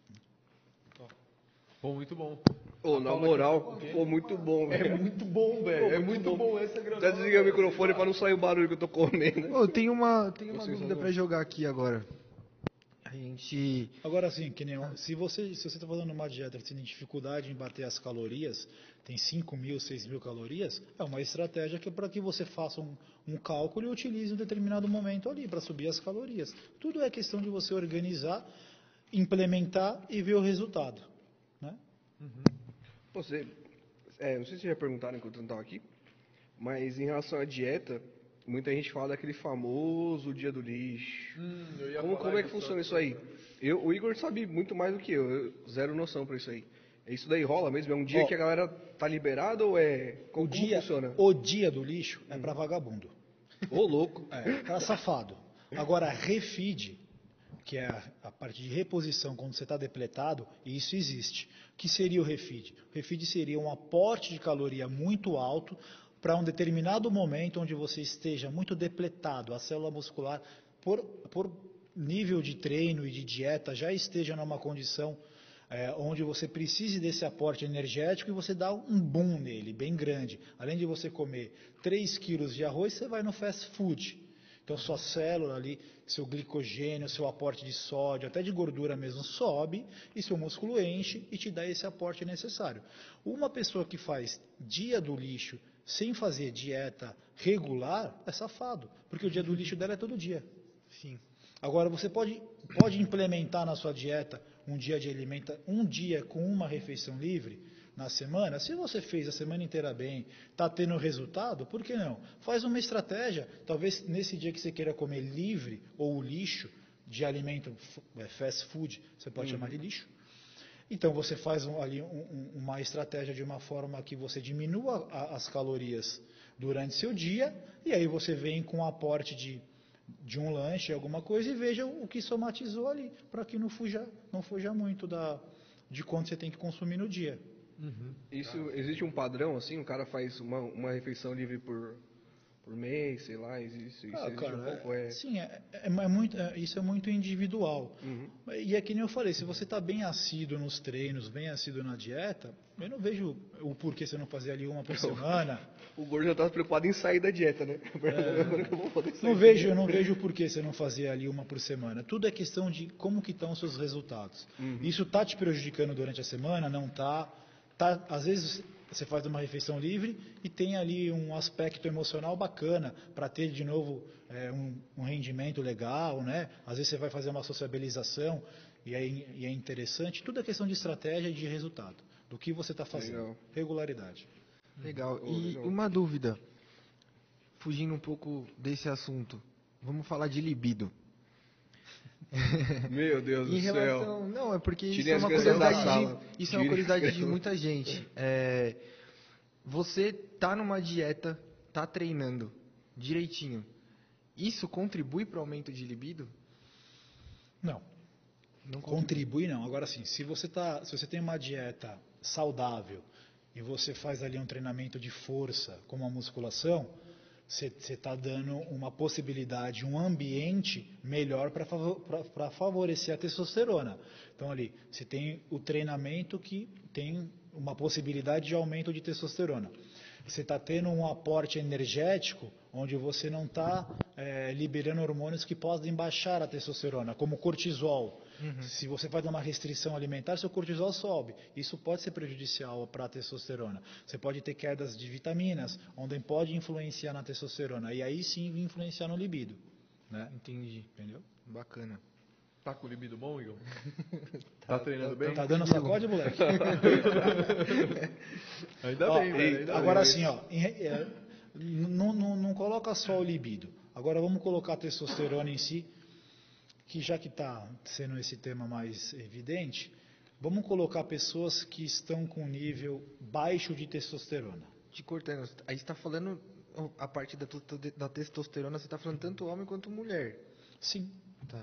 Bom, muito bom. Ô, A na Paula moral, aqui- ficou muito bom, É velho. muito bom, velho. É muito bom essa granola. Já desliguei o velho. microfone pra não sair o barulho que eu tô comendo. Ô, tem uma, tem uma Vocês dúvida vão- pra jogar aqui agora. A gente... Agora sim, que nem, se você se você está fazendo uma dieta que você tem dificuldade em bater as calorias, tem cinco mil, seis mil calorias, é uma estratégia que é para que você faça um, um cálculo e utilize um determinado momento ali para subir as calorias. Tudo é questão de você organizar, implementar e ver o resultado. Né? Você, é, não sei se vocês já perguntaram enquanto eu não estava aqui, mas em relação à dieta, muita gente fala daquele famoso dia do lixo. Hum, eu ia Como, falar como é que disso. funciona isso aí? Eu, o Igor sabe muito mais do que eu, eu zero noção pra isso aí. Isso daí rola mesmo? É um dia Ó, que a galera tá liberada ou é... Como, O como dia, funciona? o dia do lixo é para vagabundo. Ô, louco. É, cara safado. Agora, refeed, que é a, a parte de reposição quando você está depletado, isso existe. O que seria o refeed? O refeed seria um aporte de caloria muito alto para um determinado momento onde você esteja muito depletado, a célula muscular, por, por nível de treino e de dieta, já esteja numa condição é, onde você precise desse aporte energético e você dá um boom nele, bem grande. Além de você comer três quilos de arroz, você vai no fast food. Então, sua célula ali, seu glicogênio, seu aporte de sódio, até de gordura mesmo, sobe e seu músculo enche e te dá esse aporte necessário. Uma pessoa que faz dia do lixo sem fazer dieta regular é safado, porque o dia do lixo dela é todo dia. Sim. Agora, você pode, pode implementar na sua dieta um dia de alimenta, um dia com uma refeição livre na semana. Se você fez a semana inteira bem, está tendo resultado, por que não? Faz uma estratégia, talvez nesse dia que você queira comer livre ou o lixo de alimento fast food, você pode uhum. chamar de lixo. Então você faz um, ali um, um, uma estratégia de uma forma que você diminua a, as calorias durante seu dia e aí você vem com um aporte de de um lanche, alguma coisa, e veja o que somatizou ali, para que não fuja, não fuja muito da, de quanto você tem que consumir no dia. Uhum. Isso, existe um padrão, assim, o cara faz uma, uma refeição livre por, por mês, sei lá, isso, isso Ah, existe cara, um pouco, é... sim, é, é, é muito, é- isso é muito individual. Uhum. E é que nem eu falei, se você está bem assíduo nos treinos, bem assíduo na dieta, eu não vejo o porquê você não fazer ali uma por semana. O gordo já tá preocupado em sair da dieta, né? Agora que eu vou poder sair Não da vejo, dieta. eu não vejo o porquê você não fazer ali uma por semana. Tudo é questão de como que estão os seus resultados. Isso está te prejudicando durante a semana? Não está. Tá, às vezes você faz uma refeição livre e tem ali um aspecto emocional bacana para ter de novo é, um, um rendimento legal, né? Às vezes você vai fazer uma sociabilização e é, e é interessante. Tudo é questão de estratégia e de resultado. Do que você está fazendo. Legal. Regularidade. Legal. Oh, E legal. uma dúvida, fugindo um pouco desse assunto, vamos falar de libido. Meu Deus do Em céu. relação, não, é porque isso Tirem é as uma crianças da curiosidade, sala. de, isso é uma Tirem as curiosidade de crianças. muita gente. É, você tá numa dieta, tá treinando direitinho, isso contribui para o aumento de libido? Não. Não Contribui não. Agora sim, se você tá, se você tem uma dieta saudável e você faz ali um treinamento de força, como a musculação, você está dando uma possibilidade, um ambiente melhor para favorecer a testosterona. Então ali, você tem o treinamento que tem uma possibilidade de aumento de testosterona. Você está tendo um aporte energético onde você não está é, liberando hormônios que podem baixar a testosterona, como cortisol. Uhum. Se você faz uma restrição alimentar, seu cortisol sobe. Isso pode ser prejudicial para a testosterona. Você pode ter quedas de vitaminas, onde pode influenciar na testosterona. E aí sim influenciar no libido. Né? Entendi. Entendeu? Bacana. Tá com o libido bom, Igor? Tá, treinando tá- bem? Tá dando sacode, moleque? Ainda Ó, bem, velho. Ainda agora bem. assim, ó, em- é, não, não, não coloca só o libido. Agora vamos colocar a testosterona em si, que já que está sendo esse tema mais evidente, vamos colocar pessoas que estão com nível baixo de testosterona. Te cortando, aí você está falando a parte da, to- da testosterona, você está falando tanto homem quanto mulher. Sim. Tá.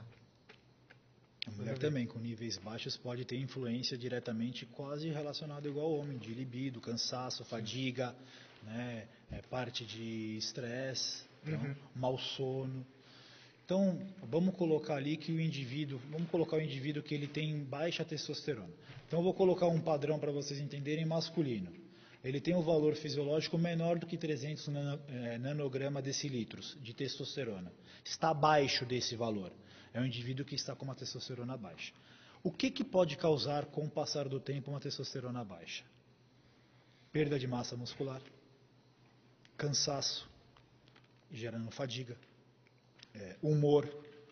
A mulher também, com níveis baixos, pode ter influência diretamente quase relacionada igual ao homem, de libido, cansaço, fadiga, né, é, parte de estresse, então, Uhum. mau sono. Então, vamos colocar ali que o indivíduo, vamos colocar o indivíduo que ele tem baixa testosterona. Então, eu vou colocar um padrão para vocês entenderem masculino. Ele tem um valor fisiológico menor do que trezentos nano, eh, nanograma decilitros de testosterona. Está abaixo desse valor. É um indivíduo que está com uma testosterona baixa. O que, que pode causar, com o passar do tempo, uma testosterona baixa? Perda de massa muscular, cansaço, gerando fadiga, é, humor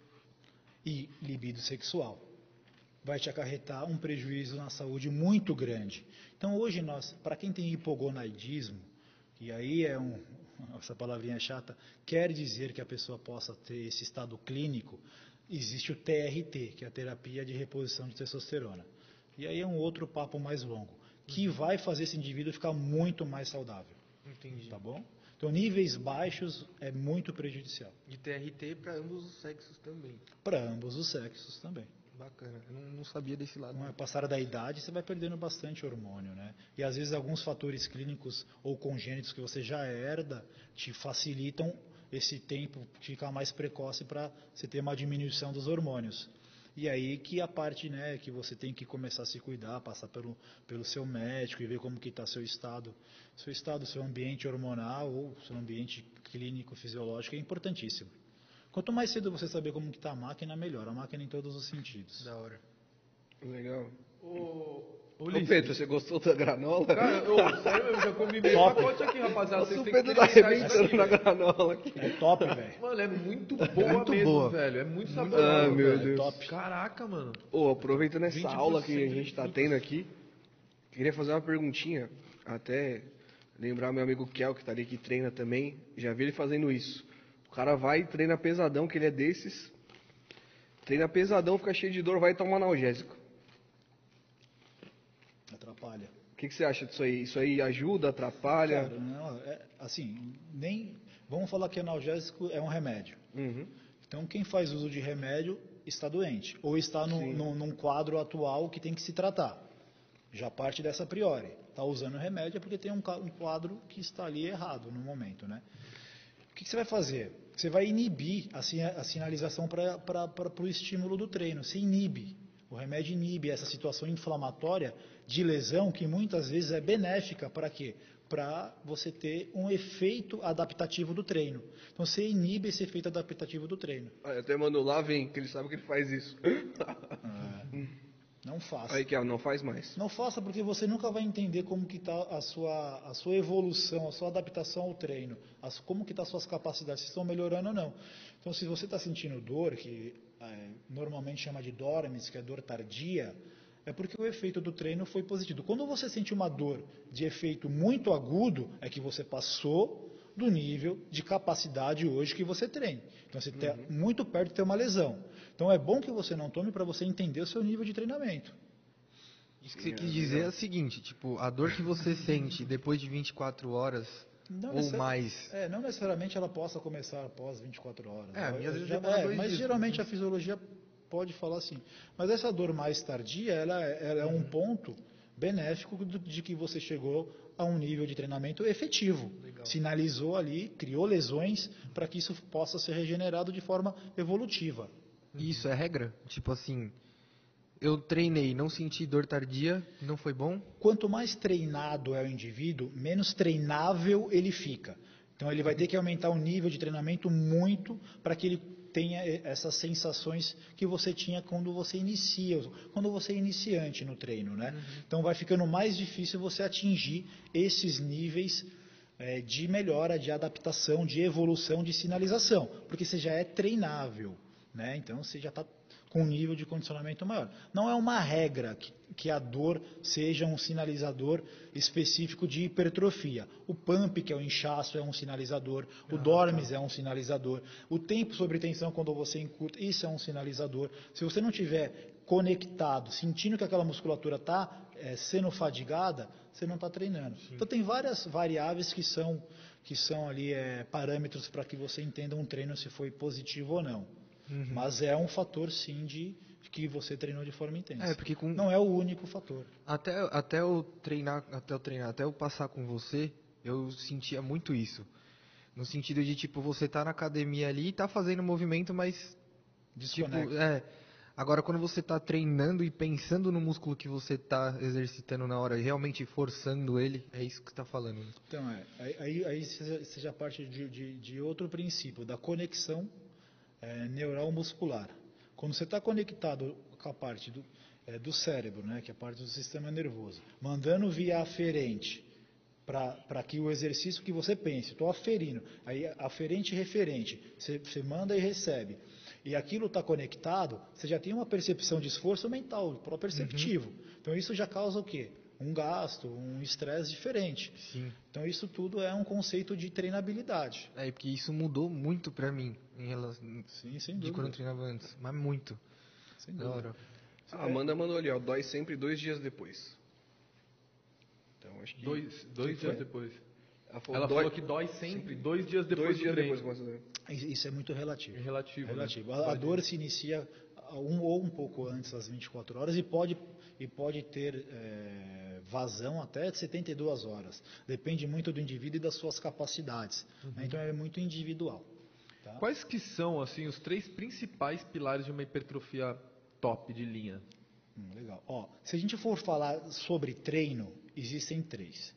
e libido sexual. Vai te acarretar um prejuízo na saúde muito grande. Então hoje nós, para quem tem hipogonadismo, e aí é um, essa palavrinha chata, quer dizer que a pessoa possa ter esse estado clínico, existe o T R T, que é a terapia de reposição de testosterona. E aí é um outro papo mais longo, que vai fazer esse indivíduo ficar muito mais saudável. Entendi. Tá bom? Então níveis baixos é muito prejudicial. De T R T para ambos os sexos também. Para ambos os sexos também. Bacana. Eu não, não sabia desse lado. Com a passada da idade, você vai perdendo bastante hormônio, né? E às vezes alguns fatores clínicos ou congênitos que você já herda te facilitam esse tempo ficar mais precoce para você ter uma diminuição dos hormônios. E aí que a parte, né, que você tem que começar a se cuidar, passar pelo, pelo seu médico e ver como que está seu estado, seu estado, seu ambiente hormonal ou seu ambiente clínico, fisiológico é importantíssimo. Quanto mais cedo você saber como que está a máquina, melhor. A máquina em todos os sentidos. Da hora. Legal. Ô, ô, Ô, Ulisses, Pedro, você gostou da granola? cara, ô, sério, eu já comi meio Top. pacote aqui, rapaziada. Nossa, Vocês o têm Pedro que tá experimentar isso arrebentando aqui, na velho. granola aqui. É top, velho. Mano, é muito boa muito mesmo, boa. velho. É muito Ah, saborosa, meu velho. Deus. Top. Caraca, mano. Ô, aproveitando essa vinte por cento aula que a de gente está frutas. tendo aqui, queria fazer uma perguntinha, até lembrar meu amigo Kel, que está ali, que treina também, já vi ele fazendo isso. O cara vai e treina pesadão, que ele é desses, treina pesadão, fica cheio de dor, vai tomar analgésico. Atrapalha. O que, que você acha disso aí? Isso aí ajuda, atrapalha? Cara, não, é, assim, nem... Vamos falar que analgésico é um remédio. Uhum. Então, quem faz uso de remédio está doente. Ou está no, Sim. no, num quadro atual que tem que se tratar. Já parte dessa a priori. Está usando remédio é porque tem um, ca- um quadro que está ali errado no momento, né? O que, que você vai fazer? Você vai inibir a, sina- a sinalização para o estímulo do treino. Você inibe. O remédio inibe essa situação inflamatória de lesão que muitas vezes é benéfica para quê? Para você ter um efeito adaptativo do treino. Então você inibe esse efeito adaptativo do treino. Aí até mando lá, vem, que ele sabe que ele faz isso. Não faça. Aí que não faz mais. Não faça porque você nunca vai entender como que está a sua, a sua evolução, a sua adaptação ao treino, as, como que estão as suas capacidades, se estão melhorando ou não. Então se você está sentindo dor, que é, normalmente chama de dormes, que é dor tardia, é porque o efeito do treino foi positivo. Quando você sente uma dor de efeito muito agudo, é que você passou do nível de capacidade hoje que você treina. Então você está uhum. muito perto de ter uma lesão. Então é bom que você não tome para você entender o seu nível de treinamento. Isso que você quis dizer é o seguinte, tipo, a dor que você sente depois de vinte e quatro horas não ou mais... É, não necessariamente ela possa começar após vinte e quatro horas. É, a minha já, é, mas dias, geralmente a fisiologia pode falar assim. Mas essa dor mais tardia, ela, ela é um ponto benéfico de que você chegou a um nível de treinamento efetivo. Legal. Sinalizou ali, criou lesões para que isso possa ser regenerado de forma evolutiva. Isso é regra? Tipo assim, eu treinei, não senti dor tardia, não foi bom? Quanto mais treinado é o indivíduo, menos treinável ele fica. Então ele vai ter que aumentar o nível de treinamento muito para que ele tenha essas sensações que você tinha quando você inicia, quando você é iniciante no treino, né? Uhum. Então vai ficando mais difícil você atingir esses níveis é, de melhora, de adaptação, de evolução, de sinalização, porque você já é treinável, né? Então você já está com um nível de condicionamento maior. Não é uma regra que, que a dor seja um sinalizador específico de hipertrofia. O pump, que é o inchaço, é um sinalizador. O ah, dormes tá. é um sinalizador. O tempo sobre tensão, quando você encurta, isso é um sinalizador. Se você não tiver conectado, sentindo que aquela musculatura está é, sendo fadigada, você não está treinando. Sim. Então tem várias variáveis que são, que são ali é, parâmetros para que você entenda um treino se foi positivo ou não. Uhum. Mas é um fator, sim, de que você treinou de forma intensa. É, porque com... Não é o único fator. Até, até eu treinar, até eu treinar, até eu passar com você, eu sentia muito isso. No sentido de, tipo, você tá na academia ali e tá fazendo movimento, mas... Desconecta. Tipo, é, agora, quando você tá treinando e pensando no músculo que você tá exercitando na hora, realmente forçando ele, é isso que você tá falando. Né? Então, é. Aí, aí você já parte de, de, de outro princípio, da conexão É, neural muscular. Quando você está conectado com a parte do, é, do cérebro, né, que é a parte do sistema nervoso, mandando via aferente para que o exercício que você pense, estou aferindo, aí aferente e referente, você, você manda e recebe, e aquilo está conectado, você já tem uma percepção de esforço mental, proprioceptivo. Uhum. Então isso já causa o quê? Um gasto, um estresse diferente. Sim. Então isso tudo é um conceito de treinabilidade. É, porque isso mudou muito pra mim em relação Sim, sem de dúvida. quando eu treinava antes, mas muito. Sem dúvida. A Amanda mandou ali, ó, dói sempre dois dias depois. Então acho que dois, dois dias depois. Ela falou, Ela dói... falou que dói sempre, sim. dois dias depois dois do dias treino. Depois começa a doer. Isso é muito relativo. É relativo. relativo. Né? A, a dor se inicia um ou um pouco antes das vinte e quatro horas e pode, e pode ter é, vazão até de setenta e duas horas. Depende muito do indivíduo e das suas capacidades. Uhum. Né? Então é muito individual. Tá? Quais que são assim os três principais pilares de uma hipertrofia top de linha? Hum, legal. Ó, se a gente for falar sobre treino, existem três.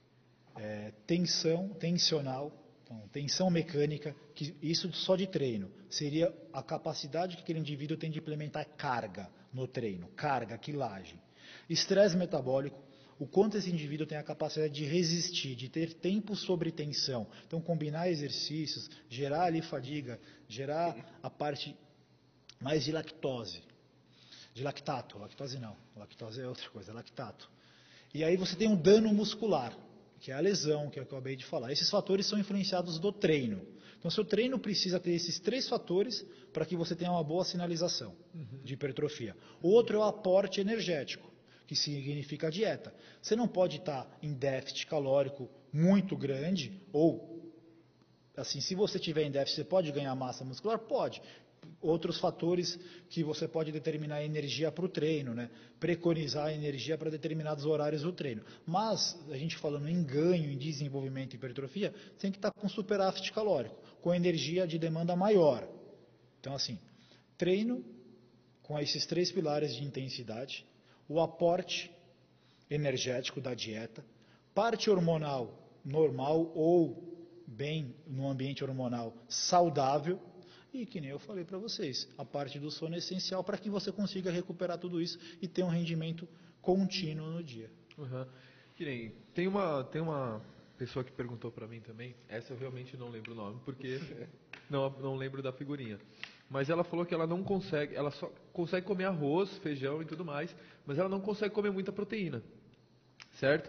É, tensão, tensional, então, tensão mecânica, que isso só de treino, seria a capacidade que aquele indivíduo tem de implementar carga no treino, carga, quilagem. Estresse metabólico, o quanto esse indivíduo tem a capacidade de resistir, de ter tempo sobre tensão. Então, combinar exercícios, gerar ali fadiga, gerar a parte mais de lactose, de lactato, lactose não, lactose é outra coisa, lactato. E aí você tem um dano muscular, que é a lesão, que eu acabei de falar. Esses fatores são influenciados do treino. Então, seu treino precisa ter esses três fatores para que você tenha uma boa sinalização uhum. de hipertrofia. O outro é o aporte energético, que significa a dieta. Você não pode estar em déficit calórico muito grande, ou, assim, se você tiver em déficit, você pode ganhar massa muscular? Pode. Outros fatores que você pode determinar a energia para o treino, né? Preconizar a energia para determinados horários do treino. Mas, a gente falando em ganho, em desenvolvimento e hipertrofia, tem que estar com superávit calórico. com energia de demanda maior. Então, assim, treino com esses três pilares de intensidade, o aporte energético da dieta, parte hormonal normal ou bem no ambiente hormonal saudável, e que nem eu falei para vocês, a parte do sono é essencial para que você consiga recuperar tudo isso e ter um rendimento contínuo no dia. Uhum. Que nem, tem uma, tem uma pessoa que perguntou para mim também, essa eu realmente não lembro o nome, porque não, não lembro da figurinha. Mas ela falou que ela não consegue, ela só consegue comer arroz, feijão e tudo mais, mas ela não consegue comer muita proteína, certo?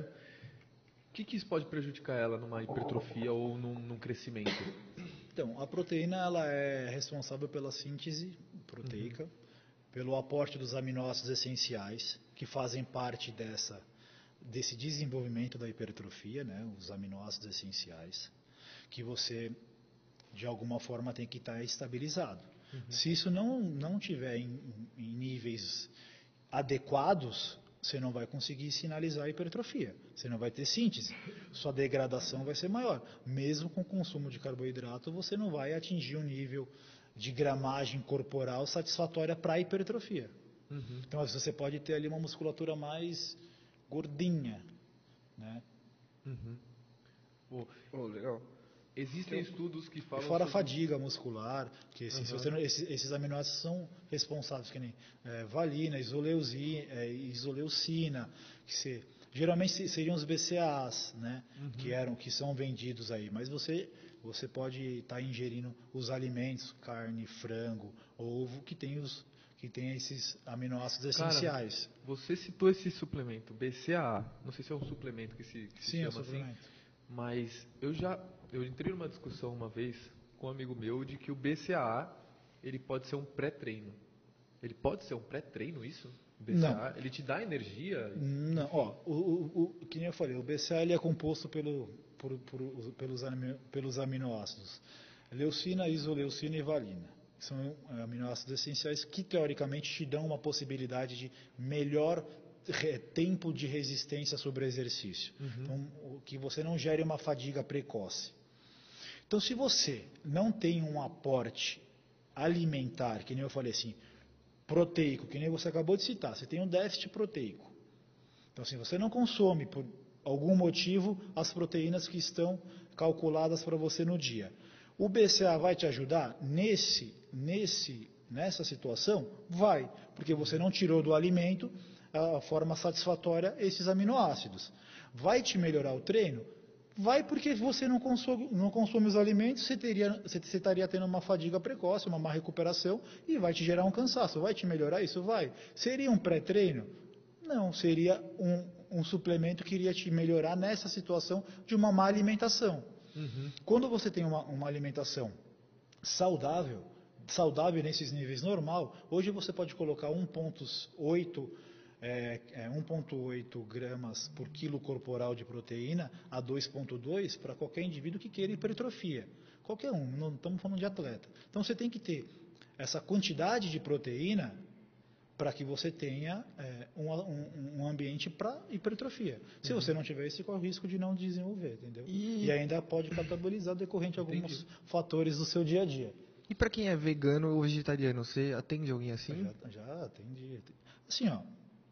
O que, que isso pode prejudicar ela numa hipertrofia ou num, num crescimento? Então, a proteína ela é responsável pela síntese proteica, uhum. pelo aporte dos aminoácidos essenciais, que fazem parte dessa, desse desenvolvimento da hipertrofia, né? Os aminoácidos essenciais, que você, de alguma forma, tem que estar estabilizado. Uhum. Se isso não, não tiver em, em níveis adequados, você não vai conseguir sinalizar a hipertrofia, você não vai ter síntese, sua degradação vai ser maior. Mesmo com o consumo de carboidrato, você não vai atingir um nível de gramagem corporal satisfatória para a hipertrofia. Uhum. Então você pode ter ali uma musculatura mais gordinha, né? Uhum. Oh, oh, legal. Existem então, estudos que falam fora sobre... a fadiga muscular, que assim, uhum. se você não, esses, esses aminoácidos são responsáveis, que nem é, valina, isoleucina, é, isoleucina, que se, geralmente seriam os B C A As, né, uhum. que eram, que são vendidos aí, mas você você pode estar tá ingerindo os alimentos, carne, frango, ovo, que tem os que tem esses aminoácidos essenciais. Cara, você citou esse suplemento, B C A A, não sei se é um suplemento que se, que se Sim, chama é um suplemento. assim, mas eu já eu entrei numa discussão uma vez com um amigo meu de que o B C A A ele pode ser um pré-treino. Ele pode ser um pré-treino isso? O B C A A, não. Ele te dá energia? Não, ó, o, o, o, que nem eu falei, o B C A A ele é composto pelo, por, por, pelos, pelos aminoácidos leucina, isoleucina e valina. São aminoácidos essenciais que teoricamente te dão uma possibilidade de melhor tempo de resistência sobre o exercício. Uhum. Então, que você não gere uma fadiga precoce. Então, se você não tem um aporte alimentar, que nem eu falei assim, proteico, que nem você acabou de citar, você tem um déficit proteico. Então, se você não consome, por algum motivo, as proteínas que estão calculadas para você no dia, o B C A A vai te ajudar nesse, nesse, nessa situação? Vai, porque você não tirou do alimento a forma satisfatória esses aminoácidos. Vai te melhorar o treino? Vai, porque você não consome, não consome os alimentos, você, teria, você, você estaria tendo uma fadiga precoce, uma má recuperação, e vai te gerar um cansaço. Vai te melhorar isso? Vai. Seria um pré-treino? Não, seria um, um suplemento que iria te melhorar nessa situação de uma má alimentação. Uhum. Quando você tem uma, uma alimentação saudável, saudável nesses níveis normal, hoje você pode colocar um vírgula oito É, é um vírgula oito gramas por quilo corporal de proteína a dois vírgula dois para qualquer indivíduo que queira hipertrofia. Qualquer um, não estamos falando de atleta. Então você tem que ter essa quantidade de proteína para que você tenha é, um, um, um ambiente para hipertrofia. Se uhum. você não tiver isso, corre o risco de não desenvolver, entendeu? E, e ainda pode catabolizar decorrente de alguns Entendi. fatores do seu dia a dia. E para quem é vegano ou vegetariano, você atende alguém assim? Já, já atendi. Assim, ó.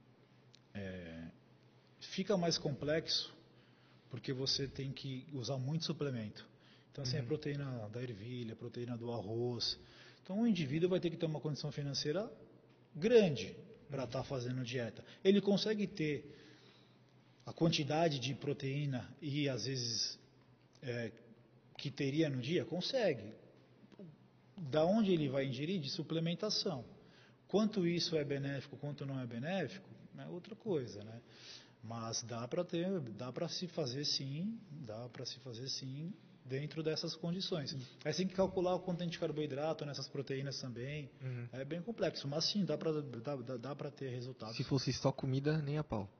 É, fica mais complexo porque você tem que usar muito suplemento. Então, assim, uhum. a proteína da ervilha, a proteína do arroz. Então, o indivíduo vai ter que ter uma condição financeira grande para estar uhum. tá fazendo dieta. Ele consegue ter a quantidade de proteína e, às vezes, é, que teria no dia? Consegue. Da onde ele vai ingerir? De suplementação. Quanto isso é benéfico, quanto não é benéfico, é outra coisa, né? Mas dá para ter, dá para se fazer sim, dá para se fazer sim dentro dessas condições. Aí tem que calcular o quanto de carboidrato nessas proteínas também. Uhum. É bem complexo, mas sim, dá para dá, dá, dá para ter resultados. Se fosse só comida, nem a pau.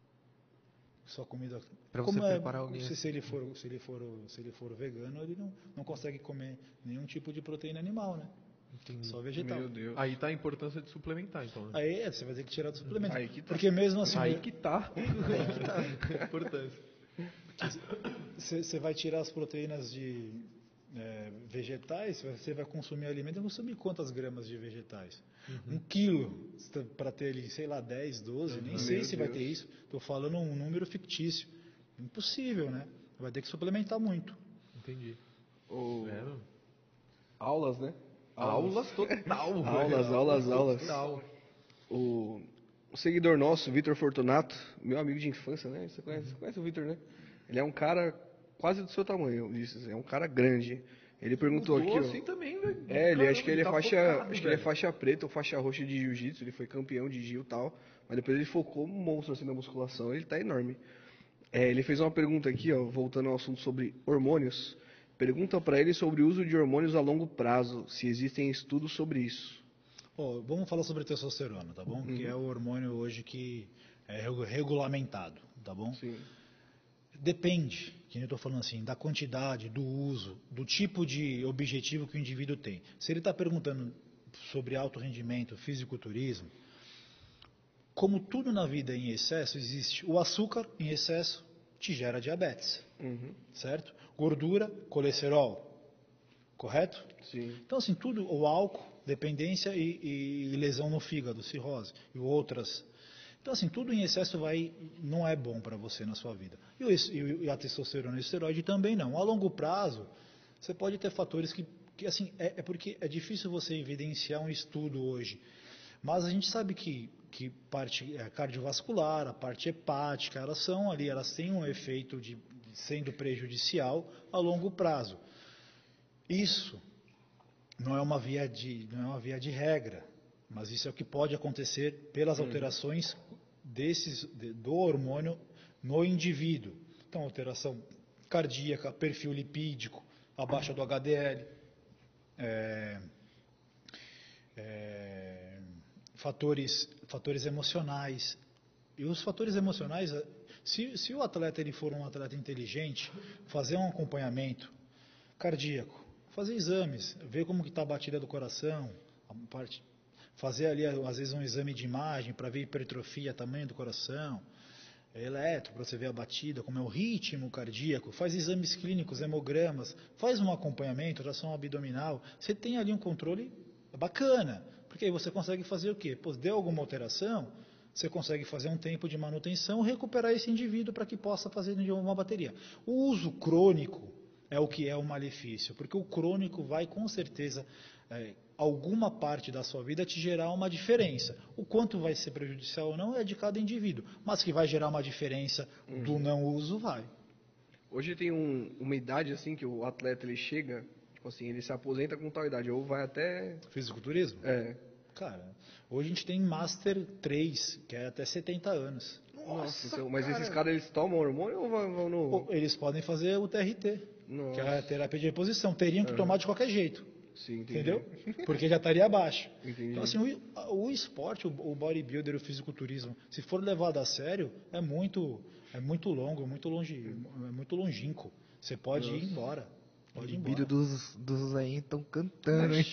Só comida. Para você é, preparar alguém. Se, se ele for, se ele for, se ele for vegano, ele não, não consegue comer nenhum tipo de proteína animal, né? Entendi. Só vegetal. Meu Deus. Aí tá a importância de suplementar, então. Né? Aí você vai ter que tirar do suplemento. Aí que tá. Porque mesmo assim. Aí que tá. Aí que tá. A importância. Você vai tirar as proteínas de, é, vegetais, você vai consumir alimento, vai consumir quantas gramas de vegetais? Uhum. Um quilo, para ter ali, sei lá, dez, doze, uhum. nem sei Meu se Deus. vai ter isso. Estou falando um número fictício. Impossível, né? Vai ter que suplementar muito. Entendi. O... É. Aulas, né? Aulas total. aulas, aulas, aulas. Total. O... o seguidor nosso, Vitor Fortunato, meu amigo de infância, né? Você conhece, uhum. conhece o Vitor, né? Ele é um cara quase do seu tamanho, é um cara grande. Ele perguntou aqui, ó. Assim também, velho. É, ele Caramba, acho que ele, ele é tá faixa, focado, acho que ele é faixa preta ou faixa roxa de jiu-jitsu, ele foi campeão de jiu e tal, mas depois ele focou um monstro assim na musculação, ele tá enorme. É, ele fez uma pergunta aqui, ó, voltando ao assunto sobre hormônios. Pergunta para ele sobre o uso de hormônios a longo prazo, se existem estudos sobre isso. Oh, vamos falar sobre testosterona, tá bom? Uhum. Que é o hormônio hoje que é regulamentado, tá bom? Sim. Depende, que eu estou falando assim, da quantidade, do uso, do tipo de objetivo que o indivíduo tem. Se ele está perguntando sobre alto rendimento, fisiculturismo, como tudo na vida em excesso, existe o açúcar em excesso, te gera diabetes, uhum. certo? Gordura, colesterol, correto? Sim. Então, assim, tudo, o álcool, dependência e, e lesão no fígado, cirrose e outras. Então, assim, tudo em excesso vai, não é bom para você na sua vida. E, o, e a testosterona e o esteroide também não. A longo prazo, você pode ter fatores que, que assim, é, é porque é difícil você evidenciar um estudo hoje. Mas a gente sabe que, que parte cardiovascular, a parte hepática, elas são ali, elas têm um efeito de, de sendo prejudicial a longo prazo. Isso não é uma via de, não é uma via de regra, mas isso é o que pode acontecer pelas uhum. alterações desses, do hormônio no indivíduo. Então, alteração cardíaca, perfil lipídico, a baixa do H D L, é, é, fatores, fatores emocionais. E os fatores emocionais, se, se o atleta ele for um atleta inteligente, fazer um acompanhamento cardíaco, fazer exames, ver como que está a batida do coração, a parte... fazer ali, às vezes, um exame de imagem para ver hipertrofia, tamanho do coração, eletro, para você ver a batida, como é o ritmo cardíaco, faz exames clínicos, hemogramas, faz um acompanhamento, tração abdominal, você tem ali um controle bacana, porque aí você consegue fazer o quê? Pô, deu alguma alteração, você consegue fazer um tempo de manutenção, recuperar esse indivíduo para que possa fazer de uma bateria. O uso crônico é o que é o malefício, porque o crônico vai com certeza... É, alguma parte da sua vida te gerar uma diferença. O quanto vai ser prejudicial ou não é de cada indivíduo, mas que vai gerar uma diferença uhum. do não uso, vai. Hoje tem um, uma idade assim que o atleta ele chega, tipo assim, ele se aposenta com tal idade, ou vai até... Fisiculturismo? É. Cara, hoje a gente tem Master três, que é até setenta anos. Nossa, então, mas cara... esses caras eles tomam hormônio ou vão no... Eles podem fazer o T R T, Nossa. que é a terapia de reposição. Teriam que uhum. tomar de qualquer jeito. Sim, entendeu? Porque já estaria abaixo. Entendi. Então, assim, o, o esporte, o, o bodybuilder, o fisiculturismo, se for levado a sério, é muito, é muito longo, muito longe, é muito longínquo. Você pode Nossa. ir embora. Pode ir embora. O dos, dos aí estão cantando, hein?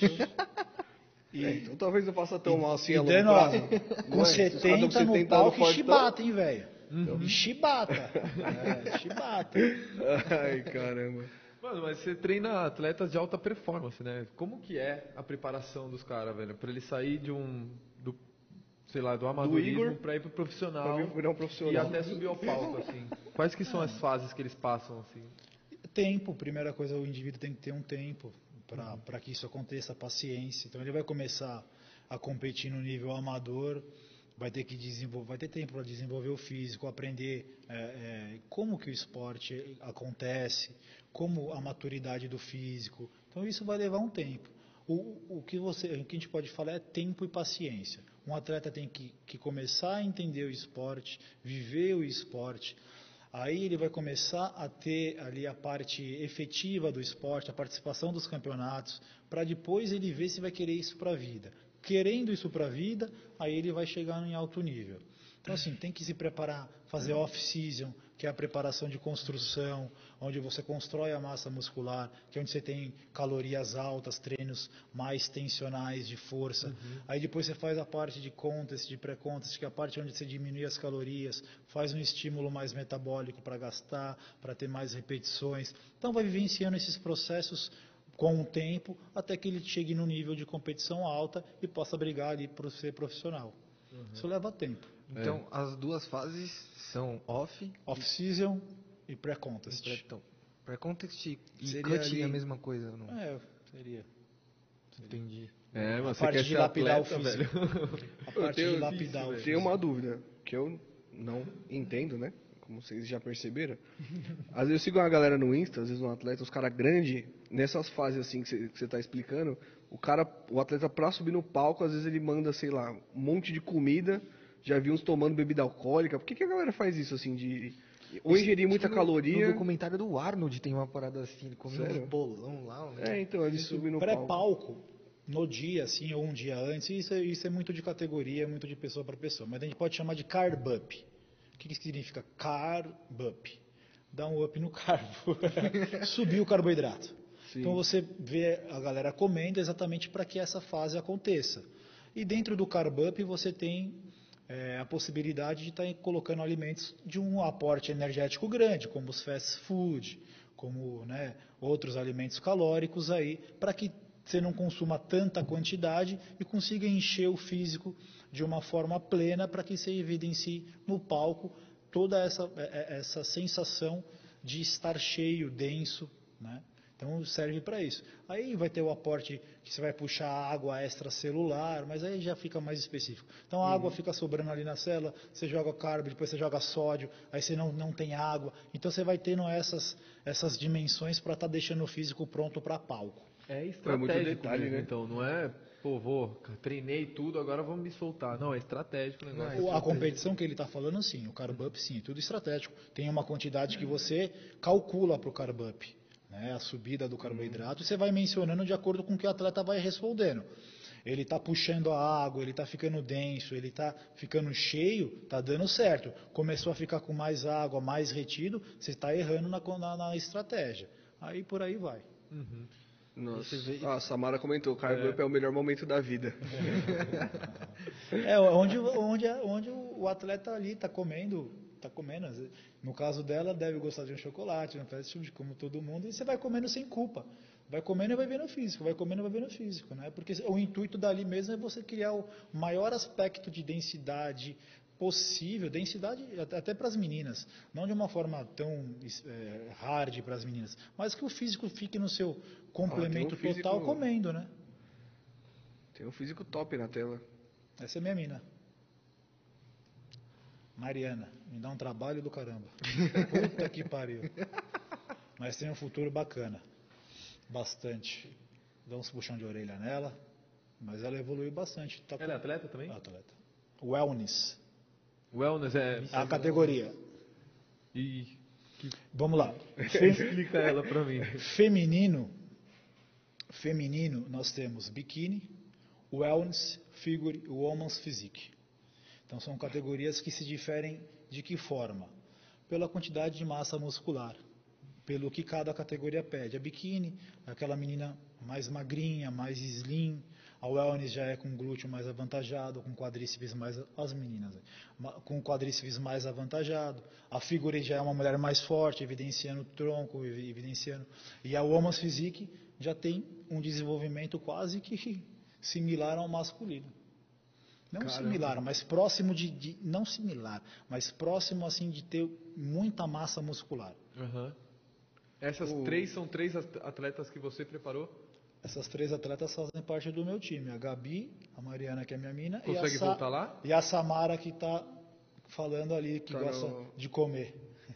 E, é, então talvez eu faça tão e, mal assim a longo dando, prazo. Com é? setenta no palco e chibata, hein, velho? Uhum. E chibata. É, chibata. Ai, caramba. Mano, mas você treina atletas de alta performance, né? Como que é a preparação dos caras, velho? Pra ele sair de um, do, sei lá, do amadorismo pra ir pro profissional, pra virar um profissional e até subir ao palco, assim. Quais que são as fases que eles passam, assim? Tempo, primeira coisa, o indivíduo tem que ter um tempo para uhum. que isso aconteça, paciência. Então ele vai começar a competir no nível amador, vai ter que desenvolver, vai ter tempo para desenvolver o físico, aprender é, é, como que o esporte acontece, como a maturidade do físico. Então isso vai levar um tempo. O, o, que, você, o que a gente pode falar é tempo e paciência. Um atleta tem que, que começar a entender o esporte, viver o esporte. Aí ele vai começar a ter ali a parte efetiva do esporte, a participação dos campeonatos, para depois ele ver se vai querer isso para a vida. Querendo isso para a vida, aí ele vai chegar em alto nível. Então, assim, tem que se preparar, fazer off-season, que é a preparação de construção, onde você constrói a massa muscular, que é onde você tem calorias altas, treinos mais tensionais de força. Uhum. Aí depois você faz a parte de contest, de pré-contest, que é a parte onde você diminui as calorias, faz um estímulo mais metabólico para gastar, para ter mais repetições. Então, vai vivenciando esses processos com o tempo, até que ele chegue no nível de competição alta e possa brigar ali para ser profissional. Uhum. Isso leva tempo. Então, É. as duas fases são off, Off-season e pré-contest. e pré- pré-contest e Seria cut ali- é a mesma coisa, não? É, seria. Entendi. É, A mas você parte quer de ser lapidar o atleta, físico. velho? A Eu parte tenho- de lapidar o Tenho físico. uma dúvida, que eu não entendo, né? Como vocês já perceberam. Às vezes eu sigo uma galera no Insta, às vezes um atleta, os caras grandes, nessas fases assim que você, que você tá explicando, o cara, o atleta pra subir no palco, às vezes ele manda, sei lá, um monte de comida, já vi uns tomando bebida alcoólica. Por que, que a galera faz isso assim, de ou ingerir muita Tipo, no- caloria? No documentário do Arnold tem uma parada assim, ele comia Sério? uns bolão lá, um É, então, ele Isso, subir no palco. pré-palco, no dia, assim, ou um dia antes, isso é, isso é muito de categoria, é muito de pessoa para pessoa. Mas a gente pode chamar de carb up. O que, que significa carb up? Dá um up no carbo. Subir o carboidrato. Sim. Então você vê a galera comendo exatamente para que essa fase aconteça. E dentro do carb up você tem é, a possibilidade de estar colocando alimentos de um aporte energético grande, como os fast food, como, né, outros alimentos calóricos aí, para que você não consuma tanta quantidade e consiga encher o físico de uma forma plena para que você evidencie no palco toda essa, essa sensação de estar cheio, denso, né? Então serve para isso. Aí vai ter o aporte que você vai puxar água extracelular, mas aí já fica mais específico. Então a água fica sobrando ali na célula, você joga carbo, depois você joga sódio, aí você não, não tem água. Então você vai tendo essas, essas dimensões para estar tá deixando o físico pronto para palco. É Foi muito estratégico detalhe, mesmo, né? então. Não é, pô, vou, treinei tudo, agora vamos me soltar. Não, é estratégico o negócio. Não, O- A competição que ele está falando, sim, o carb up, sim, é tudo estratégico. Tem uma quantidade que você calcula para o carb up, né, a subida do carboidrato, e você vai mencionando de acordo com o que o atleta vai respondendo. Ele está puxando a água, ele está ficando denso, ele está ficando cheio, está dando certo. Começou a ficar com mais água, mais retido, você está errando na, na, na estratégia. Aí por aí vai. Nossa, ah, a Samara comentou, carb up é o melhor momento da vida. É onde, onde, onde o atleta ali está comendo, está comendo. No caso dela, deve gostar de um chocolate, um fast food, como todo mundo, e você vai comendo sem culpa. Vai comendo e vai vendo físico, vai comendo e vai vendo físico, né? Porque o intuito dali mesmo é você criar o maior aspecto de densidade possível, densidade até para as meninas, não de uma forma tão é, hard para as meninas, mas que o físico fique no seu complemento Ah, tem um físico- total comendo, né? Tem um físico top na tela. Essa é minha mina. Mariana, me dá um trabalho do caramba. Puta que pariu. Mas tem um futuro bacana. Bastante. Dá uns puxão de orelha nela. Mas ela evoluiu bastante. Tá Ela é atleta também? atleta. Wellness. Wellness é... A categoria. E... Vamos lá. Fe- Explica ela pra mim. Feminino. Feminino, nós temos biquíni, wellness, figure, woman's physique. Então são categorias que se diferem de que forma? Pela quantidade de massa muscular, pelo que cada categoria pede. A biquíni, aquela menina mais magrinha, mais slim. A wellness já é com glúteo mais avantajado, com quadríceps mais... As meninas, né? Com quadríceps mais avantajado. A figure já é uma mulher mais forte, evidenciando o tronco, evidenciando... E a woman's physique já tem um desenvolvimento quase que similar ao masculino. Não Caramba. similar, mas próximo de, de... Não similar, mas próximo assim de ter muita massa muscular. Aham. Essas O- três são três at- atletas que você preparou? Essas três atletas fazem parte do meu time. A Gabi, a Mariana, que é minha mina, e a, Consegue Sa- voltar lá? e a Samara, que está falando ali, que Tá gosta no- de comer.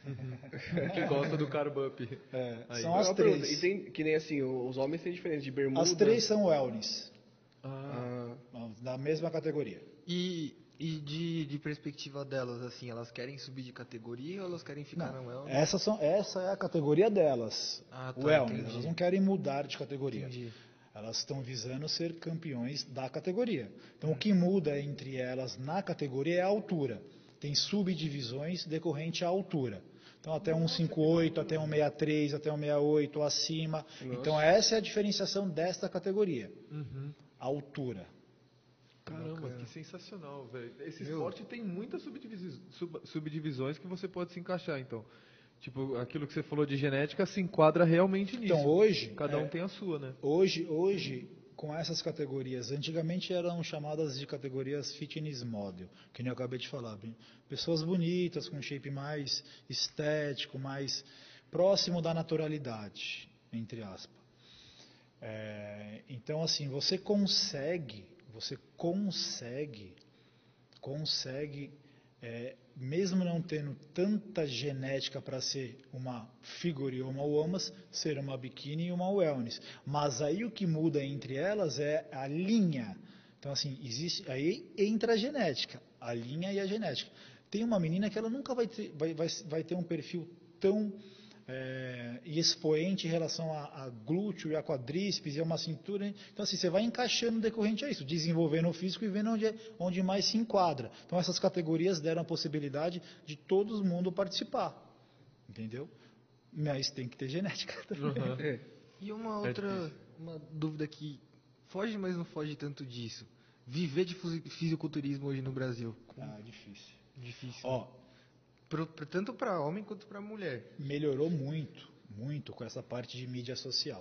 Que gosta do carb up. É, Aí. são as Uma pergunta, três. E tem, que nem assim, os homens têm diferença de bermuda. As três são wellness, Ah, Ah, da mesma categoria. E, e de, de perspectiva delas, assim, elas querem subir de categoria ou elas querem ficar na wellness? Essa, são, essa é a categoria delas, Ah, tá, wellness. entendi. Elas não querem mudar de categoria. Entendi. Elas estão visando ser campeões da categoria. Então, o que muda entre elas na categoria é a altura. Tem subdivisões decorrente à altura. Então, até um cinquenta e oito, até um sessenta e três, até um sessenta e oito, acima. Então, essa é a diferenciação desta categoria. uhum. A altura. Caramba, que sensacional, velho. Esse esporte tem muitas subdivis- sub- subdivisões que você pode se encaixar, então. Tipo, aquilo que você falou de genética se enquadra realmente nisso. Então, hoje, Cada um é, tem a sua, né? Hoje, hoje, com essas categorias, antigamente eram chamadas de categorias fitness model, que nem eu acabei de falar. Pessoas bonitas, com shape mais estético, mais próximo da naturalidade, entre aspas. É, então, assim, você consegue, você consegue, consegue, é, mesmo não tendo tanta genética para ser uma figure ou uma womas, ser uma biquíni e uma wellness. Mas aí o que muda entre elas é a linha. Então, assim, existe, aí entra a genética, a linha e a genética. Tem uma menina que ela nunca vai ter, vai, vai, vai ter um perfil tão é, expoente em relação a, a glúteo e a quadríceps e a uma cintura. Então, assim, você vai encaixando decorrente a isso, desenvolvendo o físico e vendo onde, é, onde mais se enquadra. Então, essas categorias deram a possibilidade de todo mundo participar, entendeu? Mas tem que ter genética. Uhum. É. E uma outra uma dúvida que foge, mas não foge tanto disso. Viver de fusi- fisiculturismo hoje no Brasil. Ah, difícil. Difícil. Ó, Pro- pro- tanto para homem quanto para mulher. melhorou muito, muito com essa parte de mídia social.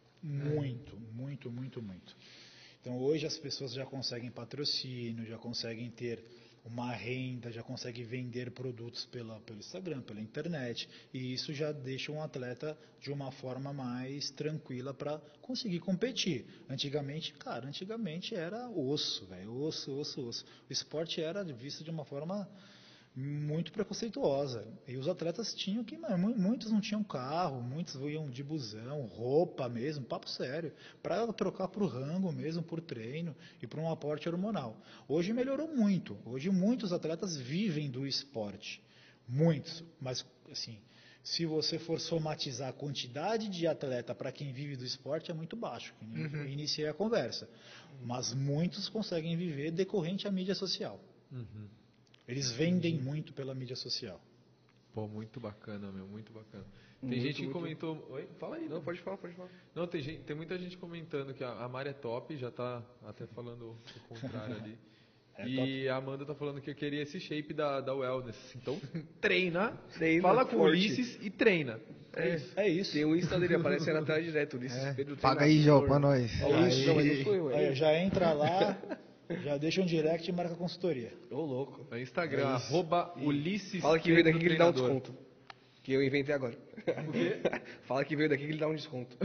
Muito, muito, muito, muito. Então hoje as pessoas já conseguem patrocínio, já conseguem ter uma renda, já conseguem vender produtos pela, pelo Instagram, pela internet, e isso já deixa um atleta de uma forma mais tranquila para conseguir competir. Antigamente, cara, antigamente era osso, velho, osso, osso, osso. O esporte era visto de uma forma muito preconceituosa. E os atletas tinham que, mano, muitos não tinham carro, muitos iam de busão, roupa mesmo, papo sério, para trocar para o rango mesmo, por treino e para um aporte hormonal. Hoje melhorou muito. Hoje muitos atletas vivem do esporte. Muitos. Mas, assim, se você for somatizar a quantidade de atleta para quem vive do esporte, é muito baixo. Uhum. Eu iniciei a conversa. Mas muitos conseguem viver decorrente à mídia social. Uhum. Eles vendem muito pela mídia social. Pô, muito bacana, meu, muito bacana. Tem Muito, gente que muito. comentou... Oi? Fala aí. Não, pode falar, pode falar. Não, tem, gente, tem muita gente comentando que a, a Mari é top, já tá até falando o contrário ali. É e top. a Amanda tá falando que eu queria esse shape da, da Wellness. Então, treina, Treina fala com o forte. Ulisses e treina. É, É isso. Tem o Insta dele aparecendo atrás direto, Ulisses É, Pedro paga aí, Jó, pra nós. É isso. Não, mas não sou eu, é Aí, ele. já entra lá, já deixa um direct e marca a consultoria. Ô, louco. No Instagram, É isso. arroba Ulisses Fala que veio Pedro daqui que ele dá um Treinador. desconto. Que eu inventei agora. O quê? Fala que veio daqui que ele dá um desconto.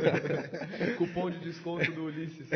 Cupom de desconto do Ulisses.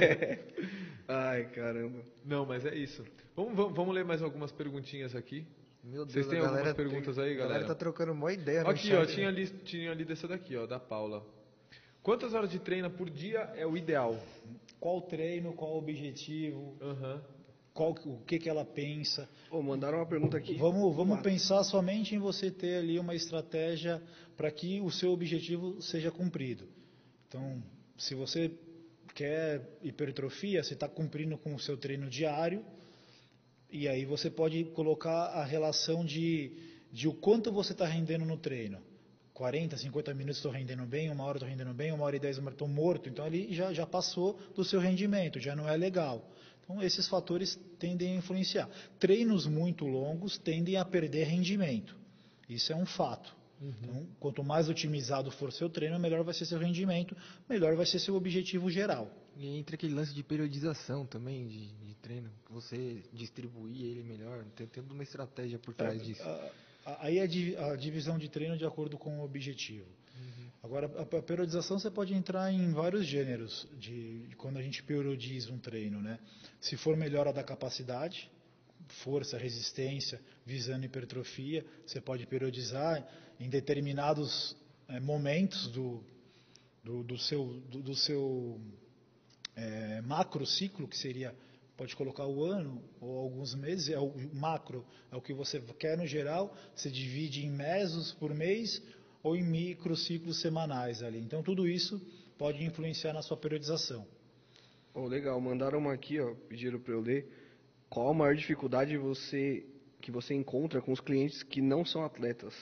Ai, caramba. Não, mas é isso. Vamos, vamos, vamos ler mais algumas perguntinhas aqui. Meu Deus, Vocês têm a galera algumas perguntas aí, A galera galera? tá trocando uma ideia no Aqui, chat, ó, né? tinha, li, tinha lido essa daqui, ó, da Paula. Quantas horas de treino por dia é o ideal? Qual treino, qual objetivo, Aham. qual, o que, que ela pensa. Ô, mandaram uma pergunta aqui. Vamos, vamos Massa. pensar somente em você ter ali uma estratégia para que o seu objetivo seja cumprido. Então, se você quer hipertrofia, você está cumprindo com o seu treino diário, e aí você pode colocar a relação de, de o quanto você está rendendo no treino. quarenta, cinquenta minutos estou rendendo bem, uma hora estou rendendo bem, uma hora e dez estou morto. Então, ali já, já passou do seu rendimento, já não é legal. Então, esses fatores tendem a influenciar. Treinos muito longos tendem a perder rendimento. Isso é um fato. Uhum. Então, quanto mais otimizado for seu treino, melhor vai ser seu rendimento, melhor vai ser seu objetivo geral. E entra aquele lance de periodização também, de, de treino, que você distribuir ele melhor, tem tendo uma estratégia por trás É, disso. a- a- Aí é di- a divisão de treino de acordo com o objetivo. Uhum. Agora, a, a periodização você pode entrar em vários gêneros de, de quando a gente periodiza um treino, né? Se for melhora da capacidade, força, resistência, visando hipertrofia, você pode periodizar em determinados é, momentos do, do, do seu, do, do seu é, macro ciclo, que seria, pode colocar o ano ou alguns meses, é o macro, é o que você quer no geral, você divide em mesos por mês ou em microciclos semanais ali. Então tudo isso pode influenciar na sua periodização. Oh, legal, mandaram uma aqui, ó, pediram para eu ler. Qual a maior dificuldade você, que você encontra com os clientes que não são atletas?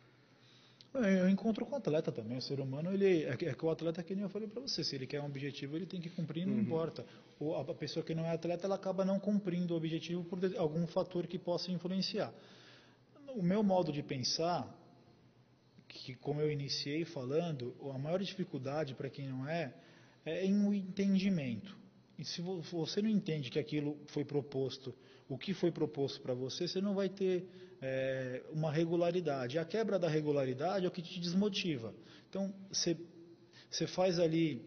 Eu encontro com o atleta também, o ser humano, ele, é que é que o atleta, que nem eu falei para você, se ele quer um objetivo, ele tem que cumprir, não uhum. importa. Ou a pessoa que não é atleta, ela acaba não cumprindo o objetivo por algum fator que possa influenciar. O meu modo de pensar que, como eu iniciei falando, a maior dificuldade para quem não é, é em um entendimento. E se você não entende que aquilo foi proposto, o que foi proposto para você, você não vai ter é, uma regularidade. A quebra da regularidade é o que te desmotiva. Então, você, você faz ali,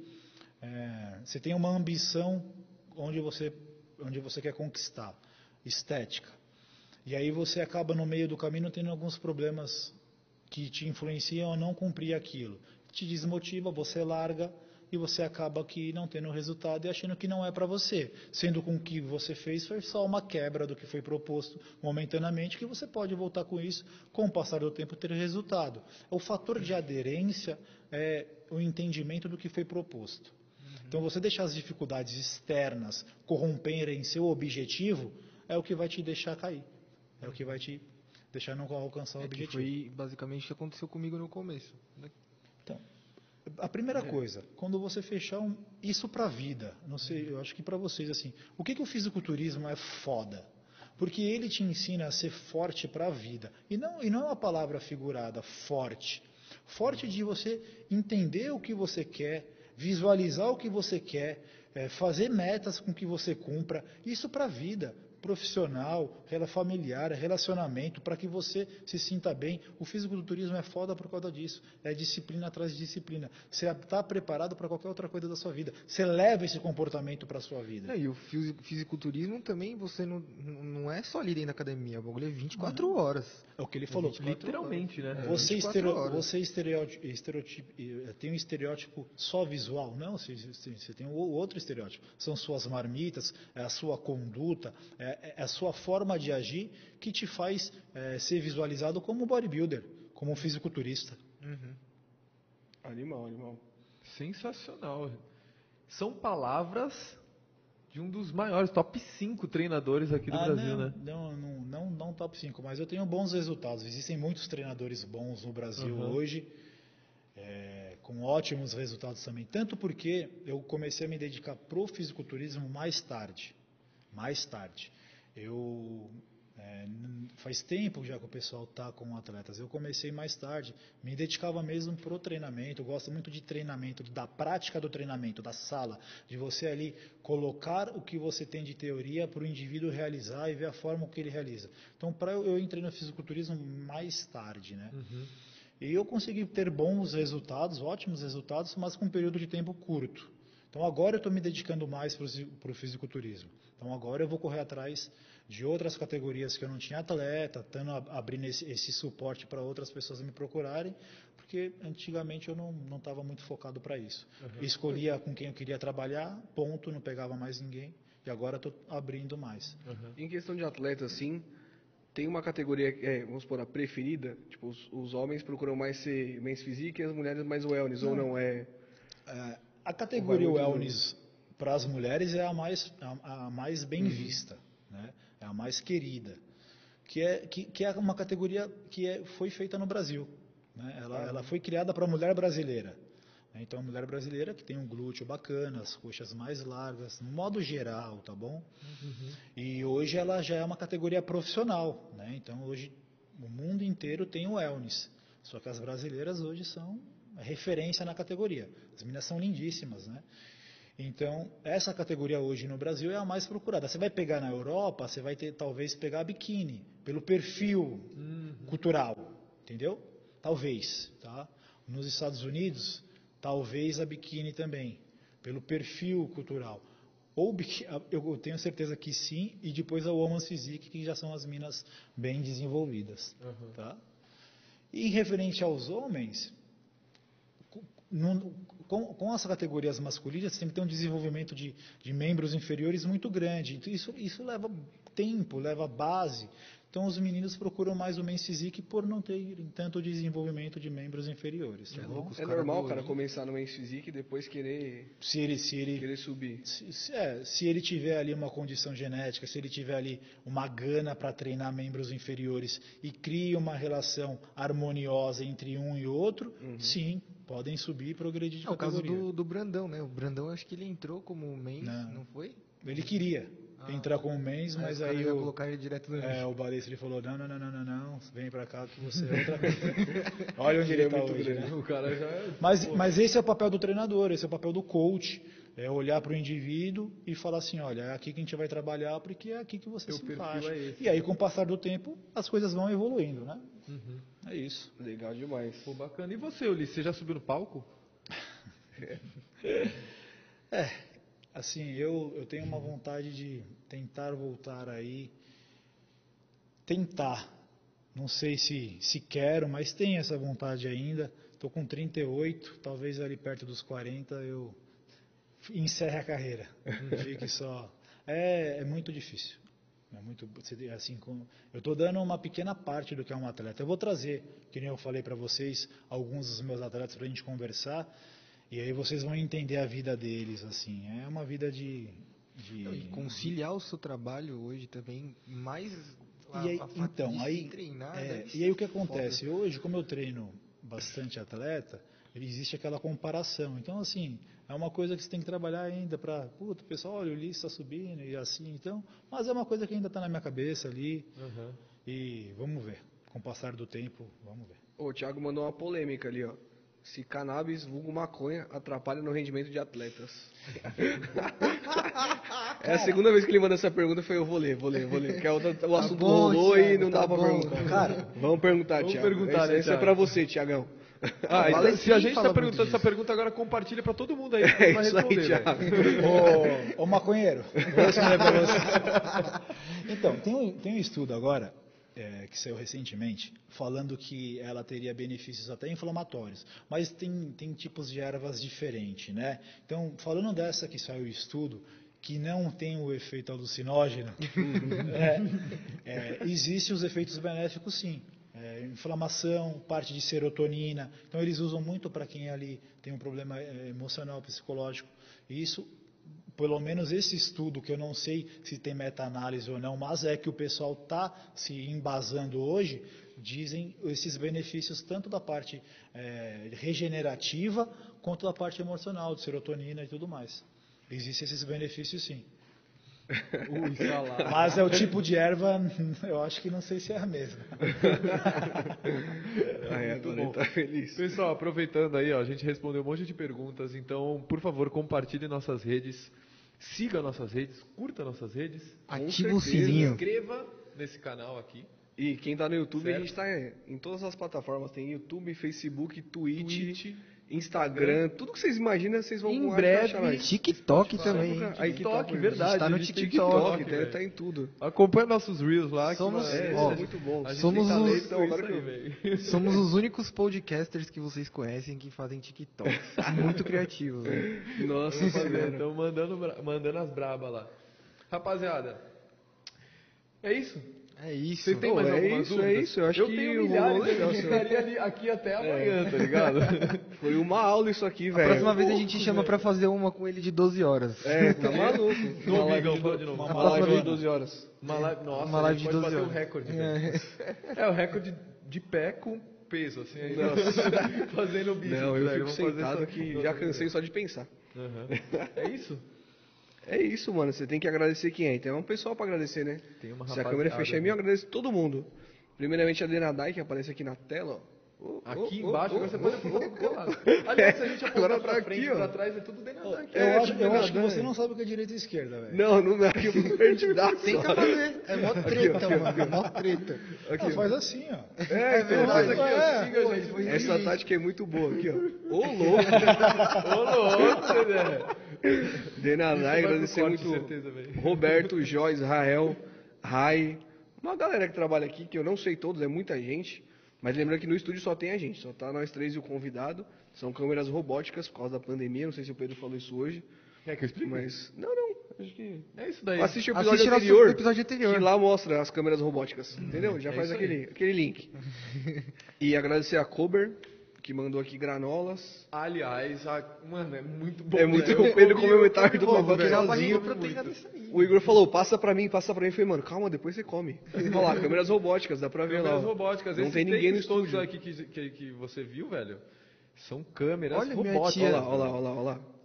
é, você tem uma ambição onde você, onde você quer conquistar, estética. E aí você acaba no meio do caminho tendo alguns problemas que te influenciam a não cumprir aquilo. Te desmotiva, você larga e você acaba que não tendo resultado e achando que não é para você. Sendo com que você fez foi só uma quebra do que foi proposto momentaneamente, que você pode voltar com isso, com o passar do tempo ter resultado. O fator de aderência é o entendimento do que foi proposto. Uhum. Então você deixar as dificuldades externas corromperem seu objetivo é o que vai te deixar cair. É o que vai te deixar não alcançar o é objetivo. Que foi basicamente o que aconteceu comigo no começo. Né? Então, a primeira é. coisa, quando você fechar um, isso para a vida, não sei, eu acho que para vocês assim, o que, que o fisiculturismo é foda? Porque ele te ensina a ser forte para a vida. E não, e não é uma palavra figurada, forte. Forte de você entender o que você quer, visualizar o que você quer, é, fazer metas com que você cumpra. Isso para a vida. Profissional, familiar, relacionamento, para que você se sinta bem. O fisiculturismo é foda por causa disso. É disciplina atrás de disciplina. Você está preparado para qualquer outra coisa da sua vida. Você leva esse comportamento para a sua vida. É, e o fisiculturismo também, você não, não é só ali dentro da academia. O bagulho é vinte e quatro uhum. horas. É o que ele falou. Literalmente, horas. né? Você, estereo, você estereótipo, estereótipo, tem um estereótipo só visual. Não, você, você tem um outro estereótipo. São suas marmitas, é a sua conduta, é É a sua forma de agir que te faz é, ser visualizado como bodybuilder, como um fisiculturista. Uhum. Animal, animal. Sensacional. São palavras de um dos maiores, top cinco treinadores aqui do ah, Brasil, não, né? Não, não, não, não top cinco, mas eu tenho bons resultados. Existem muitos treinadores bons no Brasil uhum. hoje, é, com ótimos resultados também. Tanto porque eu comecei a me dedicar pro fisiculturismo mais tarde. Mais tarde. Eu é, faz tempo já que o pessoal está com atletas. Eu comecei mais tarde, me dedicava mesmo pro treinamento. Eu gosto muito de treinamento, da prática do treinamento, da sala, de você ali colocar o que você tem de teoria para o indivíduo realizar e ver a forma que ele realiza. Então, para eu, eu entrei no fisiculturismo mais tarde, né? Uhum. E eu consegui ter bons resultados, ótimos resultados, mas com um período de tempo curto. Então agora eu estou me dedicando mais para o fisiculturismo. Então agora eu vou correr atrás de outras categorias que eu não tinha atleta, estando abrindo esse, esse suporte para outras pessoas me procurarem, porque antigamente eu não estava muito focado para isso. Uhum. Escolhia com quem eu queria trabalhar, ponto, não pegava mais ninguém, e agora estou abrindo mais. Uhum. Em questão de atleta, assim, tem uma categoria, é, vamos supor, a preferida, tipo, os, os homens procuram mais ser men's physique e as mulheres mais wellness, não. ou não é... é A categoria wellness para as mulheres é a mais, a, a mais bem uhum. vista, né? É a mais querida, que é, que, que é uma categoria que é, foi feita no Brasil. Né? Ela, uhum. ela foi criada para a mulher brasileira. Então, a mulher brasileira que tem um glúteo bacana, as coxas mais largas, no modo geral, tá bom? Uhum. E hoje ela já é uma categoria profissional. Né? Então, hoje o mundo inteiro tem o wellness. Só que as brasileiras hoje são referência na categoria. As meninas são lindíssimas, né? Então, essa categoria hoje no Brasil é a mais procurada. Você vai pegar na Europa, você vai ter, talvez pegar a biquíni, pelo perfil uhum. cultural, entendeu? Talvez, tá? Nos Estados Unidos, talvez a biquíni também, pelo perfil cultural. Ou eu tenho certeza que sim, e depois a Woman's Physique, que já são as minas bem desenvolvidas, uhum. tá? E referente aos homens, com, com as categorias masculinas, você tem que ter um desenvolvimento de, de membros inferiores muito grande. Então, isso, isso leva tempo, leva base. Então, os meninos procuram mais o men's physique por não ter tanto desenvolvimento de membros inferiores. Tá é bom? é normal o cara começar no men's physique e depois querer, se ele, se ele, querer subir. Se, se, é, se ele tiver ali uma condição genética, se ele tiver ali uma gana para treinar membros inferiores e cria uma relação harmoniosa entre um e outro, uhum. sim, podem subir e progredir de é, categoria. É o caso do, do Brandão, né? O Brandão, acho que ele entrou como men's, não, não foi? Ele queria. entrar como mens, mas os caras aí iam o, colocar ele direto no é, lixo. o Balestre ele falou, não, não, não, não, não, não, vem pra cá que você é outra coisa. Olha onde ele É tá muito hoje, grande. né? O cara já é... Mas, mas esse é o papel do treinador, esse é o papel do coach, é olhar para o indivíduo e falar assim, olha, é aqui que a gente vai trabalhar porque é aqui que você Teu se perfil encaixa. é esse. E aí, com o passar do tempo, as coisas vão evoluindo, né? Uhum. É isso. Legal demais. Pô, bacana. E você, Ulisses, você já subiu no palco? É, assim, eu, eu tenho uma vontade de tentar voltar aí, tentar, não sei se, se quero, mas tenho essa vontade ainda, estou com trinta e oito, talvez ali perto dos quarenta eu encerre a carreira, fique só, é, é muito difícil. É muito, assim, com, eu estou dando uma pequena parte do que é um atleta. Eu vou trazer, que nem eu falei para vocês, alguns dos meus atletas para a gente conversar, e aí vocês vão entender a vida deles, assim. É uma vida de... de E conciliar o seu trabalho hoje também, mais a, e aí, a fato então, de aí, treinar. é, deve e aí ser o que foda. acontece? Hoje, como eu treino bastante atleta, existe aquela comparação. Então, assim, é uma coisa que você tem que trabalhar ainda para, puta, o pessoal, olha, o Ulisses está subindo e assim, então, mas é uma coisa que ainda está na minha cabeça ali, Uhum. e vamos ver, com o passar do tempo, vamos ver. Ô, o Thiago mandou uma polêmica ali, ó. Se cannabis, vulgo maconha, atrapalha no rendimento de atletas. É a segunda vez que ele manda essa pergunta, foi eu vou ler, vou ler, vou ler. Porque a outra- o assunto bom, rolou Thiago, e não tá dá pra bom. perguntar. Cara, vamos perguntar, vamos Thiago. perguntar, Esse, né, esse é Thiago? pra você, Thiagão. Ah, então, Valentim se a gente fala está muito perguntando essa disso. pergunta agora, compartilha para todo mundo aí. É que vai isso aí, responder, Thiago. velho. Ô, ô maconheiro, vou responder pra você. Então, tem um, tem um estudo agora, é, que saiu recentemente, falando que ela teria benefícios até inflamatórios, mas tem, tem tipos de ervas diferentes, né? Então, falando dessa que saiu o estudo, que não tem o efeito alucinógeno, é, é, existem os efeitos benéficos sim. É, inflamação, parte de serotonina. Então eles usam muito para quem ali tem um problema é, emocional, psicológico. E isso, pelo menos esse estudo, que eu não sei se tem meta-análise ou não, mas é que o pessoal está se embasando hoje, dizem esses benefícios tanto da parte é, regenerativa quanto da parte emocional, de serotonina e tudo mais. Existem esses benefícios sim. Ui, salada. Mas é o tipo de erva, eu acho que não sei se é a mesma. Aí, Muito agora bom. ele tá feliz. Pessoal, aproveitando aí, ó, a gente respondeu um monte de perguntas, então, por favor, compartilhe nossas redes, siga nossas redes, curta nossas redes, Ativa o certeza. sininho. inscreva nesse canal aqui. E quem tá no YouTube, Certo. a gente tá em, em todas as plataformas. Tem YouTube, Facebook, Twitch, Twitch, Instagram. Tudo que vocês imaginam, vocês vão Em achar breve, nós. TikTok Spotify, também, hein? Aí, TikTok, tá, verdade. a gente tá no a gente tem TikTok, Tá, velho. tá em tudo. Acompanha nossos Reels lá. que Somos- vai- É, ó, é muito bom. a gente somos tem os- talento, então, agora isso que aí, eu- velho. Somos os únicos podcasters que vocês conhecem que fazem TikTok. Muito criativos, velho. Nossa senhora. Estão mandando, bra- mandando as brabas lá. Rapaziada, é isso? É isso. Vocês têm Pô, mais é algumas isso, dúvidas? é isso, eu acho que tenho rolou milhares, legal, a gente senhor. estaria ali, aqui até amanhã, tá ligado? Foi uma aula isso aqui, A velho. próxima vez a gente chama pra fazer uma com ele de doze horas. É, tá maluco. Não, Uma live Migão, de fala do- de novo. Uma A live próxima de vez- doze horas. Uma live, nossa, Uma live a gente de pode doze bater o horas. recorde, velho. É, o recorde de pé com peso, assim, aí, fazendo bíceps. Não, eu velho, fico vamos fazer sentado essa- que já cansei só de pensar. Aham. É isso? É isso, mano. Você tem que agradecer quem é. Tem um pessoal pra agradecer, né? Tem uma Se a rapaziada, câmera fechar em mim, né? eu agradeço todo mundo. Primeiramente a Denadai, que aparece aqui na tela, ó. Ô, Aqui ô, embaixo, ô, agora você ô, pode ô, apontar ô, pro teu ô. lado. Aliás, se a gente Agora apontar tá pra aqui, frente e ó. pra trás, é tudo Denadai. aqui. Eu, É, acho, tipo, eu nada, acho que você né? não sabe o que é direita e esquerda, velho. Não, não é aqui, eu fui perdidaço. Tenta ó. fazer. É mó treta, mano. É mó treta. Aqui, Ah, ó. faz assim, ó. É, então, verdade. faz aqui, ó. É, Siga a pô, gente. ele foi Essa inteligente. tática é muito boa aqui, ó. Ô, louco. Ô, louco, velho. Denadai, Isso vai agradecer pro corte, muito certeza, velho. Roberto, Jó, Israel, Rai, uma galera que trabalha aqui, que eu não sei todos, é muita gente, mas lembrando que no estúdio só tem a gente, só tá nós três e o convidado, são câmeras robóticas por causa da pandemia, não sei se o Pedro falou isso hoje, Quer que eu explique? mas... Não, não, acho que... É isso daí. Assiste o episódio Assiste nosso anterior, episódio anterior. que lá mostra as câmeras robóticas, entendeu? Já É faz isso aquele, aquele link. E agradecer a Kober, que mandou aqui granolas. Aliás, a- mano, é muito bom. É muito- velho. o Pedro Eu comeu comi- metade do Pô, bagulho velho, Tirar a sozinho, barriga comi proteína muito. disso aí. O Igor falou, passa pra mim, passa pra mim. Eu falei, mano, calma, depois você come. Olha lá, câmeras robóticas, dá pra ver Câmeras lá. ó. robóticas. Não Esses tem ninguém no takes todos estúdio. aqui que, que, que você viu, velho, são câmeras Olha, minha robóticas. tia- Olha lá, olha lá, olha lá, olha lá.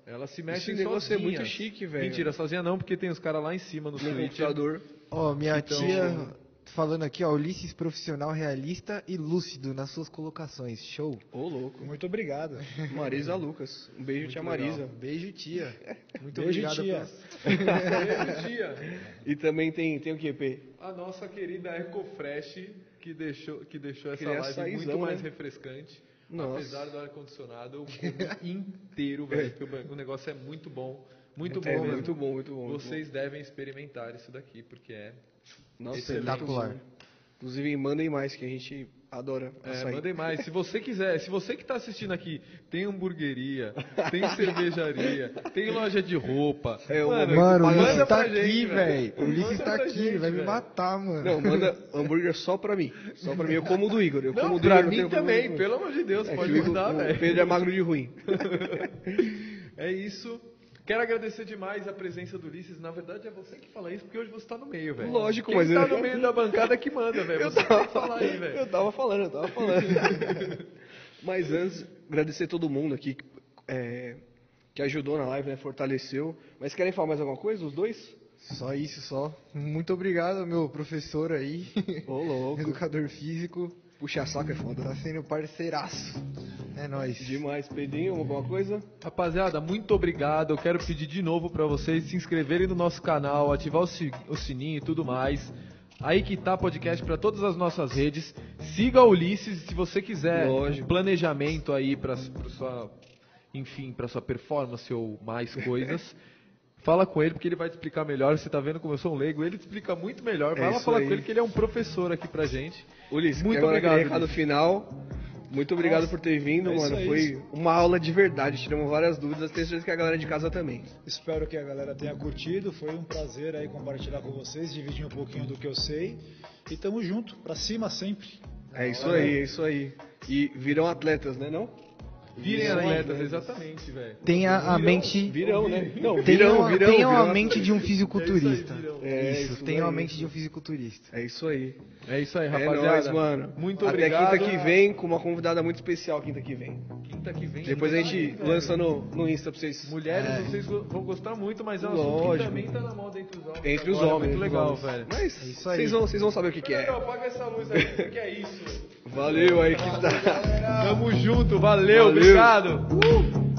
Ela se mexe Esse negócio é sozinha. muito chique, velho. Mentira, sozinha não, porque tem os caras lá em cima no, No Switch. computador. Ó, minha Então- tia falando aqui, ó, Ulisses profissional, realista e lúcido nas suas colocações. Show. Ô, louco. Muito obrigado. Marisa Lucas. Um beijo, tia Marisa. Beijo, tia. Muito Beijo, obrigado tia. pelas- Beijo, tia. E também tem, tem o que, P? A nossa querida EcoFresh, que deixou, que deixou essa Aquele live açaizão, muito mais né? refrescante. Nossa. Apesar do ar-condicionado, eu comi inteiro, velho. porque O negócio é muito bom. Muito bom, É mesmo. muito bom, muito bom. muito Vocês devem experimentar isso daqui, porque é... bom. Nossa, excelente. é muito bom. Espetacular. Inclusive, mandem mais, que a gente adora É, açaí. mandem mais. Se você quiser, se você que está assistindo aqui, tem hamburgueria, tem cervejaria, tem loja de roupa. É, o mano, Mano, o Manda Ulisses tá pra aqui, gente, velho. O Ulisses Manda tá pra aqui, gente, ele vai me velho. matar, mano. Não, manda hambúrguer só pra mim. Só pra mim. Eu como o do Igor. Eu como Não, o do pra Igor, eu mim tenho também, problema. pelo amor de Deus, É que pode o Igor- mandar, o velho. Pedro é magro de ruim. É isso. Quero agradecer demais a presença do Ulisses. Na verdade, é você que fala isso, porque hoje você tá no meio, velho. Lógico, Quem mas tá eu- no meio da bancada que manda, velho. Você tem que falar aí, velho. Eu tava falando, eu tava falando. Mas antes, agradecer todo mundo aqui é, que ajudou na live, né? Fortaleceu. Mas querem falar mais alguma coisa, os dois? Só isso, só. Muito obrigado, meu professor aí. Ô, louco. Educador físico. Puxa saco é foda. Tá sendo parceiraço. É nóis. Demais. Pedrinho, alguma coisa? Rapaziada, muito obrigado. Eu quero pedir de novo pra vocês se inscreverem no nosso canal, ativar o, si- o sininho e tudo mais. Aí que tá podcast pra todas as nossas redes. Siga o Ulisses se você quiser Lógico. um planejamento aí para sua, enfim, para sua performance ou mais coisas. Fala com ele porque ele vai te explicar melhor. Você tá vendo como eu sou um leigo, ele te explica muito melhor. Vai É lá isso falar aí. com ele que ele é um professor aqui pra gente. Ulisses, Muito agora obrigado, aquele recado Ulisses. final. Muito obrigado Nossa, por ter vindo, é isso mano. aí. Foi uma aula de verdade. Tiramos várias dúvidas. Tenho certeza que a galera de casa também. Espero que a galera tenha curtido. Foi um prazer aí compartilhar com vocês, dividir um pouquinho do que eu sei. E tamo junto, pra cima sempre. É isso aí, é isso aí. E virão atletas, né, não? Virem Isso, atletas, né? exatamente, velho. Tenha a mente. Virão, né? Não, Tenham, virão, virão. tenham a virão. mente de um fisiculturista. É isso aí, virão. É, isso, isso tenham a daí. mente de um fisiculturista. É isso aí. É isso aí, É rapaziada. nóis, mano. Muito Até obrigado. quinta que vem, com uma convidada muito especial, quinta que vem. Quinta que vem. Depois a gente velho. lança no, no Insta pra vocês. Mulheres, É. vocês go- vão gostar muito, mas é um assunto que Lógico. também tá na moda entre os homens. Entre os agora, homens. É muito entre os legal, homens. velho. Mas É isso aí. vocês vão, vocês vão saber o que, que é. Legal, apaga essa luz aí, o que é isso? Valeu aí que tá. Tamo junto, valeu, Valeu. obrigado. Uh!